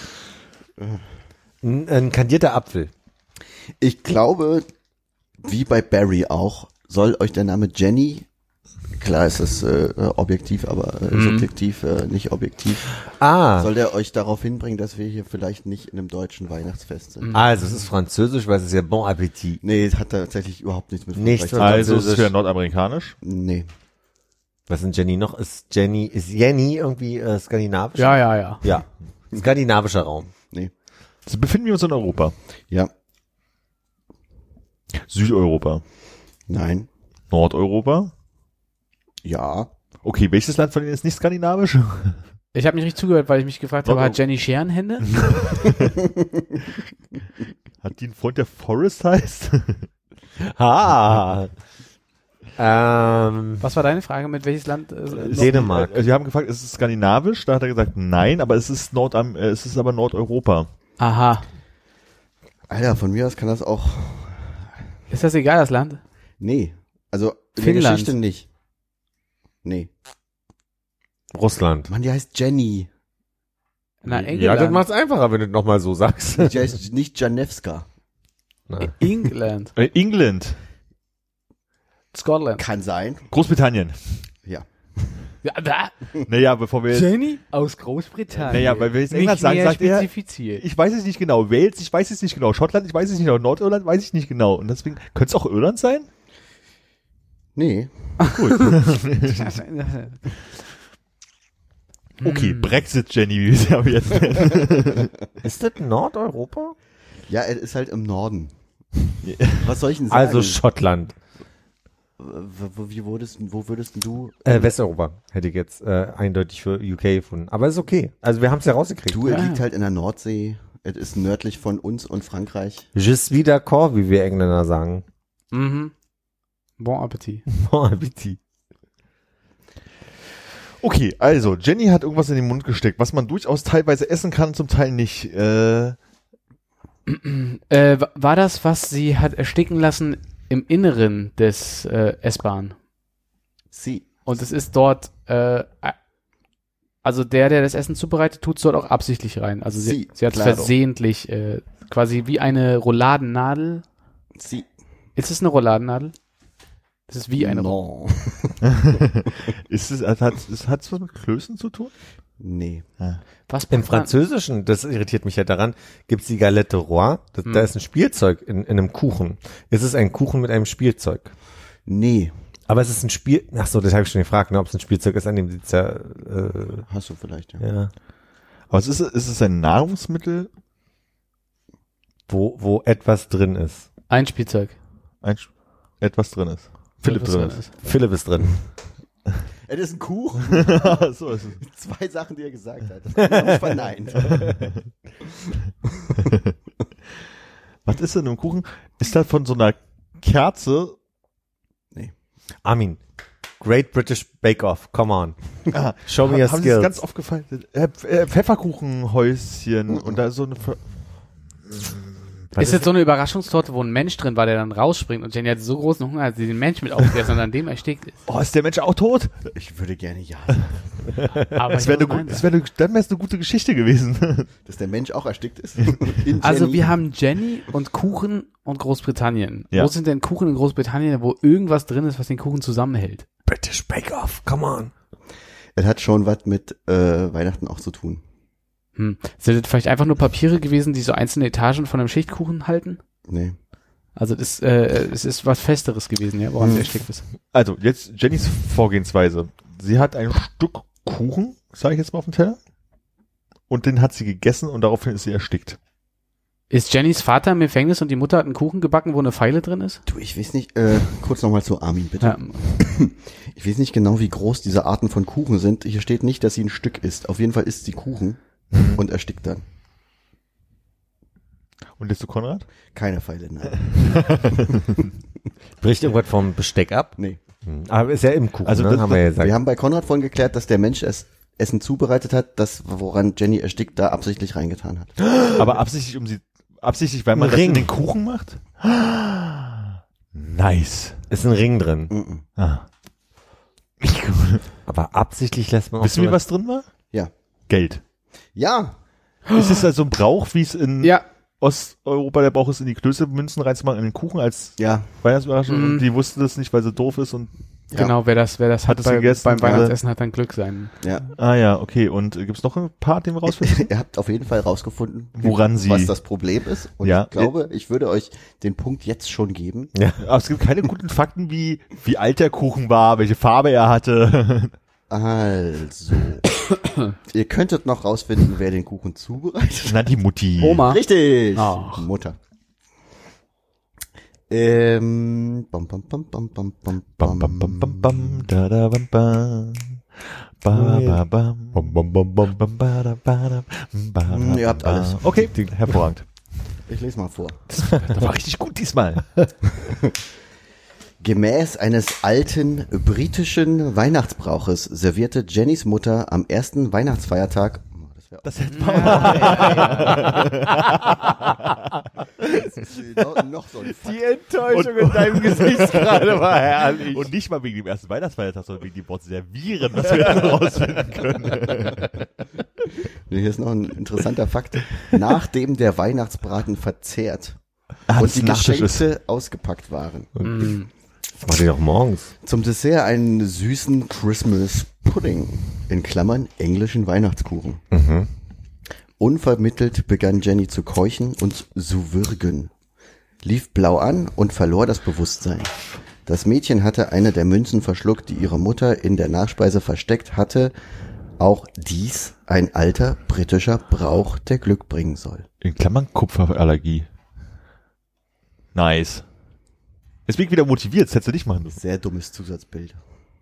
Ein, ein kandierter Apfel. Ich glaube, wie bei Barry auch, soll euch der Name Jenny, klar ist es äh, objektiv, aber äh, subjektiv äh, nicht objektiv, Ah, soll der euch darauf hinbringen, dass wir hier vielleicht nicht in einem deutschen Weihnachtsfest sind. also es ist französisch, weil es ist ja Bon Appetit. Nee, es hat tatsächlich überhaupt nichts mit Nichts Frankreich mit- zu tun. Also, es ist wieder nordamerikanisch. Nee. Was ist denn Jenny noch? Ist Jenny, ist Jenny irgendwie äh, skandinavisch? Ja, ja, ja. Ja. Skandinavischer Raum. Nee. So befinden wir uns in Europa. Ja. Südeuropa. Nein. Nordeuropa. Ja. Okay, welches Land von denen ist nicht skandinavisch? Ich habe nicht richtig zugehört, weil ich mich gefragt habe, Oh, oh. hat Jenny Scherenhände? Hat die einen Freund, der Forrest heißt? Ha. ähm, Was war deine Frage, mit welches Land? Äh, Dänemark. Äh, Sie haben gefragt, ist es skandinavisch? Da hat er gesagt, nein, aber es ist Nordam, äh, es ist aber Nordeuropa. Aha. Alter, von mir aus kann das auch. Ist das egal, das Land? Nee. Also in der Finnland. Geschichte nicht. Nee. Russland. Mann, die heißt Jenny. Na, Ja, England. das macht's einfacher, wenn du nochmal so sagst. Die heißt nicht Janewska. Na. England. Äh, England. Scotland. Kann sein. Großbritannien. Ja. Ja, da. Naja, bevor wir jetzt, Jenny aus Großbritannien. naja, weil wir jetzt Nicht England sagen, näher sagt er, spezifiziert. ich weiß es nicht genau. Wales, ich weiß es nicht genau. Schottland, ich weiß es nicht genau. Nordirland weiß ich nicht genau. Und deswegen, könnte es auch Irland sein? Nee. Okay, Hm. Brexit, Jenny, wie wir sie aber jetzt nennen. Ist das Nordeuropa? Ja, er ist halt im Norden. Was soll ich denn sagen? Also Schottland. W- wo, wie würdest, wo würdest du? Äh, Westeuropa hätte ich jetzt äh, eindeutig für U K gefunden. Aber ist okay. Also wir haben es ja rausgekriegt. Du, er Ah. liegt halt in der Nordsee. Es ist nördlich von uns und Frankreich. Je suis d'accord, wie wir Engländer sagen. Mhm. Bon Appetit. Bon Appetit. Okay, also, Jenny hat irgendwas in den Mund gesteckt, was man durchaus teilweise essen kann, zum Teil nicht. Äh, Äh, wa- war das, was sie hat ersticken lassen im Inneren des äh, S-Bahn? Sie. Und es ist dort, äh, also der, der das Essen zubereitet, tut es dort auch absichtlich rein. Also sie, Sie, sie hat es claro. versehentlich, äh, quasi wie eine Rolladennadel. Sie. Ist es eine Rolladennadel? Das ist wie eine No. ist es, hat, hat, es hat es was mit Klößen zu tun? Nee. Was Im packt man- Französischen, das irritiert mich ja daran, gibt's die Galette Roi. Das, Hm. Da ist ein Spielzeug in, in einem Kuchen. Es ist ein Kuchen mit einem Spielzeug. Nee. Aber es ist ein Spiel. Ach so, das habe ich schon gefragt, ne, ob es ein Spielzeug ist, an dem sitzt ja. Äh, Hast du vielleicht, ja. ja. Aber es ist, ist es ein Nahrungsmittel? Wo, wo etwas drin ist. Ein Spielzeug. Ein, Sch- etwas drin ist. Philipp Was drin drin ist. Philipp ist drin. Es ist ein Kuchen. so ist es. Zwei Sachen, die er gesagt hat. Das habe ich verneint. Was ist denn im Kuchen? Ist das von so einer Kerze? Armin. Great British Bake Off. Come on. Ah, Show me your haben Sie es skills. ganz oft gefallen? Äh, äh, Pfefferkuchenhäuschen und da ist so eine Ver Was ist jetzt so eine Überraschungstorte, wo ein Mensch drin war, der dann rausspringt und Jenny hatte so großen Hunger, dass sie den Mensch mit aufgegessen und an dem erstickt ist. Oh, ist der Mensch auch tot? Ich würde gerne ja, Aber Das ich wäre eine, muss gut- nein das sagen. wär eine, dann wäre es eine gute Geschichte gewesen. dass der Mensch auch erstickt ist. In Also Jenny. wir haben Jenny und Kuchen und Großbritannien. Ja. Wo sind denn Kuchen in Großbritannien, wo irgendwas drin ist, was den Kuchen zusammenhält? British Bake Off, come on. Es hat schon was mit äh, Weihnachten auch zu tun. Hm. Sind das vielleicht einfach nur Papiere gewesen, die so einzelne Etagen von einem Schichtkuchen halten? Nee. Also das, äh, es ist was Festeres gewesen, ja, woran Hm. es erstickt ist. Also, jetzt Jennys Vorgehensweise. Sie hat ein Stück Kuchen, sage ich jetzt mal auf dem Teller, und den hat sie gegessen und daraufhin ist sie erstickt. Ist Jennys Vater im Gefängnis und die Mutter hat einen Kuchen gebacken, wo eine Feile drin ist? Du, ich weiß nicht, äh, kurz nochmal zu Armin, bitte. Ja. Ich weiß nicht genau, wie groß diese Arten von Kuchen sind. Hier steht nicht, dass sie ein Stück isst. Auf jeden Fall isst sie Kuchen und erstickt dann. Und jetzt zu Konrad? Keine Pfeile, nein. Bricht irgendwas vom Besteck ab? Nee. Aber ist ja im Kuchen, Also ne? das- haben wir ja gesagt. Wir haben bei Konrad vorhin geklärt, dass der Mensch es Essen zubereitet hat, das, woran Jenny erstickt, da absichtlich reingetan hat. Aber absichtlich, um sie, absichtlich, weil man Ein das Ring. in den Kuchen macht? Nice. Ist ein Ring drin. Mhm. Ah. Aber absichtlich lässt man auch Wissen wir, so- was drin war? Ja. Geld. Ja. Ist es also ein Brauch, wie es in Ja, Osteuropa der Brauch ist, in die Klöße Münzen reinzumachen, in den Kuchen als Ja. Weihnachtsüberraschung? Mhm. Und die wusste das nicht, weil sie doof ist und Ja. genau, wer das, wer das Hat hat, es bei, gegessen, beim oder? Weihnachtsessen hat dann Glück sein. Ja. ah ja, okay. Und äh, gibt's noch einen Part, den wir rausfinden? Ihr habt auf jeden Fall rausgefunden, Woran sie- was das Problem ist. Und Ja. ich glaube, ich würde euch den Punkt jetzt schon geben. Aber es gibt keine guten Fakten, wie wie alt der Kuchen war, welche Farbe er hatte. Also, ihr könntet noch rausfinden, wer den Kuchen zubereitet. Na, die Mutti. Oma. Richtig. Ach. Mutter. Ähm, bam, bam, bam, bam, bam, bam, Bam, bam, bam, bam, bam, da, da, bam, bam. Ba, ba, bam. Bam, bam, bam, bam, bam, ba, da, ba, da, ba, da, Hm, ihr habt ba. alles. Okay, hervorragend. Ich lese mal vor. Das war richtig gut diesmal. Gemäß eines alten britischen Weihnachtsbrauches servierte Jennys Mutter am ersten Weihnachtsfeiertag. Oh, das wäre Das hätte man noch, noch so ein Fakt. Die Enttäuschung Und- in deinem Gesicht gerade war herrlich. Und nicht mal wegen dem ersten Weihnachtsfeiertag, sondern wegen dem Wort servieren, was wir dann rausfinden können. Hier ist noch ein interessanter Fakt. Nachdem der Weihnachtsbraten verzehrt Ah, und das die Nachtisch Geschenke ausgepackt waren. Mm. Das macht ihr doch morgens. Zum Dessert einen süßen Christmas Pudding, in Klammern englischen Weihnachtskuchen. Mhm. Unvermittelt begann Jenny zu keuchen und zu würgen, lief blau an und verlor das Bewusstsein. Das Mädchen hatte eine der Münzen verschluckt, die ihre Mutter in der Nachspeise versteckt hatte. Auch dies ein alter britischer Brauch, der Glück bringen soll. In Klammern Kupferallergie. Nice. Jetzt bin ich wieder motiviert, das hättest du nicht machen müssen. Sehr dummes Zusatzbild.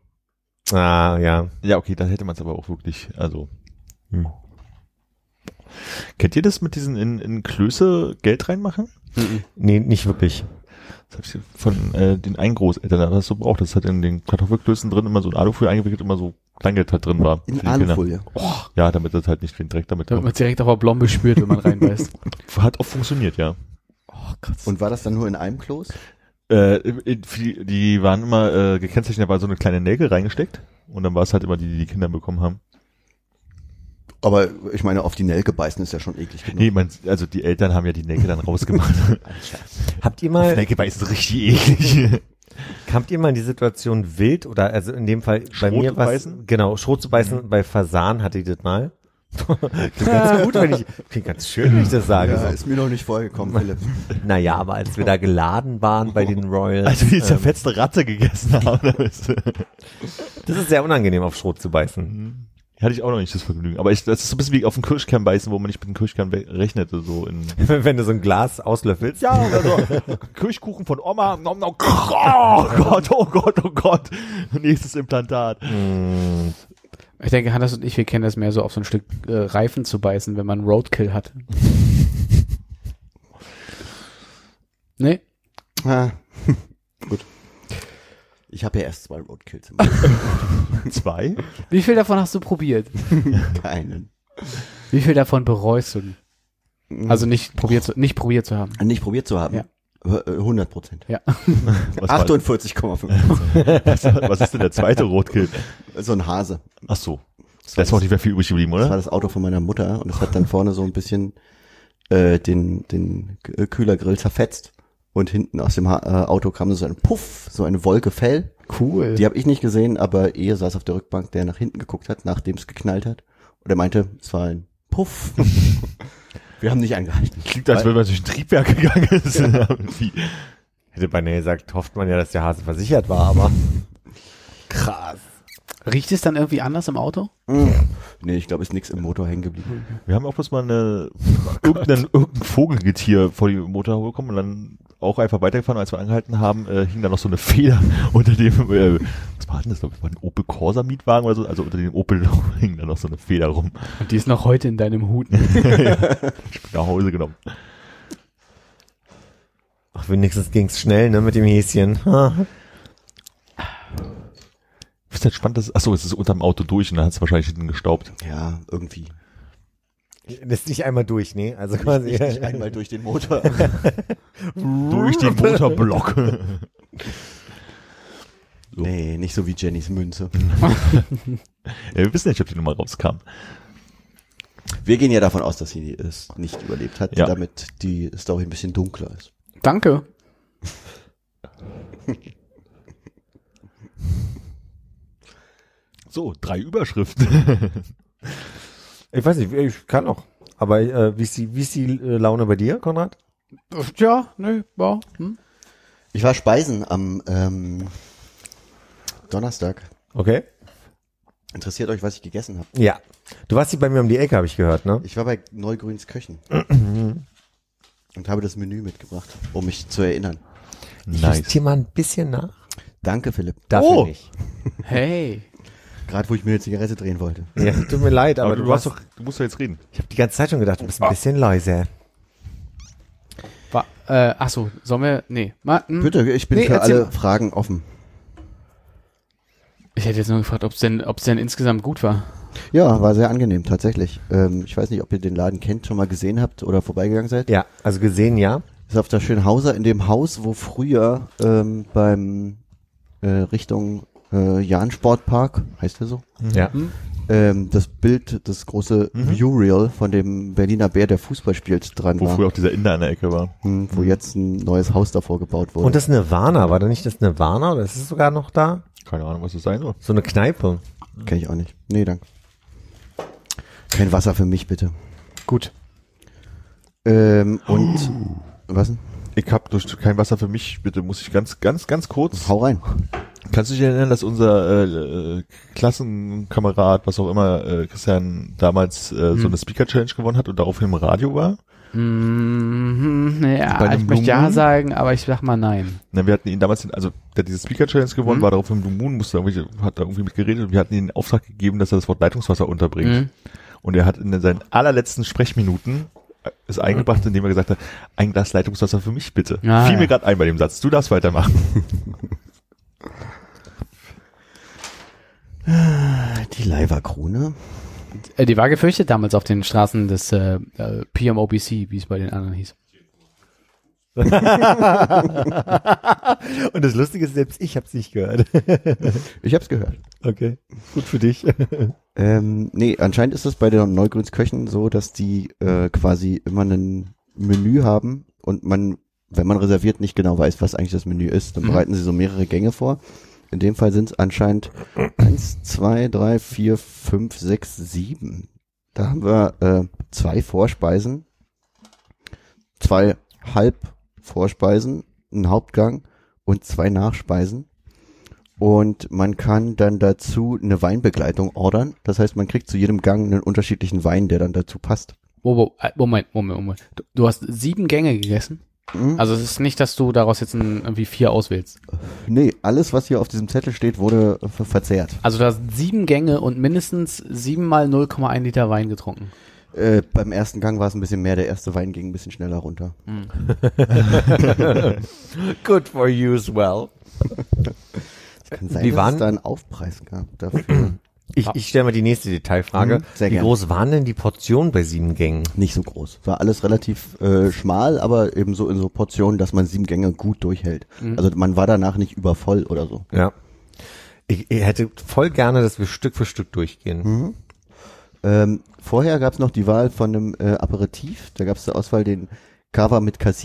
Ah, ja. Ja, okay, dann hätte man es aber auch wirklich, also. Hm. Kennt ihr das mit diesen in, in Klöße Geld reinmachen? Nee, nicht wirklich. Das habe ich von äh, den einen Großeltern, der das so braucht. Das hat in den Kartoffelklößen drin immer so ein Alufolie eingewickelt, immer so Kleingeld halt drin war. In für die Kinder. Alufolie. Oh, ja, damit das halt nicht den Dreck damit Damit man macht. direkt auf der Blombe spürt, wenn man reinbeißt. Hat auch funktioniert, ja. Oh Gott. Und war das dann nur in einem Kloß? Äh, in- für die, die waren immer äh, gekennzeichnet, da war so eine kleine Nägel reingesteckt und dann war es halt immer die, die die Kinder bekommen haben. Aber ich meine, auf die Nelke beißen ist ja schon eklig genug. Nee, man, also die Eltern haben ja die Nägel dann rausgemacht. Habt ihr Auf mal, Nägel beißen ist richtig eklig. habt ihr mal in die Situation wild oder also in dem Fall bei Schrot mir zu was, beißen? genau, Schrot zu beißen, bei Fasan hatte ich das mal. Klingt ganz gut, wenn ich, klingt ganz schön, wenn ich das sage. Ja, So. ist mir noch nicht vorgekommen, Philipp. Naja, aber als wir da geladen waren bei den Royals, Also die ähm, zerfetzte Ratte gegessen haben. Das das ist sehr unangenehm, auf Schrot zu beißen. hatte ich auch noch nicht das Vergnügen. Aber ich, das ist so ein bisschen wie auf den Kirschkern beißen, wo man nicht mit dem Kirschkern we- rechnete. So in Wenn du so ein Glas auslöffelst. ja, oder so. Kirschkuchen von Oma. Nom, nom, oh Gott, oh Gott, oh Gott. Nächstes Implantat. Mm, Ich denke, Hannes und ich, wir kennen das mehr so auf so ein Stück äh, Reifen zu beißen, wenn man Roadkill hat. Nee? Ah, gut. Ich habe ja erst zwei Roadkills im Leben. Zwei? Wie viel davon hast du probiert? Keinen. Wie viel davon bereust du? Also nicht probiert zu, nicht probiert zu haben. Nicht probiert zu haben. Ja. Äh, hundert Prozent. Ja. Was, war, achtundvierzig Komma fünf. was, was ist denn der zweite Rotkill? So ein Hase. Ach so. Das war nicht mehr viel übrig geblieben, Das war oder? das Auto von meiner Mutter und es hat dann vorne so ein bisschen äh, den, den K- Kühlergrill zerfetzt. und hinten aus dem ha- äh, Auto kam so ein Puff, so eine Wolke Fell. Cool. Die habe ich nicht gesehen, aber Ehe saß auf der Rückbank, der nach hinten geguckt hat, nachdem es geknallt hat. Und er meinte, es war ein Puff. Wir haben nicht angehalten. Klingt, als wenn man durch ein Triebwerk gegangen ist. Irgendwie. Hätte beinahe gesagt, hofft man ja, dass der Hase versichert war, aber krass. Riecht es dann irgendwie anders im Auto? Nee, ich glaube, ist nichts im Motor hängen geblieben. Wir haben auch bloß mal eine, irgendein, irgendein Vogelgetier vor die Motorhaube bekommen und dann auch einfach weitergefahren. Als wir angehalten haben, äh, hing da noch so eine Feder unter dem, äh, was war denn das? War ein Opel Corsa Mietwagen oder so? Also unter dem Opel hing da noch so eine Feder rum. Und die ist noch heute in deinem Hut. Ich bin nach Hause genommen. Ach, wenigstens ging's schnell, ne, mit dem Häschen. Das ist halt spannend, dass, achso, es ist unterm Auto durch und dann hat es wahrscheinlich hinten gestaubt. Ja, irgendwie. Das ist nicht einmal durch, ne? Also quasi. Nicht, nicht einmal durch den Motor. Durch den Motorblock. So. Nee, nicht so wie Jennys Münze. Ja, wir wissen nicht, ob die Nummer rauskam. Wir gehen ja davon aus, dass sie es nicht überlebt hat, Ja. damit die Story ein bisschen dunkler ist. Danke. So, drei Überschriften. Ich weiß nicht, ich kann auch. Aber äh, wie ist die, wie ist die äh, Laune bei dir, Konrad? Ja, ne, wow. Hm? Ich war Speisen am ähm, Donnerstag. Okay. Interessiert euch, was ich gegessen habe? Ja. Du warst hier bei mir um die Ecke, habe ich gehört, ne? Ich war bei Neugrüns Köchen und habe das Menü mitgebracht, um mich zu erinnern. Ich Nice. justiere mal ein bisschen nach. Danke, Philipp. Dafür Oh. nicht. Hey. Gerade wo ich mir eine Zigarette drehen wollte. Ja, tut mir leid, aber, Aber du, du hast warst doch, du musst doch jetzt reden. Ich habe die ganze Zeit schon gedacht, du bist ein bisschen leise. War, äh, ach so, sollen wir, nee. Ma, hm? Bitte, ich bin Nee, für erzähl alle mal. Fragen offen. Ich hätte jetzt nur gefragt, ob es denn, ob's denn insgesamt gut war. Ja, war sehr angenehm, tatsächlich. Ähm, ich weiß nicht, ob ihr den Laden kennt, schon mal gesehen habt oder vorbeigegangen seid. Ja, also gesehen, ja. Ist auf der Schönhauser in dem Haus, wo früher ähm, beim äh, Richtung äh, Jahn-Sportpark, heißt der so? Ja. Ähm, das Bild, das große Mhm. Viewreel von dem Berliner Bär, der Fußball spielt, dran Wo war. früher auch dieser Inder an der Ecke war. Hm, wo jetzt ein neues Haus davor gebaut wurde. Und das Nirvana, war da nicht das Nirvana oder ist es sogar noch da? Keine Ahnung, was das sein soll. So eine Kneipe. Kenn ich auch nicht. Nee, danke. Kein Wasser für mich, bitte. Gut. Ähm, und was denn? Ich hab durch kein Wasser für mich, bitte muss ich ganz, ganz, ganz kurz. Hau rein. Kannst du dich erinnern, dass unser äh, äh, Klassenkamerad, was auch immer, äh, Christian, damals äh, so eine Speaker-Challenge gewonnen hat und daraufhin im Radio war? Mhm, Bei ja, dem ich Blue möchte ja Moon? sagen, aber ich sag mal nein. Na, wir hatten ihn damals, also der hat diese Speaker-Challenge gewonnen, Mhm. war daraufhin im Blue Moon, musste irgendwie, hat da irgendwie mitgeredet und wir hatten ihm den Auftrag gegeben, dass er das Wort Leitungswasser unterbringt. Mhm. Und er hat in seinen allerletzten Sprechminuten äh, es eingebracht, indem er gesagt hat, ein Glas Leitungswasser für mich bitte. Ah, Fiel ja. mir gerade ein bei dem Satz. Du darfst weitermachen. Die Leiberkrone. Äh, die war gefürchtet damals auf den Straßen des äh, äh, P M O B C, wie es bei den anderen hieß. Und das Lustige ist, selbst ich hab's nicht gehört. Ich hab's gehört. Okay, gut für dich. Ähm, nee, anscheinend ist es bei den Neugrüns Köchen so, dass die äh, quasi immer ein Menü haben und man, wenn man reserviert, nicht genau weiß, was eigentlich das Menü ist. Dann Mhm. bereiten sie so mehrere Gänge vor. In dem Fall sind es anscheinend eins, zwei, drei, vier, fünf, sechs, sieben. Da haben wir äh, zwei Vorspeisen, zwei Halbvorspeisen, einen Hauptgang und zwei Nachspeisen. Und man kann dann dazu eine Weinbegleitung ordern. Das heißt, man kriegt zu jedem Gang einen unterschiedlichen Wein, der dann dazu passt. Wo, wo, äh, Moment, Moment, Moment. Du, du hast sieben Gänge gegessen? Mhm. Also es ist nicht, dass du daraus jetzt ein, irgendwie vier auswählst. Nee, alles, was hier auf diesem Zettel steht, wurde ver- verzehrt. Also du hast sieben Gänge und mindestens sieben mal null Komma eins Liter Wein getrunken. Äh, beim ersten Gang war es ein bisschen mehr. Der erste Wein ging ein bisschen schneller runter. Good for you as well. Kann sein, Wie dass waren- es da einen Aufpreis gab dafür. Ich, ich stelle mal die nächste Detailfrage. Mhm, sehr Wie gerne. groß waren denn die Portionen bei sieben Gängen? Nicht so groß. War alles relativ äh, schmal, aber eben so in so Portionen, dass man sieben Gänge gut durchhält. Mhm. Also man war danach nicht übervoll oder so. Ja. Ich, ich hätte voll gerne, dass wir Stück für Stück durchgehen. Mhm. Ähm, vorher gab es noch die Wahl von einem äh, Aperitif. Da gab es zur Auswahl den Cava mit Cassis.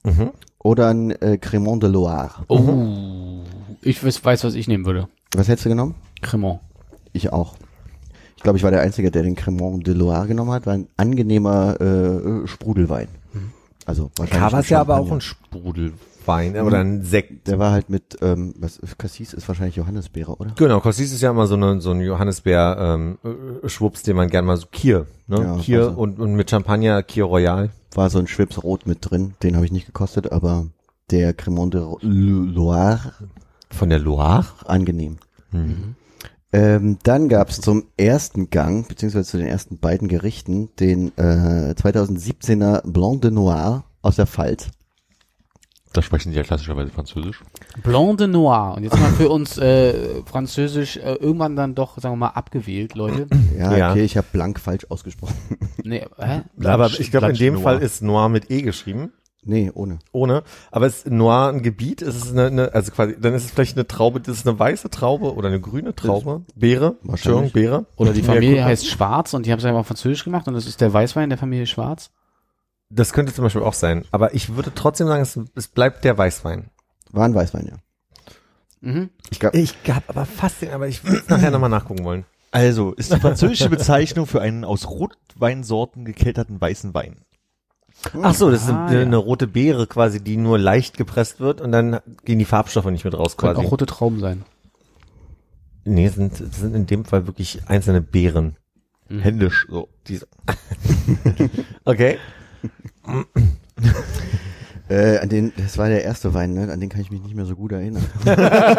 Mhm. oder ein äh, Cremant de Loire. Oh, ich weiß, weiß, was ich nehmen würde. Was hättest du genommen? Cremant. Ich auch. Ich glaube, ich war der Einzige, der den Cremant de Loire genommen hat. War ein angenehmer äh, Sprudelwein. Also wahrscheinlich Cava ist ein ja aber auch Champagner. ein Sprudelwein oder ein Sekt. Der war halt mit, ähm, was, Cassis ist wahrscheinlich Johannisbeere, oder? Genau, Cassis ist ja immer so, eine, so ein Johannisbeer ähm, äh, Schwupps, den man gerne mal so Kier, ne? Ja, Kier also. und, und mit Champagner, Kier Royal. War so ein Schwips Rot mit drin. Den habe ich nicht gekostet, aber der Cremant de Loire, Von der Loire? angenehm. Mhm. Ähm, dann gab's zum ersten Gang, beziehungsweise zu den ersten beiden Gerichten, den äh, zweitausendsiebzehner Blanc de Noir aus der Pfalz. Da sprechen die ja klassischerweise Französisch. Blanc de Noir. Und jetzt mal für uns äh, Französisch äh, irgendwann dann doch, sagen wir mal, abgewählt, Leute. Ja, Ja. okay, ich habe blank falsch ausgesprochen. Nee, hä? Aber ich glaube, in Blanche dem Noir. Fall ist Noir mit E geschrieben. Nee, ohne. Ohne. Aber ist Noir ein Gebiet? Ist es eine, eine, also quasi, dann ist es vielleicht eine Traube, das ist eine weiße Traube oder eine grüne Traube? Beere? Entschuldigung, Beere? Oder die Ja, Familie guck mal. heißt Schwarz und die haben es einfach Französisch gemacht und das ist der Weißwein der Familie Schwarz. Das könnte zum Beispiel auch sein. Aber ich würde trotzdem sagen, es, es bleibt der Weißwein. War ein Weißwein, ja. Mhm. Ich glaub, Ich hab aber fast den, aber ich will nachher nochmal nachgucken wollen. Also, ist die französische Bezeichnung für einen aus Rotweinsorten gekelterten weißen Wein. Ach so, das ist Ah, eine, ja. eine rote Beere quasi, die nur leicht gepresst wird und dann gehen die Farbstoffe nicht mit raus Können quasi. auch rote Trauben sein. Nee, sind, sind in dem Fall wirklich einzelne Beeren. Händisch, so. Diese. Okay. äh, an den, das war der erste Wein, ne? An den kann ich mich nicht mehr so gut erinnern. Der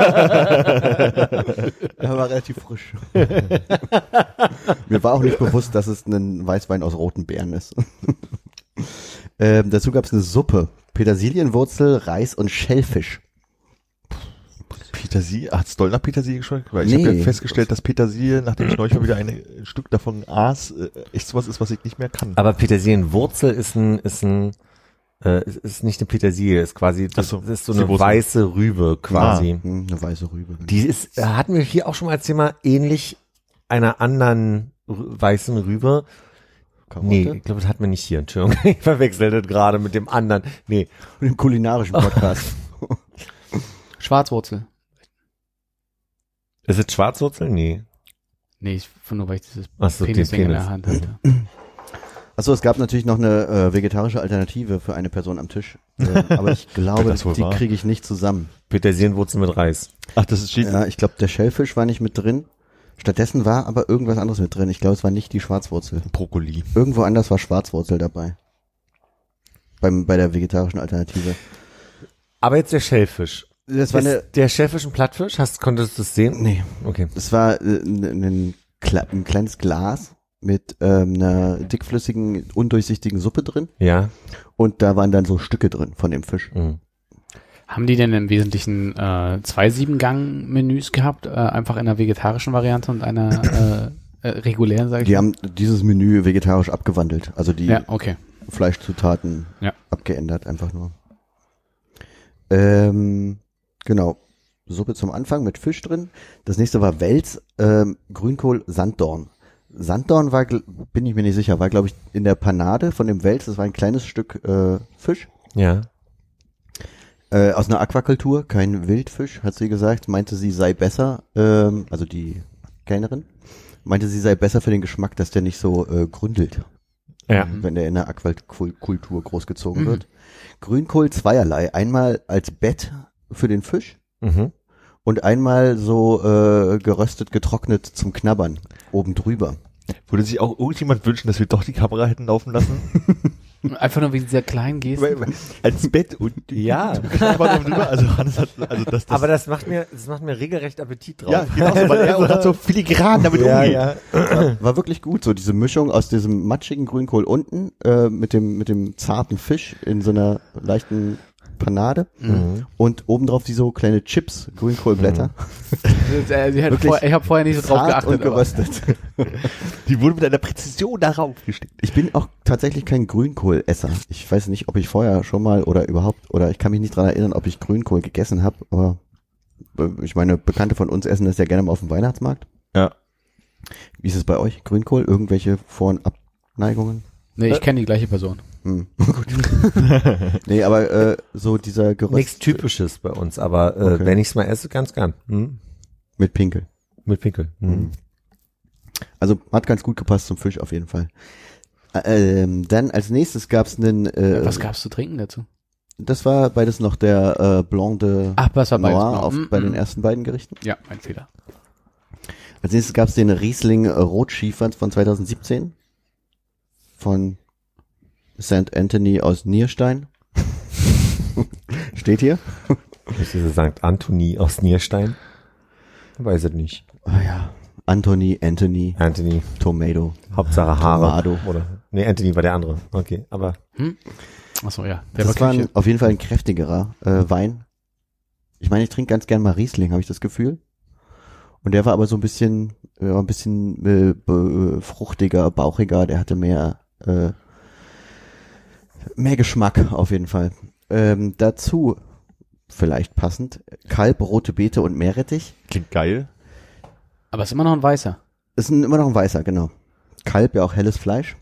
war relativ frisch. Mir war auch nicht bewusst, dass es ein Weißwein aus roten Beeren ist. ähm, dazu gab es eine Suppe. Petersilienwurzel, Reis und Schellfisch. Petersilie, hat's doll nach Petersilie geschmeckt? Weil ich Nee. habe ja festgestellt, dass Petersilie, nachdem ich neulich mal wieder eine, ein Stück davon aß, äh, echt sowas ist, was ich nicht mehr kann. Aber Petersilienwurzel ist ein, ist ein, äh, ist- ist nicht eine Petersilie, ist quasi, das, Ach so, das ist so ist die eine Wurzel. weiße Rübe quasi. Hm, eine weiße Rübe. Die ist, äh, hatten wir hier auch schon mal als Thema ähnlich einer anderen rü- weißen Rübe. Karotte? Nee, ich glaube, das hatten wir nicht hier. Entschuldigung, ich verwechselte das gerade mit dem anderen. Nee, Mit dem kulinarischen Podcast. Schwarzwurzel. ist es Schwarzwurzel? Nee. Nee, ich nur weil ich dieses Ach so, den Penisding in Penis. der Hand hatte. Achso, es gab natürlich noch eine äh, vegetarische Alternative für eine Person am Tisch. Äh, aber ich glaube, Das wohl die wahr. kriege ich nicht zusammen. Petersilienwurzel mit Reis. Ach, das ist steht, Ja, ich glaube, der Schellfisch war nicht mit drin. Stattdessen war aber irgendwas anderes mit drin. Ich glaube, es war nicht die Schwarzwurzel. Brokkoli. Irgendwo anders war Schwarzwurzel dabei. Beim, bei der vegetarischen Alternative. Aber jetzt der Schellfisch. Das war ist eine, der Schellfisch ein Plattfisch? Hast, konntest du das sehen? nee, Okay. es war äh, ein, ein, Kle- ein kleines Glas mit ähm, einer dickflüssigen, undurchsichtigen Suppe drin. Ja. Und da waren dann so Stücke drin von dem Fisch. Mhm. Haben die denn im Wesentlichen äh, zwei Sieben-Gang-Menüs gehabt? Äh, einfach in einer vegetarischen Variante und einer äh, äh, regulären, sage ich Die mal? haben dieses Menü vegetarisch abgewandelt. Also die Ja, okay. Fleischzutaten Ja. abgeändert, einfach nur. Ähm, genau. Suppe zum Anfang mit Fisch drin. Das nächste war Wels, ähm, Grünkohl, Sanddorn. Sanddorn war, gl- bin ich mir nicht sicher, war glaube ich in der Panade von dem Wels. Das war ein kleines Stück äh, Fisch Ja. äh, aus einer Aquakultur, kein Wildfisch, hat sie gesagt. Meinte, sie sei besser, ähm, also die Kellnerin, meinte, sie sei besser für den Geschmack, dass der nicht so äh, gründelt. Ja. Wenn der in der Aquakultur großgezogen wird. Grünkohl zweierlei. Einmal als Bett für den Fisch Mhm. und einmal so äh, geröstet, getrocknet zum Knabbern oben drüber. Würde sich auch irgendjemand wünschen, dass wir doch die Kamera hätten laufen lassen? Einfach nur wegen dieser kleinen Geste. Als Bett und Ja. Knabbern oben drüber. Also Hannes hat, also das, das Aber das macht mir, das macht mir regelrecht Appetit drauf. ja, genau so, weil er auch hat so filigran damit ja, umgeht. ja. War, war wirklich gut, so diese Mischung aus diesem matschigen Grünkohl unten äh, mit dem mit dem zarten Fisch in so einer leichten Panade Mhm. und obendrauf die so kleine Chips, Grünkohlblätter, Äh, sie hat Wirklich vor, ich habe vorher nicht so drauf zart geachtet. und aber- geröstet. Die wurde mit einer Präzision darauf gesteckt. Ich bin auch tatsächlich kein Grünkohlesser. Ich weiß nicht, ob ich vorher schon mal oder überhaupt, oder ich kann mich nicht dran erinnern, ob ich Grünkohl gegessen habe, aber äh, ich meine, Bekannte von uns essen das ja gerne mal auf dem Weihnachtsmarkt. Ja. Wie ist es bei euch? Grünkohl? Irgendwelche Vor- und Abneigungen? Nee, ich kenne die gleiche Person. Hm. Gut. Nee, aber äh, so dieser Geröst... Nichts Typisches bei uns, aber äh, Okay. wenn ich's mal esse, ganz gern. Hm? Mit Pinkel. Mit Pinkel. Hm. Also hat ganz gut gepasst zum Fisch auf jeden Fall. Ähm, dann als nächstes gab's einen... Äh, Was gab's zu trinken dazu? Das war beides noch der äh, Blanc de Ach, was war beides Noir noch? auf, Mm, bei mm. den ersten beiden Gerichten. Ja, mein Fehler. Als nächstes gab's den Riesling Rotschiefer von zwanzig siebzehn von Sankt Anthony aus Nierstein. Steht hier. Ich würde Sankt Anthony aus Nierstein. Weiß ich nicht. Ah ja, Anthony, Anthony, Anthony, Tomato. Hauptsache Haare. Tomado. Oder, nee, Anthony war der andere. Okay, aber Hm? Achso, ja. Der Das war war Küche. ein, auf jeden Fall ein kräftigerer äh, Wein. Ich meine, ich trinke ganz gern mal Riesling, habe ich das Gefühl. Und der war aber so ein bisschen, ja, ein bisschen äh, be- fruchtiger, bauchiger. Der hatte mehr, äh, mehr Geschmack auf jeden Fall. Ähm, dazu vielleicht passend Kalb, rote Beete und Meerrettich. Klingt geil. Aber ist immer noch ein Weißer. Ist ein, immer noch ein weißer, genau. Kalb, ja auch helles Fleisch.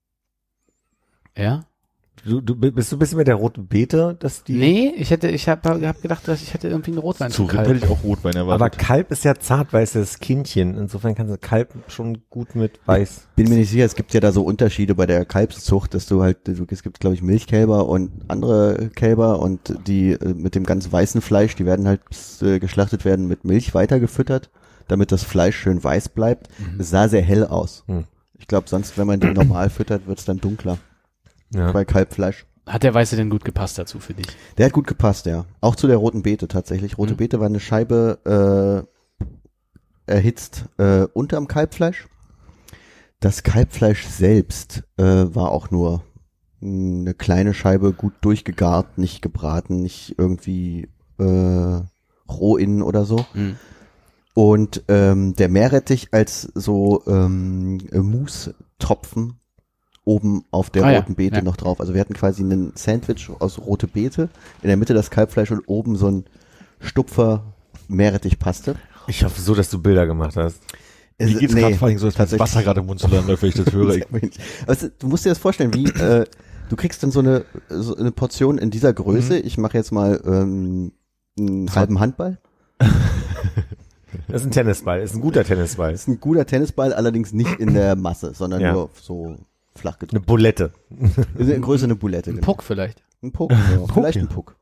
Ja? du, du bist du ein bisschen mit der roten Beete, dass die. Nee, ich hätte, ich habe hab gedacht, dass ich hätte irgendwie einen Rotwein Zu zum Rind Kalb. hätte ich auch Rotwein erwartet. Aber Kalb ist ja zartweißes Kindchen. Insofern kannst du Kalb schon gut mit Weiß. Bin mir nicht sicher, es gibt ja da so Unterschiede bei der Kalbszucht, dass du halt, du, es gibt glaube ich Milchkälber und andere Kälber und die äh, mit dem ganz weißen Fleisch, die werden halt äh, geschlachtet werden mit Milch weitergefüttert, damit das Fleisch schön weiß bleibt. Es sah sehr hell aus. Hm. Ich glaube sonst, wenn man die normal füttert, wird es dann dunkler Ja. bei Kalbfleisch. Hat der Weiße denn gut gepasst dazu für dich? Der hat gut gepasst, ja. Auch zu der roten Beete tatsächlich. Rote Mhm. Beete war eine Scheibe äh, erhitzt äh, unterm Kalbfleisch. Das Kalbfleisch selbst äh, war auch nur mh, eine kleine Scheibe, gut durchgegart, nicht gebraten, nicht irgendwie äh, roh innen oder so. Mhm. Und ähm, der Meerrettich als so ähm, Mousse-Tropfen oben auf der Ah ja, roten Beete ja. noch drauf. Also wir hatten quasi einen Sandwich aus rote Beete, in der Mitte das Kalbfleisch und oben so ein Stupfer Meerrettichpaste. Ich hoffe so, dass du Bilder gemacht hast. Mir geht's gerade vor allem so, als wenn das tatsächlich. Wasser gerade im Mund zu landen läuft, wenn ich das höre. Ich, Also, du musst dir das vorstellen, wie äh, du kriegst dann so eine so eine Portion in dieser Größe. Mhm. Ich mache jetzt mal ähm, einen halben Handball. Das ist ein Tennisball, das ist ein guter Tennisball. Das ist ein guter Tennisball, allerdings nicht in der Masse, sondern Ja. nur so flach Eine gedrückt. Bulette. In der Größe eine Bulette. Ein genau. Puck vielleicht. Ein Puck, ja, vielleicht ja. ein Puck.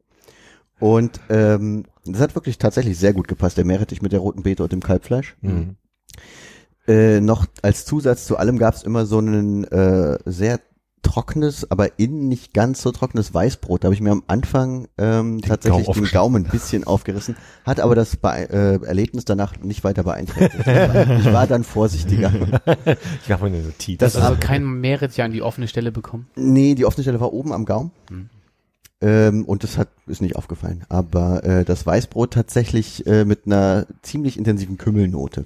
Und ähm, das hat wirklich tatsächlich sehr gut gepasst, der Meerrettich mit der roten Beete und dem Kalbfleisch. Mhm. Äh, noch als Zusatz zu allem gab es immer so ein äh, sehr trockenes, aber innen nicht ganz so trockenes Weißbrot. Da habe ich mir am Anfang ähm, tatsächlich Gaumen den Gaumen ein bisschen aufgerissen, hat aber das Be äh, Erlebnis danach nicht weiter beeinträchtigt. Ich war dann vorsichtiger. Ich mache mir eine Notiz. Das Das also ab- kein Meerrettich an die offene Stelle bekommen. Nee, die offene Stelle war oben am Gaumen. Hm. Ähm, und das hat ist nicht aufgefallen. Aber äh, das Weißbrot tatsächlich äh, mit einer ziemlich intensiven Kümmelnote.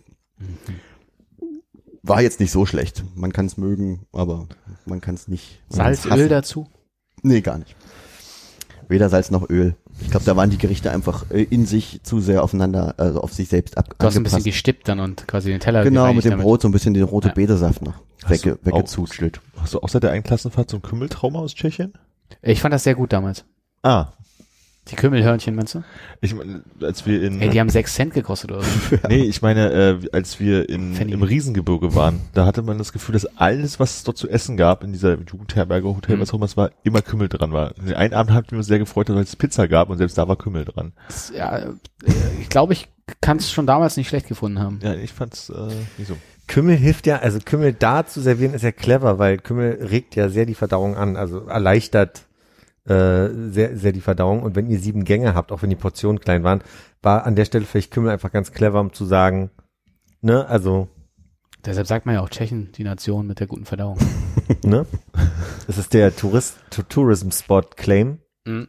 War jetzt nicht so schlecht. Man kann es mögen, aber man kann es nicht. man Salz, kann's hassen. Öl dazu. Nee, gar nicht. Weder Salz noch Öl. Ich glaube, da waren die Gerichte einfach äh, in sich zu sehr aufeinander, also auf sich selbst ab Du hast ein bisschen angepasst. gestippt dann und quasi den Teller Genau, gereinigt mit dem damit. Brot so ein bisschen den rote Ja. Betesaft noch Hast wegge du auch- weggezutschelt. hast du auch seit der einen Klassenfahrt so ein Kümmeltrauma aus Tschechien? Ich fand das sehr gut damals. Ah, Die Kümmelhörnchen, meinst du? ich meine, als wir in Ey, die haben sechs Cent gekostet oder so. nee, ich meine, äh, als wir in, Pfennig. im Riesengebirge waren, da hatte man das Gefühl, dass alles, was es dort zu essen gab, in dieser Jugendherberge, Hotel, Mhm. was auch immer es war, immer Kümmel dran war. Den einen Abend hatten wir uns sehr gefreut, dass es Pizza gab und selbst da war Kümmel dran. Das, ja, äh, ich glaube, ich kann es schon damals nicht schlecht gefunden haben. Ja, ich fand's äh, nicht so. Kümmel hilft ja, also Kümmel da zu servieren ist ja clever, weil Kümmel regt ja sehr die Verdauung an, also erleichtert äh, sehr, sehr die Verdauung. Und wenn ihr sieben Gänge habt, auch wenn die Portionen klein waren, war an der Stelle vielleicht Kümmel einfach ganz clever, um zu sagen, ne, also, Deshalb sagt man ja auch Tschechen, die Nation mit der guten Verdauung. ne, das ist der Tourist, Tourism Spot Claim. Mhm.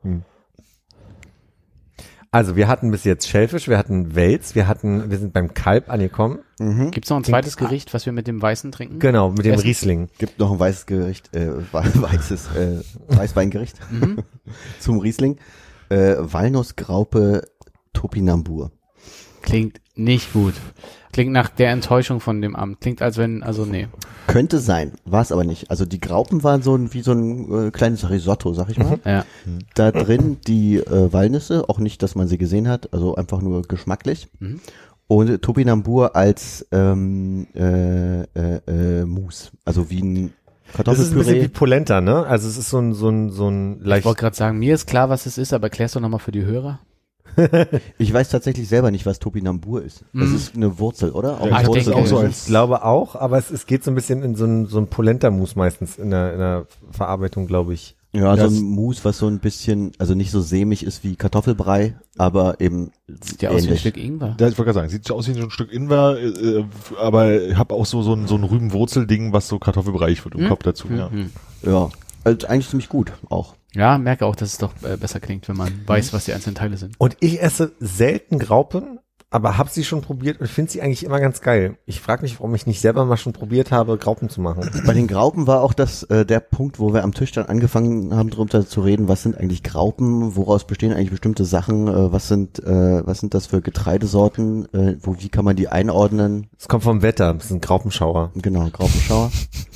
Also wir hatten bis jetzt Schellfisch, wir hatten Wels, wir hatten, wir sind beim Kalb angekommen. Mhm. Gibt es noch ein zweites Gericht, was wir mit dem Weißen trinken? Genau, mit dem Essen? Riesling. Gibt noch ein weißes Gericht, äh, weißes äh, Weißweingericht Mhm. zum Riesling. Äh, Walnussgraupe Topinambur. Klingt nicht gut. Klingt nach der Enttäuschung von dem Amt. Klingt als wenn, also nee. Könnte sein, war es aber nicht. Also die Graupen waren so ein, wie so ein äh, kleines Risotto, sag ich mal. Ja. Da drin die äh, Walnüsse, auch nicht, dass man sie gesehen hat, also einfach nur geschmacklich. Mhm. Und Topinambur als ähm, äh, äh, äh, Mousse, also wie ein Das ist ein bisschen wie Kartoffelpüree. Polenta, ne? Also es ist so ein, so ein, so ein Ich leicht... wollte gerade sagen, mir ist klar, was es ist, aber erklärst du nochmal für die Hörer? Ich weiß tatsächlich selber nicht, was Topinambur ist. Das Mhm. ist eine Wurzel, oder? Ja, ich Wurzel denke, auch so es als Ich glaube auch, aber es, es geht so ein bisschen in so ein, so ein Polenta-Mousse meistens in der, in der Verarbeitung, glaube ich. Ja, so Das- ein Mousse, was so ein bisschen, also nicht so sämig ist wie Kartoffelbrei, aber eben Sieht ja aus wie ein ähnlich. Stück Ingwer. Ja, ich wollte gerade sagen, sieht aus wie so ein Stück Ingwer, äh, aber ich habe auch so so ein, so ein Rübenwurzelding, was so Kartoffelbereich wird im Hm? Kopf dazu. Ja. Mhm. Ja, also eigentlich ziemlich gut auch. Ja, merke auch, dass es doch äh, besser klingt, wenn man weiß, was die einzelnen Teile sind. Und ich esse selten Graupen, aber habe sie schon probiert und finde sie eigentlich immer ganz geil. Ich frage mich, warum ich nicht selber mal schon probiert habe, Graupen zu machen. Bei den Graupen war auch das äh, der Punkt, wo wir am Tisch dann angefangen haben, darunter zu reden, was sind eigentlich Graupen, woraus bestehen eigentlich bestimmte Sachen, äh, was sind äh, was sind das für Getreidesorten, äh, wo wie kann man die einordnen? Es kommt vom Wetter, das sind Graupenschauer. Genau, Graupenschauer.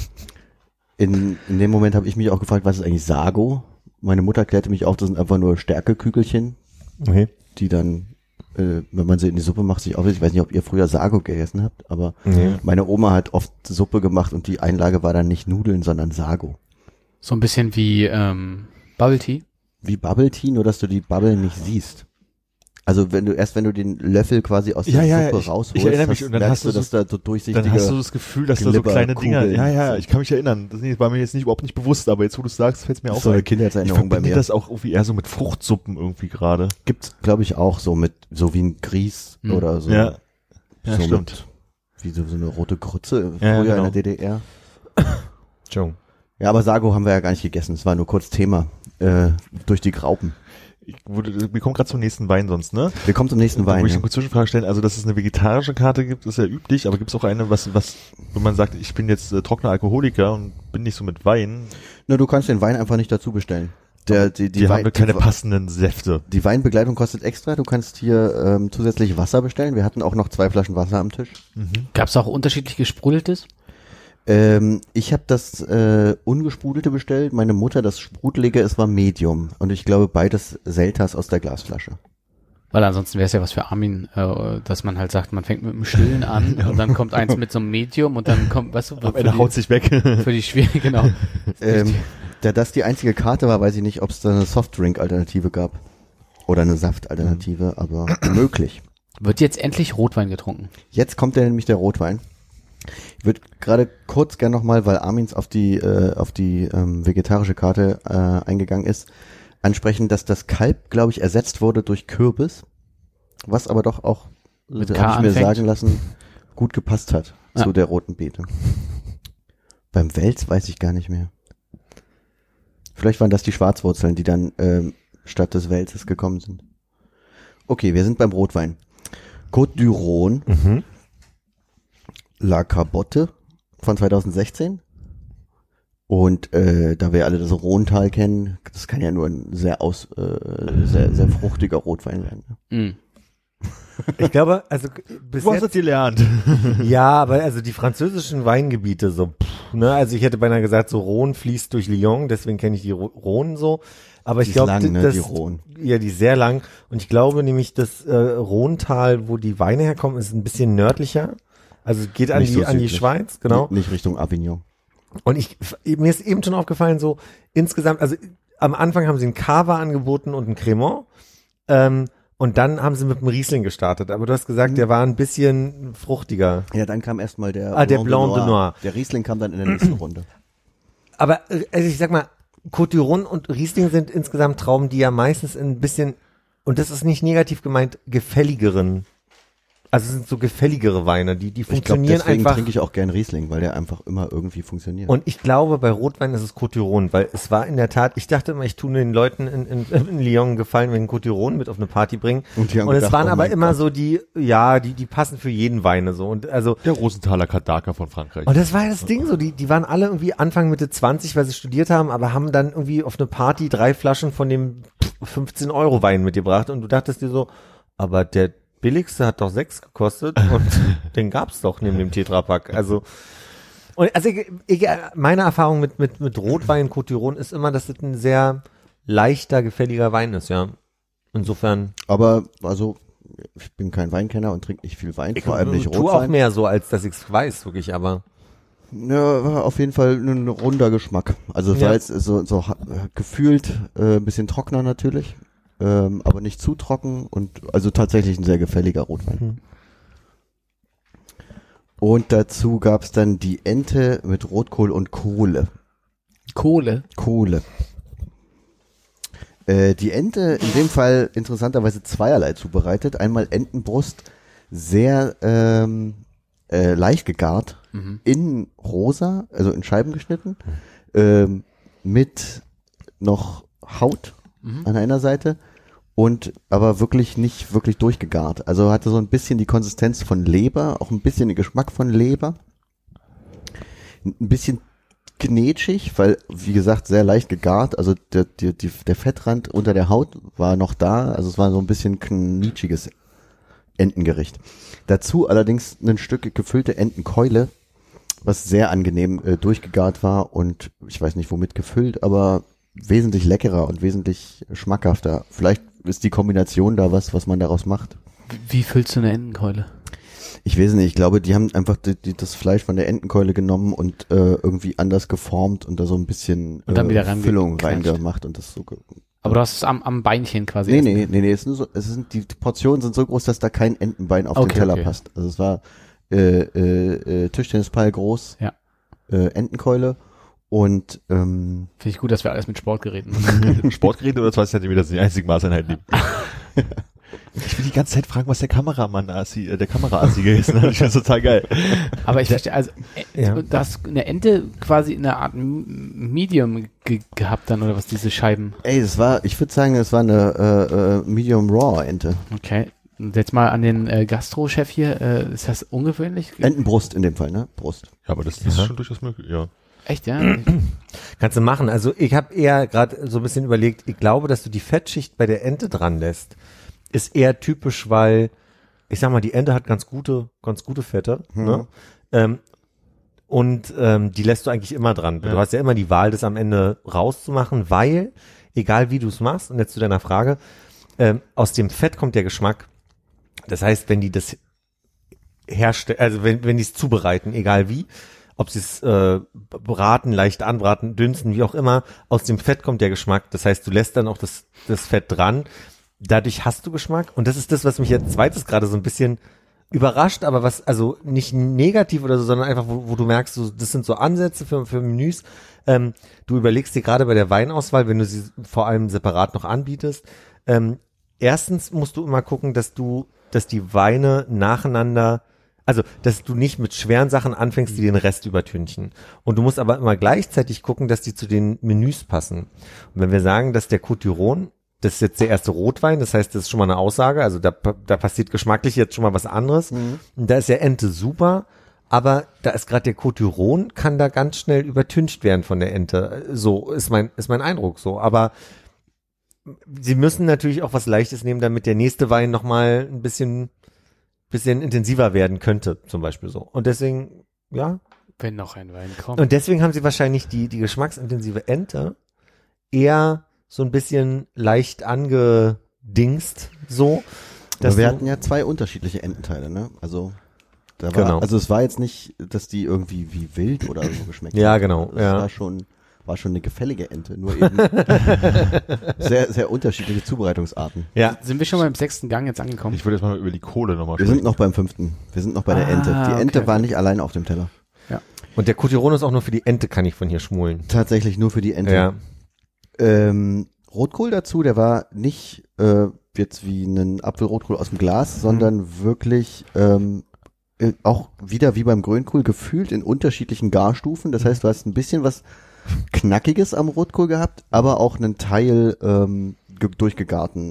In in dem Moment habe ich mich auch gefragt, was ist eigentlich Sago? Meine Mutter klärte mich auf, das sind einfach nur Stärkekügelchen, Okay. die dann, äh, wenn man sie in die Suppe macht, sich auflöst. Ich weiß nicht, ob ihr früher Sago gegessen habt, aber Nee. meine Oma hat oft Suppe gemacht und die Einlage war dann nicht Nudeln, sondern Sago. So ein bisschen wie ähm, Bubble Tea. Wie Bubble Tea, nur dass du die Bubble nicht siehst. Also wenn du erst wenn du den Löffel quasi aus Ja, der ja, Suppe ich- rausholst, ich erinnere mich, hast, und dann merkst hast du dass da so durchsichtige. Dann hast du das Gefühl, dass da so kleine Dinger, Glibberkugeln ja, ja, sind. ich kann mich erinnern. Das war mir jetzt nicht überhaupt nicht bewusst, aber jetzt, wo du es sagst, fällt es mir Das auch ist so eine ein. Ich Kindheitserinnerung bei verbinde mir. das auch irgendwie eher so mit Fruchtsuppen irgendwie gerade. Gibt's, glaube ich, auch so mit so wie ein Grieß Hm. oder so. Ja, ja so stimmt. Mit, wie so, so eine rote Grütze Ja, früher genau. in der D D R. Entschuldigung. Ja, aber Sago haben wir ja gar nicht gegessen. Es war nur kurz Thema äh, durch die Graupen. Ich wurde, wir kommen gerade zum nächsten Wein sonst, ne? Wir kommen zum nächsten Da Wein. muss ich Ja. eine kurze Zwischenfrage stellen. Also, dass es eine vegetarische Karte gibt, ist ja üblich, aber gibt es auch eine, was, was, wenn man sagt, ich bin jetzt äh, trockener Alkoholiker und bin nicht so mit Wein, Na, du kannst den Wein einfach nicht dazu bestellen. Der, die, die, die Wein, haben wir keine die, passenden Säfte. die Weinbegleitung kostet extra. Du kannst hier ähm, zusätzlich Wasser bestellen. Wir hatten auch noch zwei Flaschen Wasser am Tisch. Gab es auch unterschiedlich gesprudeltes? Ähm, ich habe das äh, ungesprudelte bestellt. Meine Mutter das sprudelige, es war Medium. Und ich glaube beides Selters aus der Glasflasche. Weil ansonsten wäre es ja was für Armin, äh, dass man halt sagt, man fängt mit dem Stillen an und dann kommt eins mit so einem Medium und dann kommt, weißt du, Am für Ende die, haut sich weg. für die schwierige, genau. Ähm, da das die einzige Karte war, weiß ich nicht, ob es da eine Softdrink-Alternative gab. Oder eine Saftalternative, aber möglich. Wird jetzt endlich Rotwein getrunken? Jetzt kommt der nämlich der Rotwein. Ich würde gerade kurz gern nochmal, weil Armins auf die äh, auf die ähm, vegetarische Karte äh, eingegangen ist, ansprechen, dass das Kalb, glaube ich, ersetzt wurde durch Kürbis, was aber doch auch, Mit habe K ich mir anfängt. sagen lassen, gut gepasst hat Ja. zu der roten Beete. Beim Wels weiß ich gar nicht mehr. Vielleicht waren das die Schwarzwurzeln, die dann ähm, statt des Welses gekommen sind. Okay, wir sind beim Rotwein. Côte du Rhône, Mhm. La Cabotte von zweitausendsechzehn. Und äh, da wir alle das Rhontal kennen, das kann ja nur ein sehr aus, äh, sehr, sehr fruchtiger Rotwein sein. Ne? Mhm. Ich glaube, also bis Du hast jetzt, das gelernt. ja, aber also die französischen Weingebiete so, pff, ne, also ich hätte beinahe gesagt, so Rhône fließt durch Lyon, deswegen kenne ich die Ro- Rhône so. Aber Die ich ist glaube, lang, ne, das, die Rhône. ja, die ist sehr lang. Und ich glaube nämlich, das äh, Rhontal, wo die Weine herkommen, ist ein bisschen nördlicher. Also es geht an Nicht die so an die südlich. Schweiz, genau. Nicht Richtung Avignon. Und ich, mir ist eben schon aufgefallen, so insgesamt, also am Anfang haben sie einen Cava angeboten und einen Cremant, ähm, und dann haben sie mit dem Riesling gestartet. Aber du hast gesagt, der war ein bisschen fruchtiger. Ja, dann kam erstmal der Ah, der Blanc de Noir. Der Riesling kam dann in der nächsten Runde. Aber äh, also ich sag mal, Côte du Rhône und Riesling sind insgesamt Trauben, die ja meistens ein bisschen, und das ist nicht negativ gemeint, gefälligeren. Also es sind so gefälligere Weine, die die Ich glaube, funktionieren deswegen einfach. trinke ich auch gern Riesling, weil der einfach immer irgendwie funktioniert. Und ich glaube, bei Rotwein ist es Côte du Rhône, weil es war in der Tat, ich dachte immer, ich tue den Leuten in, in, in Lyon einen Gefallen, wenn ich einen Côte du Rhône mit auf eine Party bringen. Und die haben Und es gedacht, waren oh aber mein immer Gott. so die, ja, die, die passen für jeden Weine so. Und also, Der Rosenthaler Kadaka von Frankreich. und das war ja das Ding so, die, die waren alle irgendwie Anfang Mitte zwanzig, weil sie studiert haben, aber haben dann irgendwie auf eine Party drei Flaschen von dem fünfzehn Euro Wein mitgebracht und du dachtest dir so, aber der billigste hat doch sechs gekostet und den gab's doch neben dem Tetrapack. Also und also ich, ich, meine Erfahrung mit mit mit Rotwein Côte d'Iron ist immer, dass es ein sehr leichter, gefälliger Wein ist, ja. Insofern. Aber also ich bin kein Weinkenner und trinke nicht viel Wein, Ich vor allem nicht tue Rotwein. auch mehr so, als dass ich's weiß, wirklich, aber. Ja, war auf jeden Fall ein runder Geschmack. Also es Ja. war jetzt so, so ha- gefühlt äh, ein bisschen trockener natürlich, ähm, aber nicht zu trocken und also tatsächlich ein sehr gefälliger Rotwein. Hm. Und dazu gab's dann die Ente mit Rotkohl und Kohle. Kohle. Kohle. Äh, die Ente in dem Fall interessanterweise zweierlei zubereitet. Einmal Entenbrust, sehr ähm, äh, leicht gegart, Mhm. in rosa, also in Scheiben geschnitten, ähm, mit noch Haut Mhm. an einer Seite und aber wirklich nicht wirklich durchgegart. Also hatte so ein bisschen die Konsistenz von Leber, auch ein bisschen den Geschmack von Leber. Ein bisschen gnetschig, weil, wie gesagt, sehr leicht gegart. Also der, der, die, der Fettrand unter der Haut war noch da. Also es war so ein bisschen knietschiges Entengericht. Dazu allerdings ein Stück gefüllte Entenkeule, was sehr angenehm äh, durchgegart war und ich weiß nicht womit gefüllt, aber wesentlich leckerer und wesentlich schmackhafter. Vielleicht ist die Kombination da was, was man daraus macht. Wie, wie füllst du eine Entenkeule? Ich weiß nicht, ich glaube, die haben einfach die, die, das Fleisch von der Entenkeule genommen und äh, irgendwie anders geformt und da so ein bisschen Und dann äh, wieder reinge- Füllung geklatscht. reingemacht und das so. Ge- Aber du hast es am, am Beinchen quasi. nee, essen nee, können. nee, nee, es, ist nur so, es sind die, die Portionen sind so groß, dass da kein Entenbein auf Okay, den Teller okay. passt. Also es war äh, äh, äh, Tischtennisball groß, Ja. äh, Entenkeule und ähm, Finde ich gut, dass wir alles mit Sportgeräten machen. Sportgeräte oder zwei Zentimeter sind die einzigen Maßeinheiten. Die ich will die ganze Zeit fragen, was der Kameramann Asi, äh, der Kamera-Assi gegessen hat. Ich finde das total geil. Aber ich verstehe, also äh, Ja. du hast eine Ente quasi in einer Art M- Medium ge gehabt dann, oder was, diese Scheiben? ey, das war, ich würde sagen, das war eine äh, äh, Medium Raw Ente. Okay. Und jetzt mal an den äh, Gastro-Chef hier, äh, ist das ungewöhnlich? Entenbrust in dem Fall, ne? Brust. Ja, aber das, das ist schon durchaus möglich, ja. Echt, ja? Kannst du machen. Also ich habe eher gerade so ein bisschen überlegt, ich glaube, dass du die Fettschicht bei der Ente dran lässt, ist eher typisch, weil, ich sag mal, die Ente hat ganz gute, ganz gute Fette, Mhm. ne? Ähm, und ähm, die lässt du eigentlich immer dran. Du Ja. hast ja immer die Wahl, das am Ende rauszumachen, weil, egal wie du es machst, und jetzt zu deiner Frage, ähm, aus dem Fett kommt der Geschmack. Das heißt, wenn die das herstellen, also wenn, wenn die es zubereiten, egal wie, ob sie es äh, braten, leicht anbraten, dünsten, wie auch immer, aus dem Fett kommt der Geschmack. Das heißt, du lässt dann auch das, das Fett dran. Dadurch hast du Geschmack. Und das ist das, was mich jetzt zweites gerade so ein bisschen überrascht, aber was, also nicht negativ oder so, sondern einfach, wo, wo du merkst, so, das sind so Ansätze für, für Menüs. Ähm, du überlegst dir gerade bei der Weinauswahl, wenn du sie vor allem separat noch anbietest, ähm, erstens musst du immer gucken, dass du, dass die Weine nacheinander, also, dass du nicht mit schweren Sachen anfängst, die den Rest übertünchen. Und du musst aber immer gleichzeitig gucken, dass die zu den Menüs passen. Und wenn wir sagen, dass der Côte d'Iron, das ist jetzt der erste Rotwein, das heißt, das ist schon mal eine Aussage, also da, da passiert geschmacklich jetzt schon mal was anderes. Mhm. Und da ist ja Ente super, aber da ist gerade der Côte d'Iron, kann da ganz schnell übertüncht werden von der Ente. So ist mein, ist mein Eindruck so. Aber sie müssen natürlich auch was Leichtes nehmen, damit der nächste Wein nochmal ein bisschen bisschen intensiver werden könnte, zum Beispiel so. Und deswegen, ja. Wenn noch ein Wein kommt. Und deswegen haben sie wahrscheinlich die, die geschmacksintensive Ente eher so ein bisschen leicht angedingst, so. Dass Dass wir du- hatten ja zwei unterschiedliche Ententeile, ne? Also da war, Genau. also es war jetzt nicht, dass die irgendwie wie wild oder so geschmeckt Ja, haben. genau, Es ja. war schon, war schon eine gefällige Ente, nur eben sehr, sehr unterschiedliche Zubereitungsarten. ja. Sind wir schon beim sechsten Gang jetzt angekommen? Ich würde jetzt mal über die Kohle nochmal Wir sind noch beim fünften. Wir sind noch bei der Ah, Ente. Die Ente okay. war nicht allein auf dem Teller. Und der Côte d'Iron ist auch nur für die Ente, kann ich von hier schmulen. Tatsächlich nur für die Ente. Ja. Ähm, Rotkohl dazu, der war nicht äh, jetzt wie ein Apfelrotkohl aus dem Glas, sondern wirklich ähm, äh, auch wieder wie beim Grünkohl gefühlt in unterschiedlichen Garstufen. Das heißt, du hast ein bisschen was Knackiges am Rotkohl gehabt, aber auch einen Teil ähm, ge- durchgegarten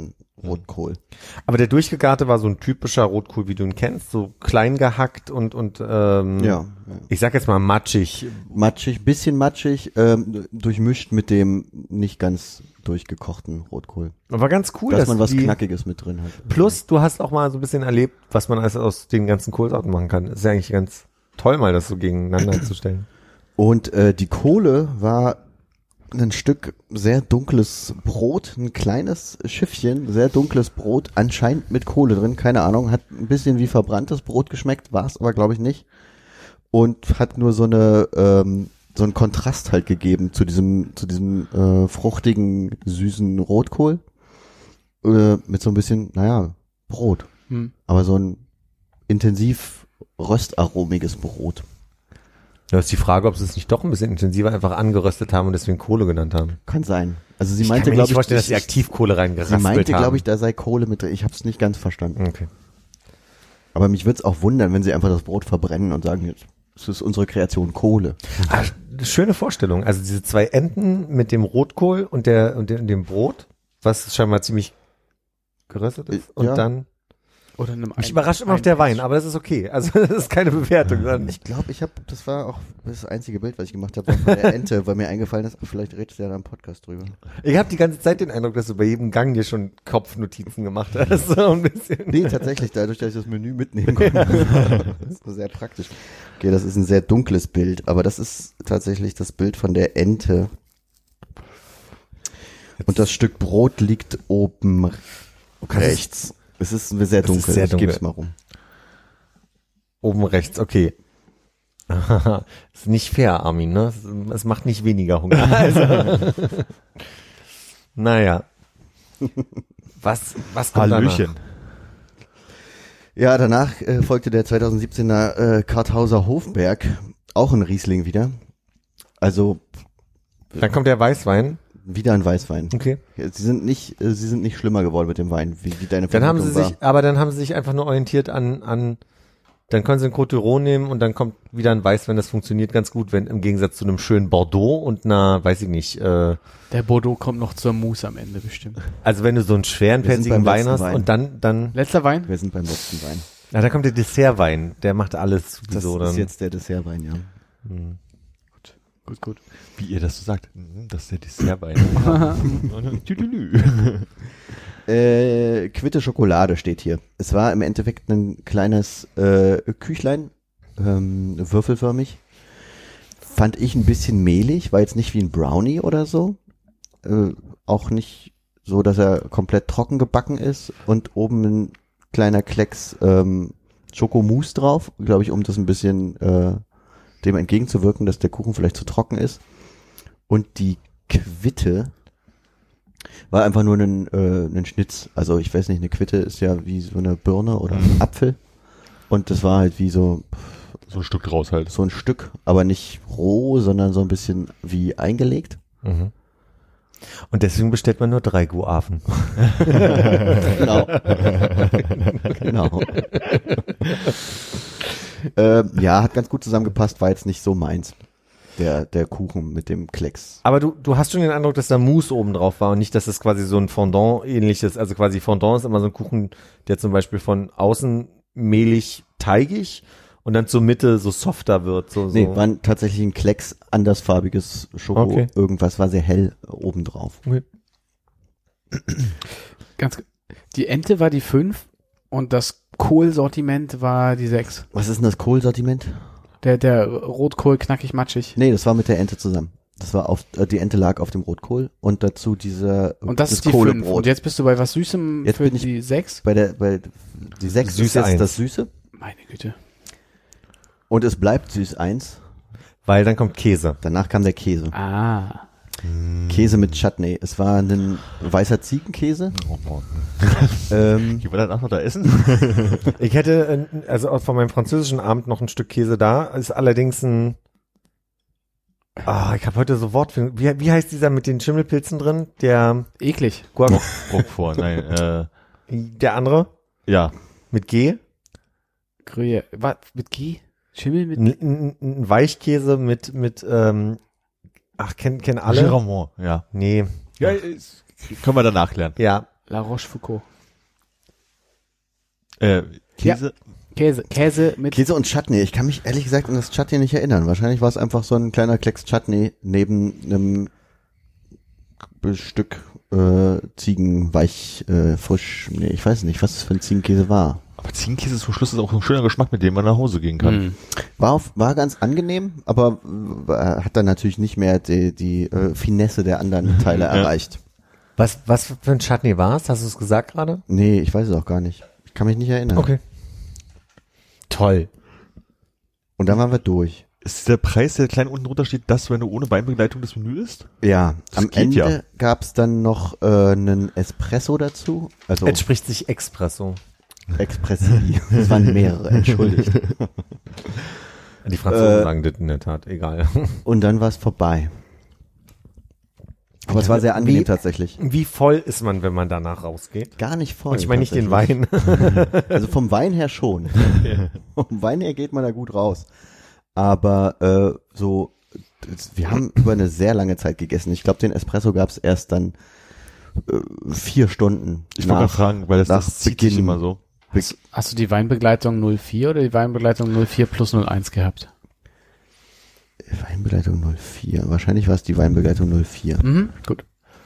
Rotkohl. Aber der durchgegarte war so ein typischer Rotkohl, wie du ihn kennst, so klein gehackt und und ähm, Ja, ja. ich sag jetzt mal matschig. Matschig, bisschen matschig, ähm, durchmischt mit dem nicht ganz durchgekochten Rotkohl. Aber ganz cool, dass dass man was die, Knackiges mit drin hat. Plus, du hast auch mal so ein bisschen erlebt, was man alles aus den ganzen Kohlsorten machen kann. Das ist ja eigentlich ganz toll, mal das so gegeneinander zu stellen. Und äh, die Kohle war ein Stück sehr dunkles Brot, ein kleines Schiffchen, sehr dunkles Brot, anscheinend mit Kohle drin, keine Ahnung, hat ein bisschen wie verbranntes Brot geschmeckt, war es aber glaube ich nicht. Und hat nur so eine ähm, so einen Kontrast halt gegeben zu diesem zu diesem äh, fruchtigen, süßen Rotkohl äh, mit so ein bisschen, naja, Brot. Hm. Aber so ein intensiv röstaromiges Brot. Da ist die Frage, ob sie es nicht doch ein bisschen intensiver einfach angeröstet haben und deswegen Kohle genannt haben. Kann sein. Also sie Ich meinte, kann mir glaube nicht ich, vorstellen, dass das sie ist- Aktivkohle reingeraspelt sie meinte, haben. glaube ich, da sei Kohle mit drin. Ich habe es nicht ganz verstanden. Okay. Aber mich würde es auch wundern, wenn sie einfach das Brot verbrennen und sagen, jetzt, das ist unsere Kreation Kohle. Ah, schöne Vorstellung. Also diese zwei Enten mit dem Rotkohl und der und dem, dem Brot, was scheinbar ziemlich geröstet ist. Und Ja. dann, Oder einem mich überrascht immer noch der Wein, aber das ist okay. Also das ist keine Bewertung. Sondern Ich glaube, ich habe, das war auch das einzige Bild, was ich gemacht habe, war von der Ente, weil mir eingefallen ist, ach, vielleicht redest du ja da im Podcast drüber. ich habe die ganze Zeit den Eindruck, dass du bei jedem Gang dir schon Kopfnotizen gemacht hast. So ein bisschen. Nee, tatsächlich, dadurch, dass ich das Menü mitnehmen konnte. Das ist sehr praktisch. Okay, das ist ein sehr dunkles Bild, aber das ist tatsächlich das Bild von der Ente. Und das Stück Brot liegt oben rechts. Es ist sehr Es ist dunkel, sehr ich gebe es dunkel. mal rum. Oben rechts, okay. Ist nicht fair, Armin, ne? Es- Es macht nicht weniger Hunger. Also. Naja. Was, was kommt Hallöchen. danach? Ja, danach äh, folgte der zweitausendsiebzehner äh, Karthauser Hofberg, auch ein Riesling wieder. Also Dann kommt der Weißwein. wieder ein Weißwein. Okay. Ja, Sie sind nicht, äh, sie sind nicht schlimmer geworden mit dem Wein, wie, wie deine Dann haben sie Vermutung sich, aber dann haben sie sich einfach nur orientiert an, an, dann können sie einen Côte d'Iron nehmen und dann kommt wieder ein Weißwein, das funktioniert ganz gut, wenn im Gegensatz zu einem schönen Bordeaux und einer, weiß ich nicht, äh, Der Bordeaux kommt noch zur Mousse am Ende bestimmt. also wenn du so einen schweren, Wir sind pelzigen beim Wein letzten hast Wein. und dann, dann, Letzter Wein? war. Wir sind beim letzten Wein. na, dann kommt der Dessertwein, der macht alles Das so ist dann. jetzt der Dessertwein, ja. Hm. Gut, gut. Wie ihr das so sagt. Mhm, das ist der Dessertwein. Tüdelü. Äh, Quitte Schokolade steht hier. Es war im Endeffekt ein kleines äh, Küchlein, ähm, würfelförmig. Fand ich ein bisschen mehlig, war jetzt nicht wie ein Brownie oder so. Äh, auch nicht so, dass er komplett trocken gebacken ist und oben ein kleiner Klecks ähm, Schokomousse drauf, glaube ich, um das ein bisschen äh, dem entgegenzuwirken, dass der Kuchen vielleicht zu trocken ist. Und die Quitte war einfach nur ein, äh, ein Schnitz. Also ich weiß nicht, eine Quitte ist ja wie so eine Birne oder ein Apfel. Und das war halt wie so, So ein Stück draus halt. so ein Stück, aber nicht roh, sondern so ein bisschen wie eingelegt. Mhm. Und deswegen bestellt man nur drei Guaven. Genau. Genau. ähm, ja, hat ganz gut zusammengepasst, war jetzt nicht so meins. Der, der Kuchen mit dem Klecks. Aber du, du hast schon den Eindruck, dass da Mousse oben drauf war und nicht, dass es quasi so ein Fondant-ähnliches, also quasi Fondant ist immer so ein Kuchen, der zum Beispiel von außen mehlig teigig und dann zur Mitte so softer wird. So, so. Nee, war ein- tatsächlich ein Klecks, andersfarbiges Schoko, Okay. irgendwas, war sehr hell obendrauf. Ganz, die Ente war die fünf und das Kohlsortiment war die sechs. Was ist denn das Kohlsortiment? Der, der Rotkohl knackig matschig. Nee, das war mit der Ente zusammen. Das war auf, äh, die Ente lag auf dem Rotkohl und dazu dieser, Und das, das ist die fünf. Kohlebrot. Und jetzt bist du bei was Süßem Jetzt für bin ich- die sechs? Bei der, bei, die sechs Süße ist jetzt eins. das Süße Meine Güte. und es bleibt süß eins. Weil dann kommt Käse. Danach kam der Käse. Ah. Käse mit Chutney. Es war ein weißer Ziegenkäse. Oh, Mann. Ähm, Gehen wir danach noch da essen? Ich hätte, äh, also auch von meinem französischen Abend noch ein Stück Käse da, ist allerdings ein, ah, ich habe heute so Wortfindung, wie, wie heißt dieser mit den Schimmelpilzen drin? Der, Eklig. Guac, Roquefort, nein, äh, der andere? ja. Mit G? Gruyère. Was? Mit Gie? Schimmel mit? Ein, ein, ein Weichkäse mit, mit, ähm, ach, kennen, kennen alle? Giramont, ja. Nee. Ja, ist, können wir danach lernen. Ja, La Rochefoucauld. Äh, Käse. Käse, Käse mit Käse und Chutney. Ich kann mich ehrlich gesagt an das Chutney nicht erinnern. Wahrscheinlich war es einfach so ein kleiner Klecks Chutney neben einem Stück äh, Ziegenweich, äh, frisch. Nee, ich weiß nicht, was es für ein Ziegenkäse war. Aber Ziegenkäse zum Schluss ist auch ein schöner Geschmack, mit dem man nach Hause gehen kann. Mm. War, auf, war ganz angenehm, aber äh, hat dann natürlich nicht mehr die, die äh, Finesse der anderen Teile Ja. erreicht. Was, was für ein Chutney war es? Hast du es gesagt gerade? Nee, ich weiß es auch gar nicht. Ich kann mich nicht erinnern. Okay. Toll. Und dann waren wir durch. Ist der Preis, der klein unten drunter steht, das, wenn du ohne Weinbegleitung das Menü isst? Ja, Das am geht Ende ja. gab's dann noch äh, einen Espresso dazu. Also Jetzt spricht sich Espresso. Expressi. Es waren mehrere, entschuldigt. Die Franzosen Äh, sagen das in der Tat, egal. Und dann war es vorbei. Aber es war sehr angenehm Wie- tatsächlich. Wie voll ist man, wenn man danach rausgeht? Gar nicht voll. Und ich meine nicht den tatsächlich. Wein. Also vom Wein her schon. Vom Wein her geht man da gut raus. Aber äh, so, das, wir haben über eine sehr lange Zeit gegessen. Ich glaube, den Espresso gab's erst dann äh, vier Stunden Ich wollte gerade fragen, weil das, nach das zieht sich Beginn. immer so. Hast, hast du die Weinbegleitung null vier oder die Weinbegleitung null vier plus null eins gehabt? Weinbegleitung null vier. Wahrscheinlich war es die Weinbegleitung null vier. Mhm, gut.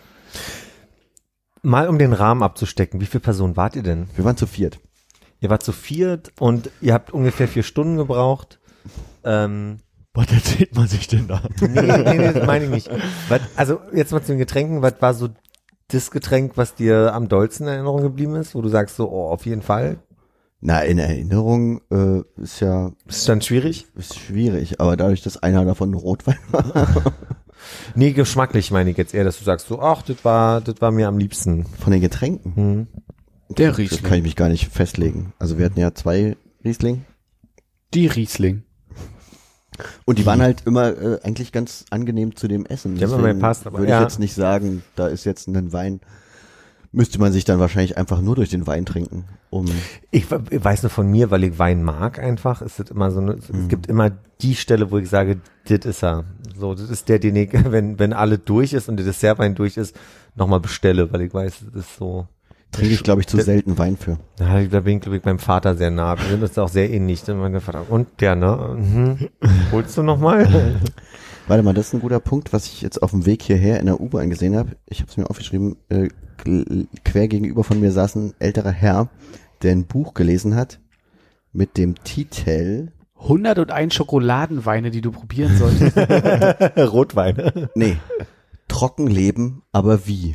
Mal um den Rahmen abzustecken, wie viele Personen wart ihr denn? Wir waren zu viert. Ihr wart zu viert und ihr habt ungefähr vier Stunden gebraucht. Ähm, Was erzählt man sich denn da? nee, nee, nee, das meine ich nicht. Was, also jetzt mal zu den Getränken, was war so das Getränk, was dir am dollsten in Erinnerung geblieben ist, wo du sagst so, oh, auf jeden Fall? Na, in Erinnerung äh, ist ja Ist dann schwierig? ist schwierig, aber dadurch, dass einer davon Rotwein war, Nee, geschmacklich meine ich jetzt eher, dass du sagst so, ach, das war, das war mir am liebsten. von den Getränken, Hm. Der das kann Riesling. ich mich gar nicht festlegen. Also wir hatten ja zwei Riesling Die Riesling. und die waren halt immer äh, eigentlich ganz angenehm zu dem Essen. Die haben immer Deswegen gepasst, aber würde ja. ich jetzt nicht sagen, da ist jetzt ein Wein. Müsste man sich dann wahrscheinlich einfach nur durch den Wein trinken, um Ich, we- ich weiß nur von mir, weil ich Wein mag einfach, ist das immer so eine, es gibt immer die Stelle, wo ich sage, das ist er. So, das ist der, den ich, wenn, wenn alle durch ist und der Dessertwein durch ist, nochmal bestelle, weil ich weiß, das ist so. trinke ich, glaube ich, zu Der- selten Wein für. Ja, da bin ich, glaube ich, meinem Vater sehr nah. Wir sind uns auch sehr ähnlich. Dann mein Vater, und der, ne? Mhm. Holst du nochmal? Warte mal, das ist ein guter Punkt, was ich jetzt auf dem Weg hierher in der U-Bahn gesehen habe. Ich habe es mir aufgeschrieben, äh, gl- quer gegenüber von mir saß ein älterer Herr, der ein Buch gelesen hat mit dem Titel, hunderteins Schokoladenweine, die du probieren solltest. Rotwein. nee, Trocken leben, aber wie?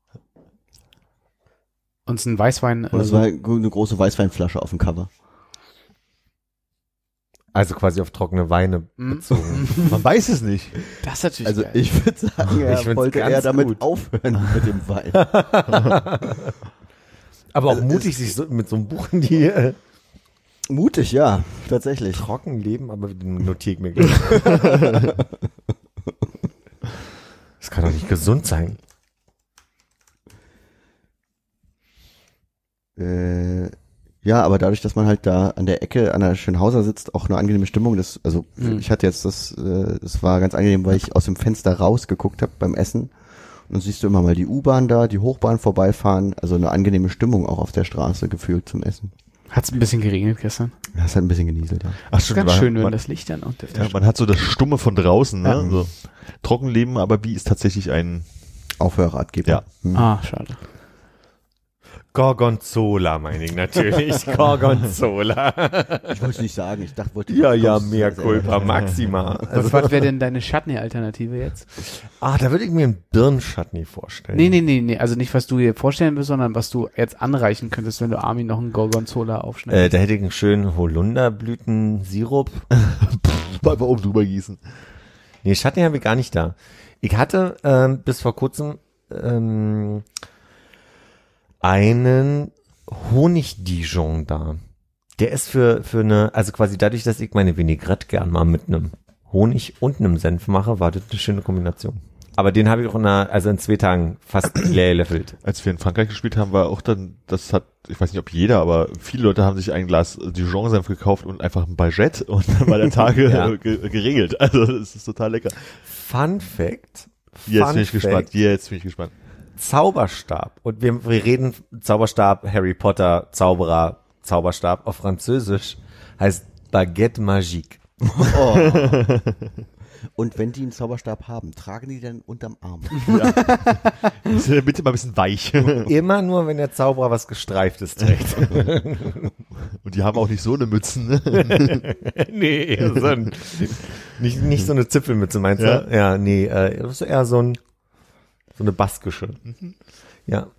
Und es ist ein Weißwein. Und es Also, war eine große Weißweinflasche auf dem Cover. Also quasi auf trockene Weine Mhm. bezogen. Man weiß es nicht. das ist natürlich Also geil. ich würde sagen, er Ich find's wollte ganz eher damit gut. aufhören mit dem Wein. Aber auch Also mutig, es- sich so, mit so einem Buch in die äh, Mutig, ja, tatsächlich. trocken leben, aber notiere ich mir gleich. Das kann doch nicht gesund sein. Äh, ja, aber dadurch, dass man halt da an der Ecke an der Schönhauser sitzt, auch eine angenehme Stimmung. Das, also Mhm. ich hatte jetzt das, äh, das war ganz angenehm, weil ich aus dem Fenster rausgeguckt habe beim Essen. Und dann siehst du immer mal die U-Bahn da, die Hochbahn vorbeifahren. Also eine angenehme Stimmung auch auf der Straße gefühlt zum Essen. Hat es ein bisschen geregnet gestern? Das hat ein bisschen genieselt, ja. Ach, Das ist stimmt, ganz man- schön, wenn man, das Licht dann und der ja, man hat so das Stumme von draußen, ne? Ja. So. Trockenleben, aber wie ist tatsächlich ein, Aufhörratgeber. Ja. Hm. Ah, schade. Gorgonzola meine ich natürlich. Gorgonzola. Ich wollte es nicht sagen, ich dachte, wollte Ja, ja, kommst- mehr Culpa Maxima. Also, Also, was wäre denn deine Chutney-Alternative jetzt? ah, da würde ich mir einen Birnenchutney vorstellen. Nee, nee, nee, nee. Also nicht, was du dir vorstellen willst, sondern was du jetzt anreichen könntest, wenn du Armin noch einen Gorgonzola Äh, aufschneidest. da hätte ich einen schönen Holunderblütensirup. einfach oben drüber gießen. Nee, Chutney habe ich gar nicht da. Ich hatte ähm, bis vor kurzem ähm, einen Honig-Dijon da. Der ist für für eine, also quasi dadurch, dass ich meine Vinaigrette gern mal mit einem Honig und einem Senf mache, war das eine schöne Kombination. Aber den habe ich auch in einer, also in zwei Tagen fast leer gelöffelt. Als wir in Frankreich gespielt haben, war auch dann, das hat, ich weiß nicht, ob jeder, aber viele Leute haben sich ein Glas Dijon-Senf gekauft und einfach ein Baguette und dann war der Tage Ja. ge geregelt. Also, das ist total lecker. Fun Fact. Jetzt Fun bin ich Fact. gespannt. Jetzt bin ich gespannt. Zauberstab. Und wir, wir reden Zauberstab, Harry Potter, Zauberer, Zauberstab auf Französisch heißt Baguette Magique. Oh. Und wenn die einen Zauberstab haben, tragen die denn unterm Arm? Ja. Bitte mal ein bisschen weich. Immer nur, wenn der Zauberer was Gestreiftes trägt. Und die haben auch nicht so eine Mützen. Ne? Nee, so ein, nicht, nicht so eine Zipfelmütze, meinst du? Ja. Ja, nee, äh, das ist eher so ein, so eine baskische. Mhm. Ja.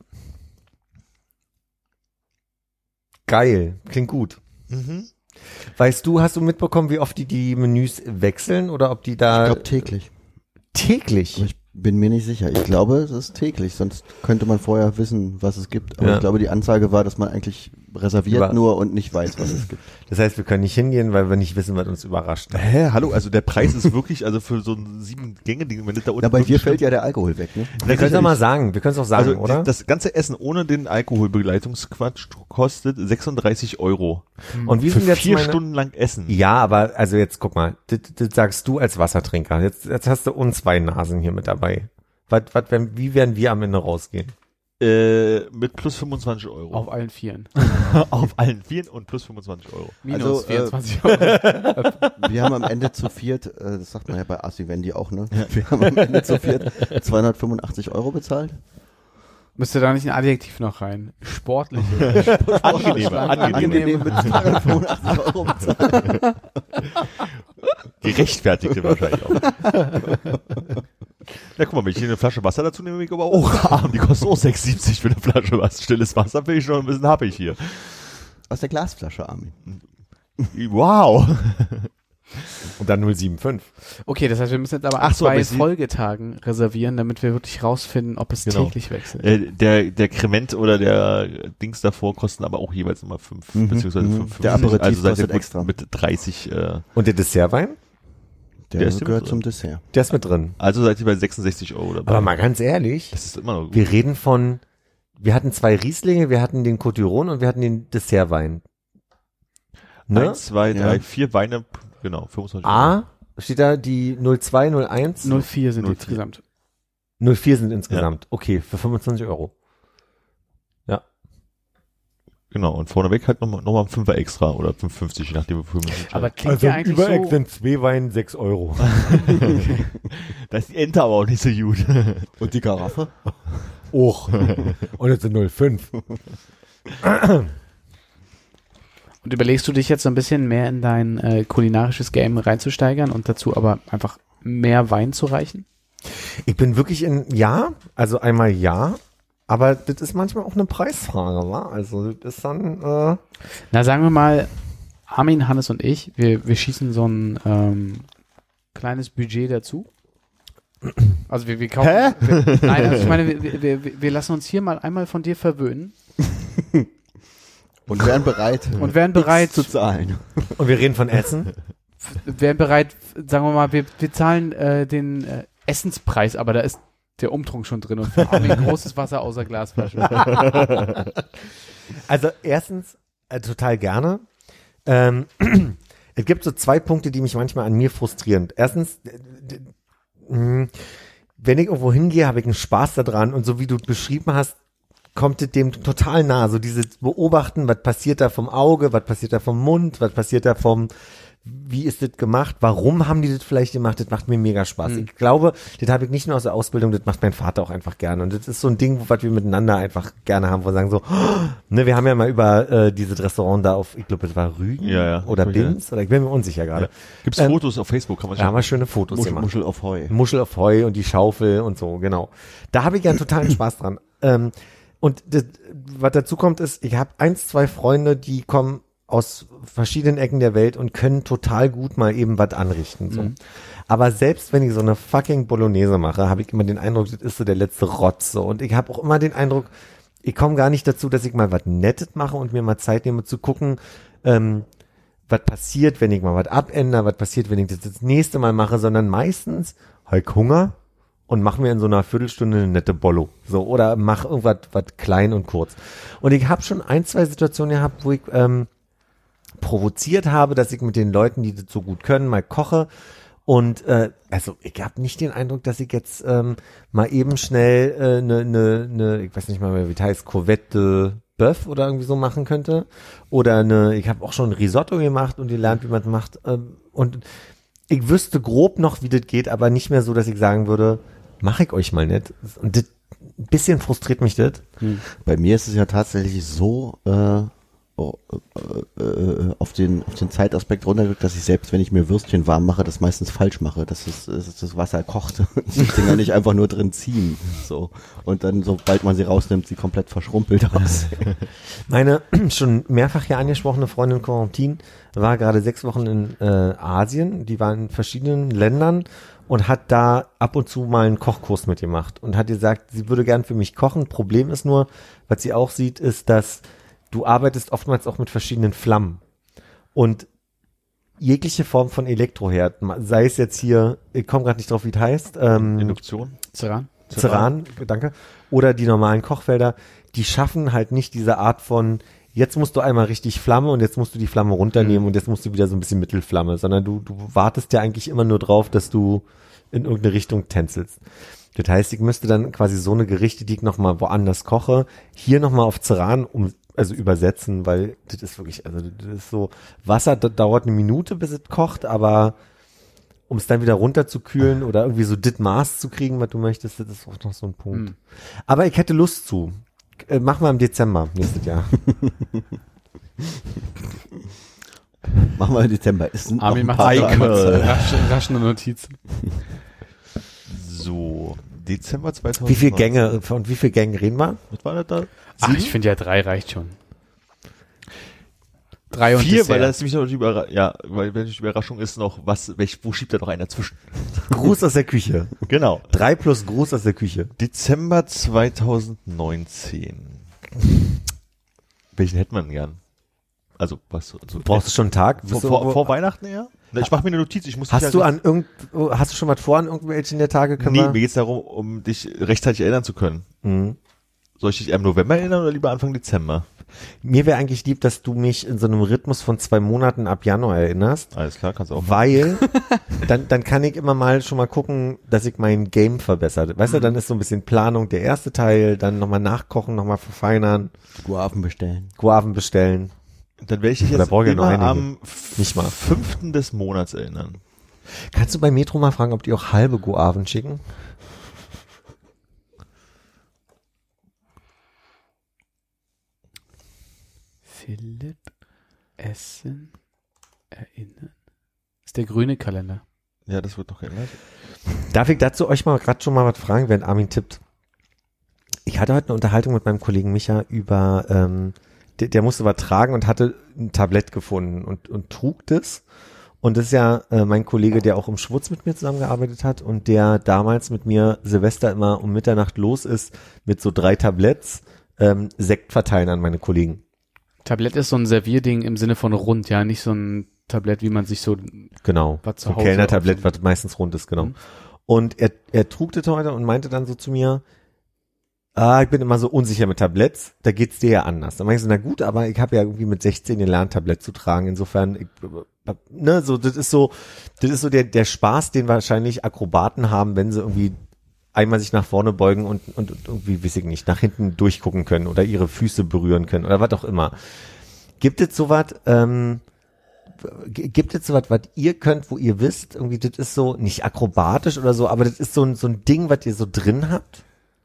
Geil, klingt gut. Mhm. Weißt du, hast du mitbekommen, wie oft die die Menüs wechseln oder ob die da Ich glaube täglich. täglich? Aber ich bin mir nicht sicher. Ich glaube, es ist täglich, sonst könnte man vorher wissen, was es gibt. Aber Ja. ich glaube, die Ansage war, dass man eigentlich reserviert Über- nur und nicht weiß, was es gibt. Das heißt, wir können nicht hingehen, weil wir nicht wissen, was uns überrascht. Hä, hallo, also der Preis ist wirklich, also für so ein sieben Gänge-Ding, wenn das da unten Ja, bei dir wirklich- fällt ja der Alkohol weg, ne? Wir können es doch mal sagen, wir können es auch sagen, Also oder? das ganze Essen ohne den Alkoholbegleitungsquatsch kostet sechsunddreißig Euro. Und wie Für sind jetzt vier meine, Stunden lang Essen. Ja, aber also jetzt guck mal, das, das sagst du als Wassertrinker. Jetzt, jetzt hast du uns zwei Nasen hier mit dabei. Was, was, werden- wie werden wir am Ende rausgehen? Äh, mit plus fünfundzwanzig Euro. Auf allen Vieren. Auf allen Vieren und plus fünfundzwanzig Euro. Minus Also, äh, vierundzwanzig Euro. Wir haben am Ende zu viert, äh, das sagt man ja bei Assi Wendy auch, ne? Wir haben am Ende zu viert zweihundertfünfundachtzig Euro bezahlt. Müsste da nicht ein Adjektiv noch rein? Sportlich. Angenehmer, angenehmer. Angenehm mit zweihundertfünfundachtzig Euro bezahlt. Gerechtfertigte wahrscheinlich auch. Ja, guck mal, wenn ich hier eine Flasche Wasser dazu nehme, bin ich aber auch arm. Die kostet auch sechs siebzig für eine Flasche Wasser. Stilles Wasser bin ich schon ein bisschen happig hier. Aus der Glasflasche, Armin. Wow. Und dann null sieben fünf. Okay, das heißt, wir müssen jetzt aber Ach an so, zwei aber Sie- Folgetagen reservieren, damit wir wirklich rausfinden, ob es Genau. täglich wechselt. Äh, der, der Krement oder der Dings davor kosten aber auch jeweils immer fünf, Mhm, beziehungsweise mhm. fünf, Der fünfzig. Aperitif Also seid ihr kostet mit, extra. mit dreißig, äh, Und der Dessertwein? Der, Der ist gehört mit zum drin. Dessert. Der ist mit drin. also seid ihr bei sechsundsechzig Euro dabei. Aber mal ganz ehrlich, das ist immer noch gut. wir reden von, wir hatten zwei Rieslinge, wir hatten den Cotillon und wir hatten den Dessertwein. Ne? Eins, zwei, Ja. drei, vier Weine, genau, fünfundzwanzig Euro. A, steht da die null zwei, null eins? null vier sind null die vier. insgesamt. null vier sind insgesamt. Okay, für fünfundzwanzig Euro. Genau, und vorneweg halt nochmal noch mal ein Fünfer extra oder fünf fünfzig, je nachdem, wofür man sich Aber entscheidet. klingt ja eigentlich so, sind zwei Wein sechs Euro. Da ist die Ente aber auch nicht so gut. Und die Karaffe? Och. Und jetzt sind null fünf. und überlegst du dich jetzt so ein bisschen mehr in dein äh, kulinarisches Game reinzusteigern und dazu aber einfach mehr Wein zu reichen? Ich bin wirklich in, ja, also einmal ja, aber das ist manchmal auch eine Preisfrage, wa? Also das ist dann, äh, Na, sagen wir mal, Armin, Hannes und ich, wir, wir schießen so ein ähm, kleines Budget dazu. Also wir, wir kaufen. Hä? Wir, nein, also ich meine, wir, wir, wir, wir lassen uns hier mal einmal von dir verwöhnen Und wären bereit, und wären bereit, zu zahlen. und wir reden von Essen. wären bereit, sagen wir mal, wir, wir zahlen äh, den äh, Essenspreis, aber da ist der Umtrunk schon drin und für Armin großes Wasser außer Glasflasche. Also erstens, äh, total gerne. Ähm, es gibt so zwei Punkte, die mich manchmal an mir frustrieren. Erstens, d- d- mh, wenn ich irgendwo hingehe, habe ich einen Spaß daran und so wie du beschrieben hast, kommt es dem total nah. So dieses Beobachten, was passiert da vom Auge, was passiert da vom Mund, was passiert da vom, wie ist das gemacht, warum haben die das vielleicht gemacht, das macht mir mega Spaß. Mhm. Ich glaube, das habe ich nicht nur aus der Ausbildung, das macht mein Vater auch einfach gerne. Und das ist so ein Ding, was wir miteinander einfach gerne haben, wo wir sagen so, ne, wir haben ja mal über äh, dieses Restaurant da auf, ich glaube, es war Rügen Ja, ja. oder Ja. Binz, oder ich bin mir unsicher gerade. Gibt's Ähm, Fotos auf Facebook, kann man Da haben schon. wir schöne Fotos Muschel, gemacht. Muschel auf Heu. Muschel auf Heu und die Schaufel und so, genau. Da habe ich ja einen totalen Spaß dran. Ähm, und das, was dazu kommt, ist, ich habe eins, zwei Freunde, die kommen aus verschiedenen Ecken der Welt und können total gut mal eben was anrichten. So. Mhm. Aber selbst wenn ich so eine fucking Bolognese mache, habe ich immer den Eindruck, das ist so der letzte Rotz. So. Und ich habe auch immer den Eindruck, ich komme gar nicht dazu, dass ich mal was Nettes mache und mir mal Zeit nehme zu gucken, ähm, was passiert, wenn ich mal was abändere, was passiert, wenn ich das das nächste Mal mache, sondern meistens habe ich Hunger und mach mir in so einer Viertelstunde eine nette Bollo. So, oder mach irgendwas was klein und kurz. Und ich habe schon ein, zwei Situationen gehabt, wo ich ähm, provoziert habe, dass ich mit den Leuten, die das so gut können, mal koche. Und äh, also ich habe nicht den Eindruck, dass ich jetzt ähm, mal eben schnell eine, äh, ne, ne, ne, ich weiß nicht mal mehr, wie das heißt, Courgette Bœuf oder irgendwie so machen könnte. Oder eine, ich habe auch schon ein Risotto gemacht und ihr lernt, wie man es macht. Ähm, und ich wüsste grob noch, wie das geht, aber nicht mehr so, dass ich sagen würde, mach ich euch mal nicht. Und das, ein bisschen frustriert mich das. Hm. Bei mir ist es ja tatsächlich so, äh, oh, äh, äh, auf den auf den Zeitaspekt runtergedrückt, dass ich selbst, wenn ich mir Würstchen warm mache, das meistens falsch mache, dass das, dass das Wasser kocht und die Dinger nicht einfach nur drin ziehen, so, und dann, sobald man sie rausnimmt, sie komplett verschrumpelt aus. Meine schon mehrfach hier angesprochene Freundin Corentin war gerade sechs Wochen in äh, Asien, die war in verschiedenen Ländern und hat da ab und zu mal einen Kochkurs mitgemacht und hat gesagt, sie würde gern für mich kochen. Problem ist nur, was sie auch sieht, ist, dass du arbeitest oftmals auch mit verschiedenen Flammen und jegliche Form von Elektroherd, sei es jetzt hier, ich komme gerade nicht drauf, wie es heißt, ähm, Induktion? Ceran? Ceran, danke, oder die normalen Kochfelder, die schaffen halt nicht diese Art von, jetzt musst du einmal richtig Flamme und jetzt musst du die Flamme runternehmen Mhm. und jetzt musst du wieder so ein bisschen Mittelflamme, sondern du, du wartest ja eigentlich immer nur drauf, dass du in irgendeine Richtung tänzelst. Das heißt, ich müsste dann quasi so eine Gerichte, die ich nochmal woanders koche, hier nochmal auf Ceran um, also übersetzen, weil das ist wirklich, also das ist so, Wasser das dauert eine Minute, bis es kocht, aber um es dann wieder runterzukühlen oder irgendwie so das Maß zu kriegen, was du möchtest, das ist auch noch so ein Punkt. Mhm. Aber ich hätte Lust zu. Äh, Machen wir im Dezember nächstes Jahr. Machen wir im Dezember. Ist ein, Armin noch macht ein da paar immer Tage. rasch, rasch eine Notiz. So, Dezember zweitausend. Wie viele Gänge, von wie vielen Gängen reden wir? Was war das da? Ach, ich finde ja drei reicht schon. Drei und Vier, Dessert. weil das nämlich noch die Überraschung, ja, weil wenn die Überraschung ist noch, was, welch, wo schiebt da noch einer dazwischen? Gruß aus der Küche. Genau. Drei plus Gruß aus der Küche. Dezember zweitausendneunzehn. Welchen hätte man gern? Also, was, so, Brauchst du schon einen Tag? vor, Bist du vor, irgendwo- vor Weihnachten eher? Na, ich mache mir eine Notiz, ich muss dich hast du ja- an irgend, hast du schon was vor an irgendwelchen der Tage? Können Nee, wir? mir geht's darum, um dich rechtzeitig erinnern zu können. Mhm. Soll ich dich eher im November erinnern oder lieber Anfang Dezember? Mir wäre eigentlich lieb, dass du mich in so einem Rhythmus von zwei Monaten ab Januar erinnerst, Alles klar, kannst du auch machen. weil dann, dann kann ich immer mal schon mal gucken, dass ich mein Game verbessere. Weißt du, dann ist so ein bisschen Planung der erste Teil, dann nochmal nachkochen, nochmal verfeinern, Guaven bestellen. Guaven bestellen. Dann werde ich dich Oder jetzt brauche ich noch immer einige? am Nicht mal. fünften des Monats erinnern. Kannst du bei Metro mal fragen, ob die auch halbe Guaven schicken? Philipp Essen erinnern. Das ist der grüne Kalender. Ja, das wird noch geändert. Darf ich dazu euch mal gerade schon mal was fragen, während Armin tippt? Ich hatte heute eine Unterhaltung mit meinem Kollegen Micha über, ähm, der, der musste was tragen und hatte ein Tablett gefunden und, und trug das. Und das ist ja äh, mein Kollege, der auch im Schwutz mit mir zusammengearbeitet hat und der damals mit mir Silvester immer um Mitternacht los ist mit so drei Tabletts ähm, Sekt verteilen an meine Kollegen. Tablett ist so ein Servierding im Sinne von rund, ja, nicht so ein Tablett, wie man sich so, Genau. Was zu so ein Hause Kellner-Tablett, auf was meistens rund ist, genau. Mhm. Und er, er trug das heute und meinte dann so zu mir, ah, ich bin immer so unsicher mit Tabletts, da geht's dir ja anders. Dann meinte ich so, na gut, aber ich habe ja irgendwie mit sechzehn gelernt, Tablett zu tragen. Insofern, ich, ne, so, das ist so, das ist so der, der Spaß, den wahrscheinlich Akrobaten haben, wenn sie irgendwie einmal sich nach vorne beugen und, und, und irgendwie, weiß ich nicht, nach hinten durchgucken können oder ihre Füße berühren können oder was auch immer. Gibt es sowas, ähm, g- gibt es sowas, was ihr könnt, wo ihr wisst, irgendwie, das ist so, nicht akrobatisch oder so, aber das ist so ein, so ein Ding, was ihr so drin habt?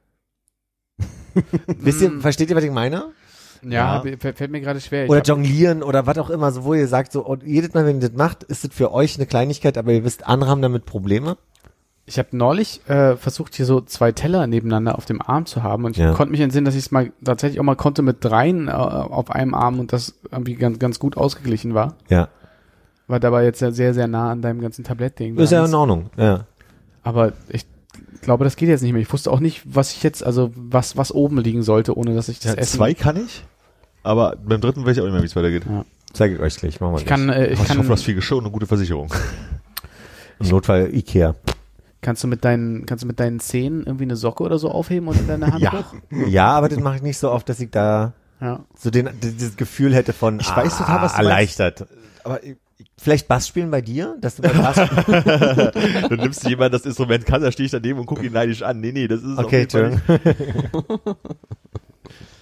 Wisst ihr, versteht ihr, was ich meine? ja, Ja. hab- fällt fällt mir gerade schwer. Ich Oder hab- jonglieren oder was auch immer, so wo ihr sagt, so, und jedes Mal, wenn ihr das macht, ist das für euch eine Kleinigkeit, aber ihr wisst, andere haben damit Probleme? Ich habe neulich äh, versucht, hier so zwei Teller nebeneinander auf dem Arm zu haben und ich Ja. konnte mich entsinnen, dass ich es mal tatsächlich auch mal konnte mit dreien äh, auf einem Arm und das irgendwie ganz, ganz gut ausgeglichen war. Ja. War dabei jetzt ja sehr, sehr nah an deinem ganzen Tablettding. Ist ja dran. in Ordnung, ja. Aber ich glaube, das geht jetzt nicht mehr. Ich wusste auch nicht, was ich jetzt, also was, was oben liegen sollte, ohne dass ich das Ja, Essen... zwei kann ich, aber beim dritten weiß ich auch nicht mehr, wie es weitergeht. Ja. Zeige ich euch gleich, machen wir Ich kann, äh, ich Ich hoffe, kann, du hast viel Geschirr und eine gute Versicherung. Im Notfall Ikea. kannst du mit deinen, kannst du mit deinen Zähnen irgendwie eine Socke oder so aufheben und in deine Hand Ja. hoch? Ja, aber das mache ich nicht so oft, dass ich da Ja. so den, dieses Gefühl hätte von, Ich weiß total, was du erleichtert. Aber ich, Vielleicht Bass spielen bei dir? Dass du bei Bass dann nimmst du jemand das Instrument kann, da stehe ich daneben und gucke ihn neidisch an. Nee, nee, das ist Okay, auf jeden Fall Entschuldigung.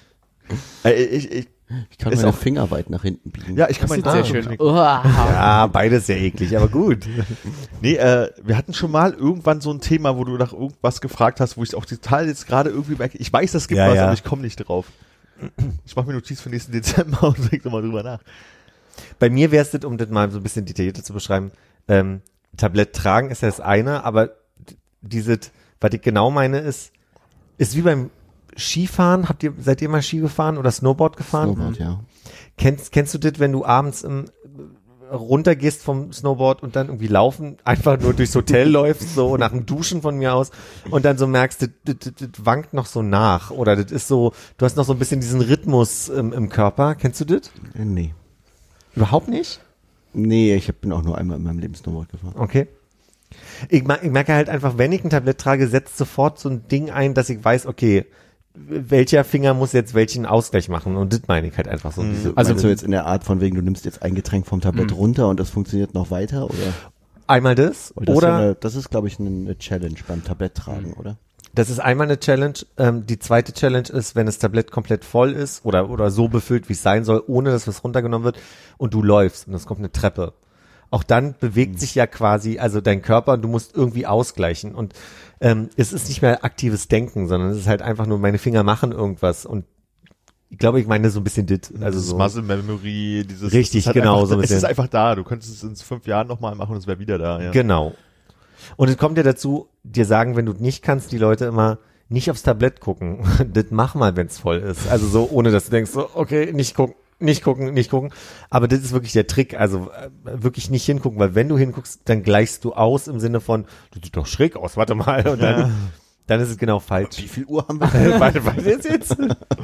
Äh, ich, ich, Ich kann Ist meine auch- Finger weit nach hinten biegen. ja, ich kann Das meinen sieht sehr Daumen schön knicken. aus. Ja, beides sehr eklig, aber gut. Nee, äh, wir hatten schon mal irgendwann so ein Thema, wo du nach irgendwas gefragt hast, wo ich auch total jetzt gerade irgendwie merke, ich weiß, es gibt Ja, was, ja. aber ich komme nicht drauf. Ich mache mir Notiz für nächsten Dezember und denk nochmal drüber nach. Bei mir wäre es das, um das mal so ein bisschen detaillierter zu beschreiben, ähm, Tablett tragen ist ja das eine, aber d- dieses, was ich genau meine, ist, ist wie beim Skifahren. Habt ihr, seid ihr mal Ski gefahren oder Snowboard gefahren? Snowboard, ja. Kennst, kennst du das, wenn du abends im, runtergehst vom Snowboard und dann irgendwie laufen, einfach nur durchs Hotel läufst, so nach dem Duschen von mir aus und dann so merkst, das, das, das, das wankt noch so nach oder das ist so, du hast noch so ein bisschen diesen Rhythmus im, im Körper. Kennst du das? Äh, Nee. Überhaupt nicht? Nee, ich hab- bin auch nur einmal in meinem Leben Snowboard gefahren. Okay. Ich, ma- ich merke halt einfach, wenn ich ein Tablett trage, setzt sofort so ein Ding ein, dass ich weiß, okay, welcher Finger muss jetzt welchen Ausgleich machen und das meine ich halt einfach so. Diese, Also Also- meinst du jetzt in der Art von wegen, du nimmst jetzt ein Getränk vom Tablett runter und das funktioniert noch weiter? Oder? einmal das Weil das oder ist, ja eine, das ist glaube ich, eine, eine Challenge beim Tablett tragen, oder? das ist einmal eine Challenge. Ähm, die zweite Challenge ist, wenn das Tablett komplett voll ist oder, oder so befüllt, wie es sein soll, ohne dass was runtergenommen wird und du läufst und es kommt eine Treppe. Auch dann bewegt sich ja quasi, also dein Körper und du musst irgendwie ausgleichen. Und ähm, es ist nicht mehr aktives Denken, sondern es ist halt einfach nur, meine Finger machen irgendwas. Und ich glaube, ich meine so ein bisschen dit. Also Dieses so. Muscle Memory, dieses Richtig, es ist halt genau, einfach, so ein es ist bisschen. einfach da. Du könntest es in fünf Jahren nochmal machen und es wäre wieder da. Ja. Genau. Und es kommt ja dazu, dir sagen, wenn du nicht kannst, die Leute immer nicht aufs Tablett gucken. Das mach mal, wenn es voll ist. Also so, ohne dass du denkst, so, okay, nicht gucken, nicht gucken, nicht gucken. Aber das ist wirklich der Trick. Also äh, wirklich nicht hingucken, weil wenn du hinguckst, dann gleichst du aus im Sinne von, du sieht doch schräg aus, warte mal. Und dann, dann ist es genau falsch. Wie viel Uhr haben wir? Warte, was ist jetzt?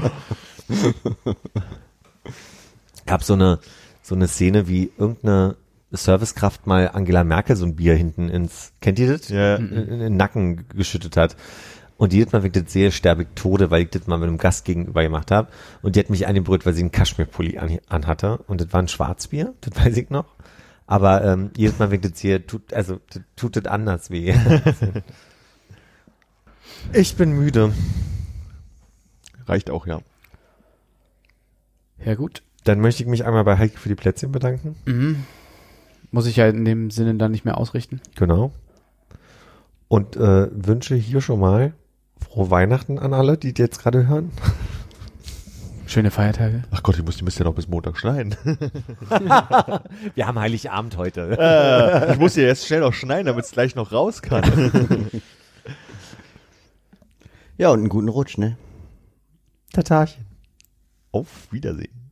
Gab so eine, so eine Szene, wie irgendeine Servicekraft mal Angela Merkel so ein Bier hinten ins, kennt ihr das? Ja. In, in den Nacken geschüttet hat. Und jedes Mal, wenn ich das sehe, sterbe ich Tode, weil ich das mal mit einem Gast gegenüber gemacht habe. Und die hat mich angebrüllt, weil sie einen Kaschmirpulli an, anhatte. Und das war ein Schwarzbier, das weiß ich noch. Aber ähm, jedes Mal, wenn ich das sehe, tut, also das tut das anders weh. Ich bin müde. Reicht auch, ja. Ja, gut. Dann möchte ich mich einmal bei Heike für die Plätzchen bedanken. Mhm. Muss ich ja in dem Sinne dann nicht mehr ausrichten. Genau. Und äh, wünsche hier schon mal frohe Weihnachten an alle, die jetzt gerade hören. Schöne Feiertage. Ach Gott, ich muss die müsst ja noch bis Montag schneiden. Wir haben Heiligabend heute. äh, ich muss ja jetzt schnell noch schneiden, damit es gleich noch raus kann. Ja, und einen guten Rutsch, ne? Tatarchen. Auf Wiedersehen.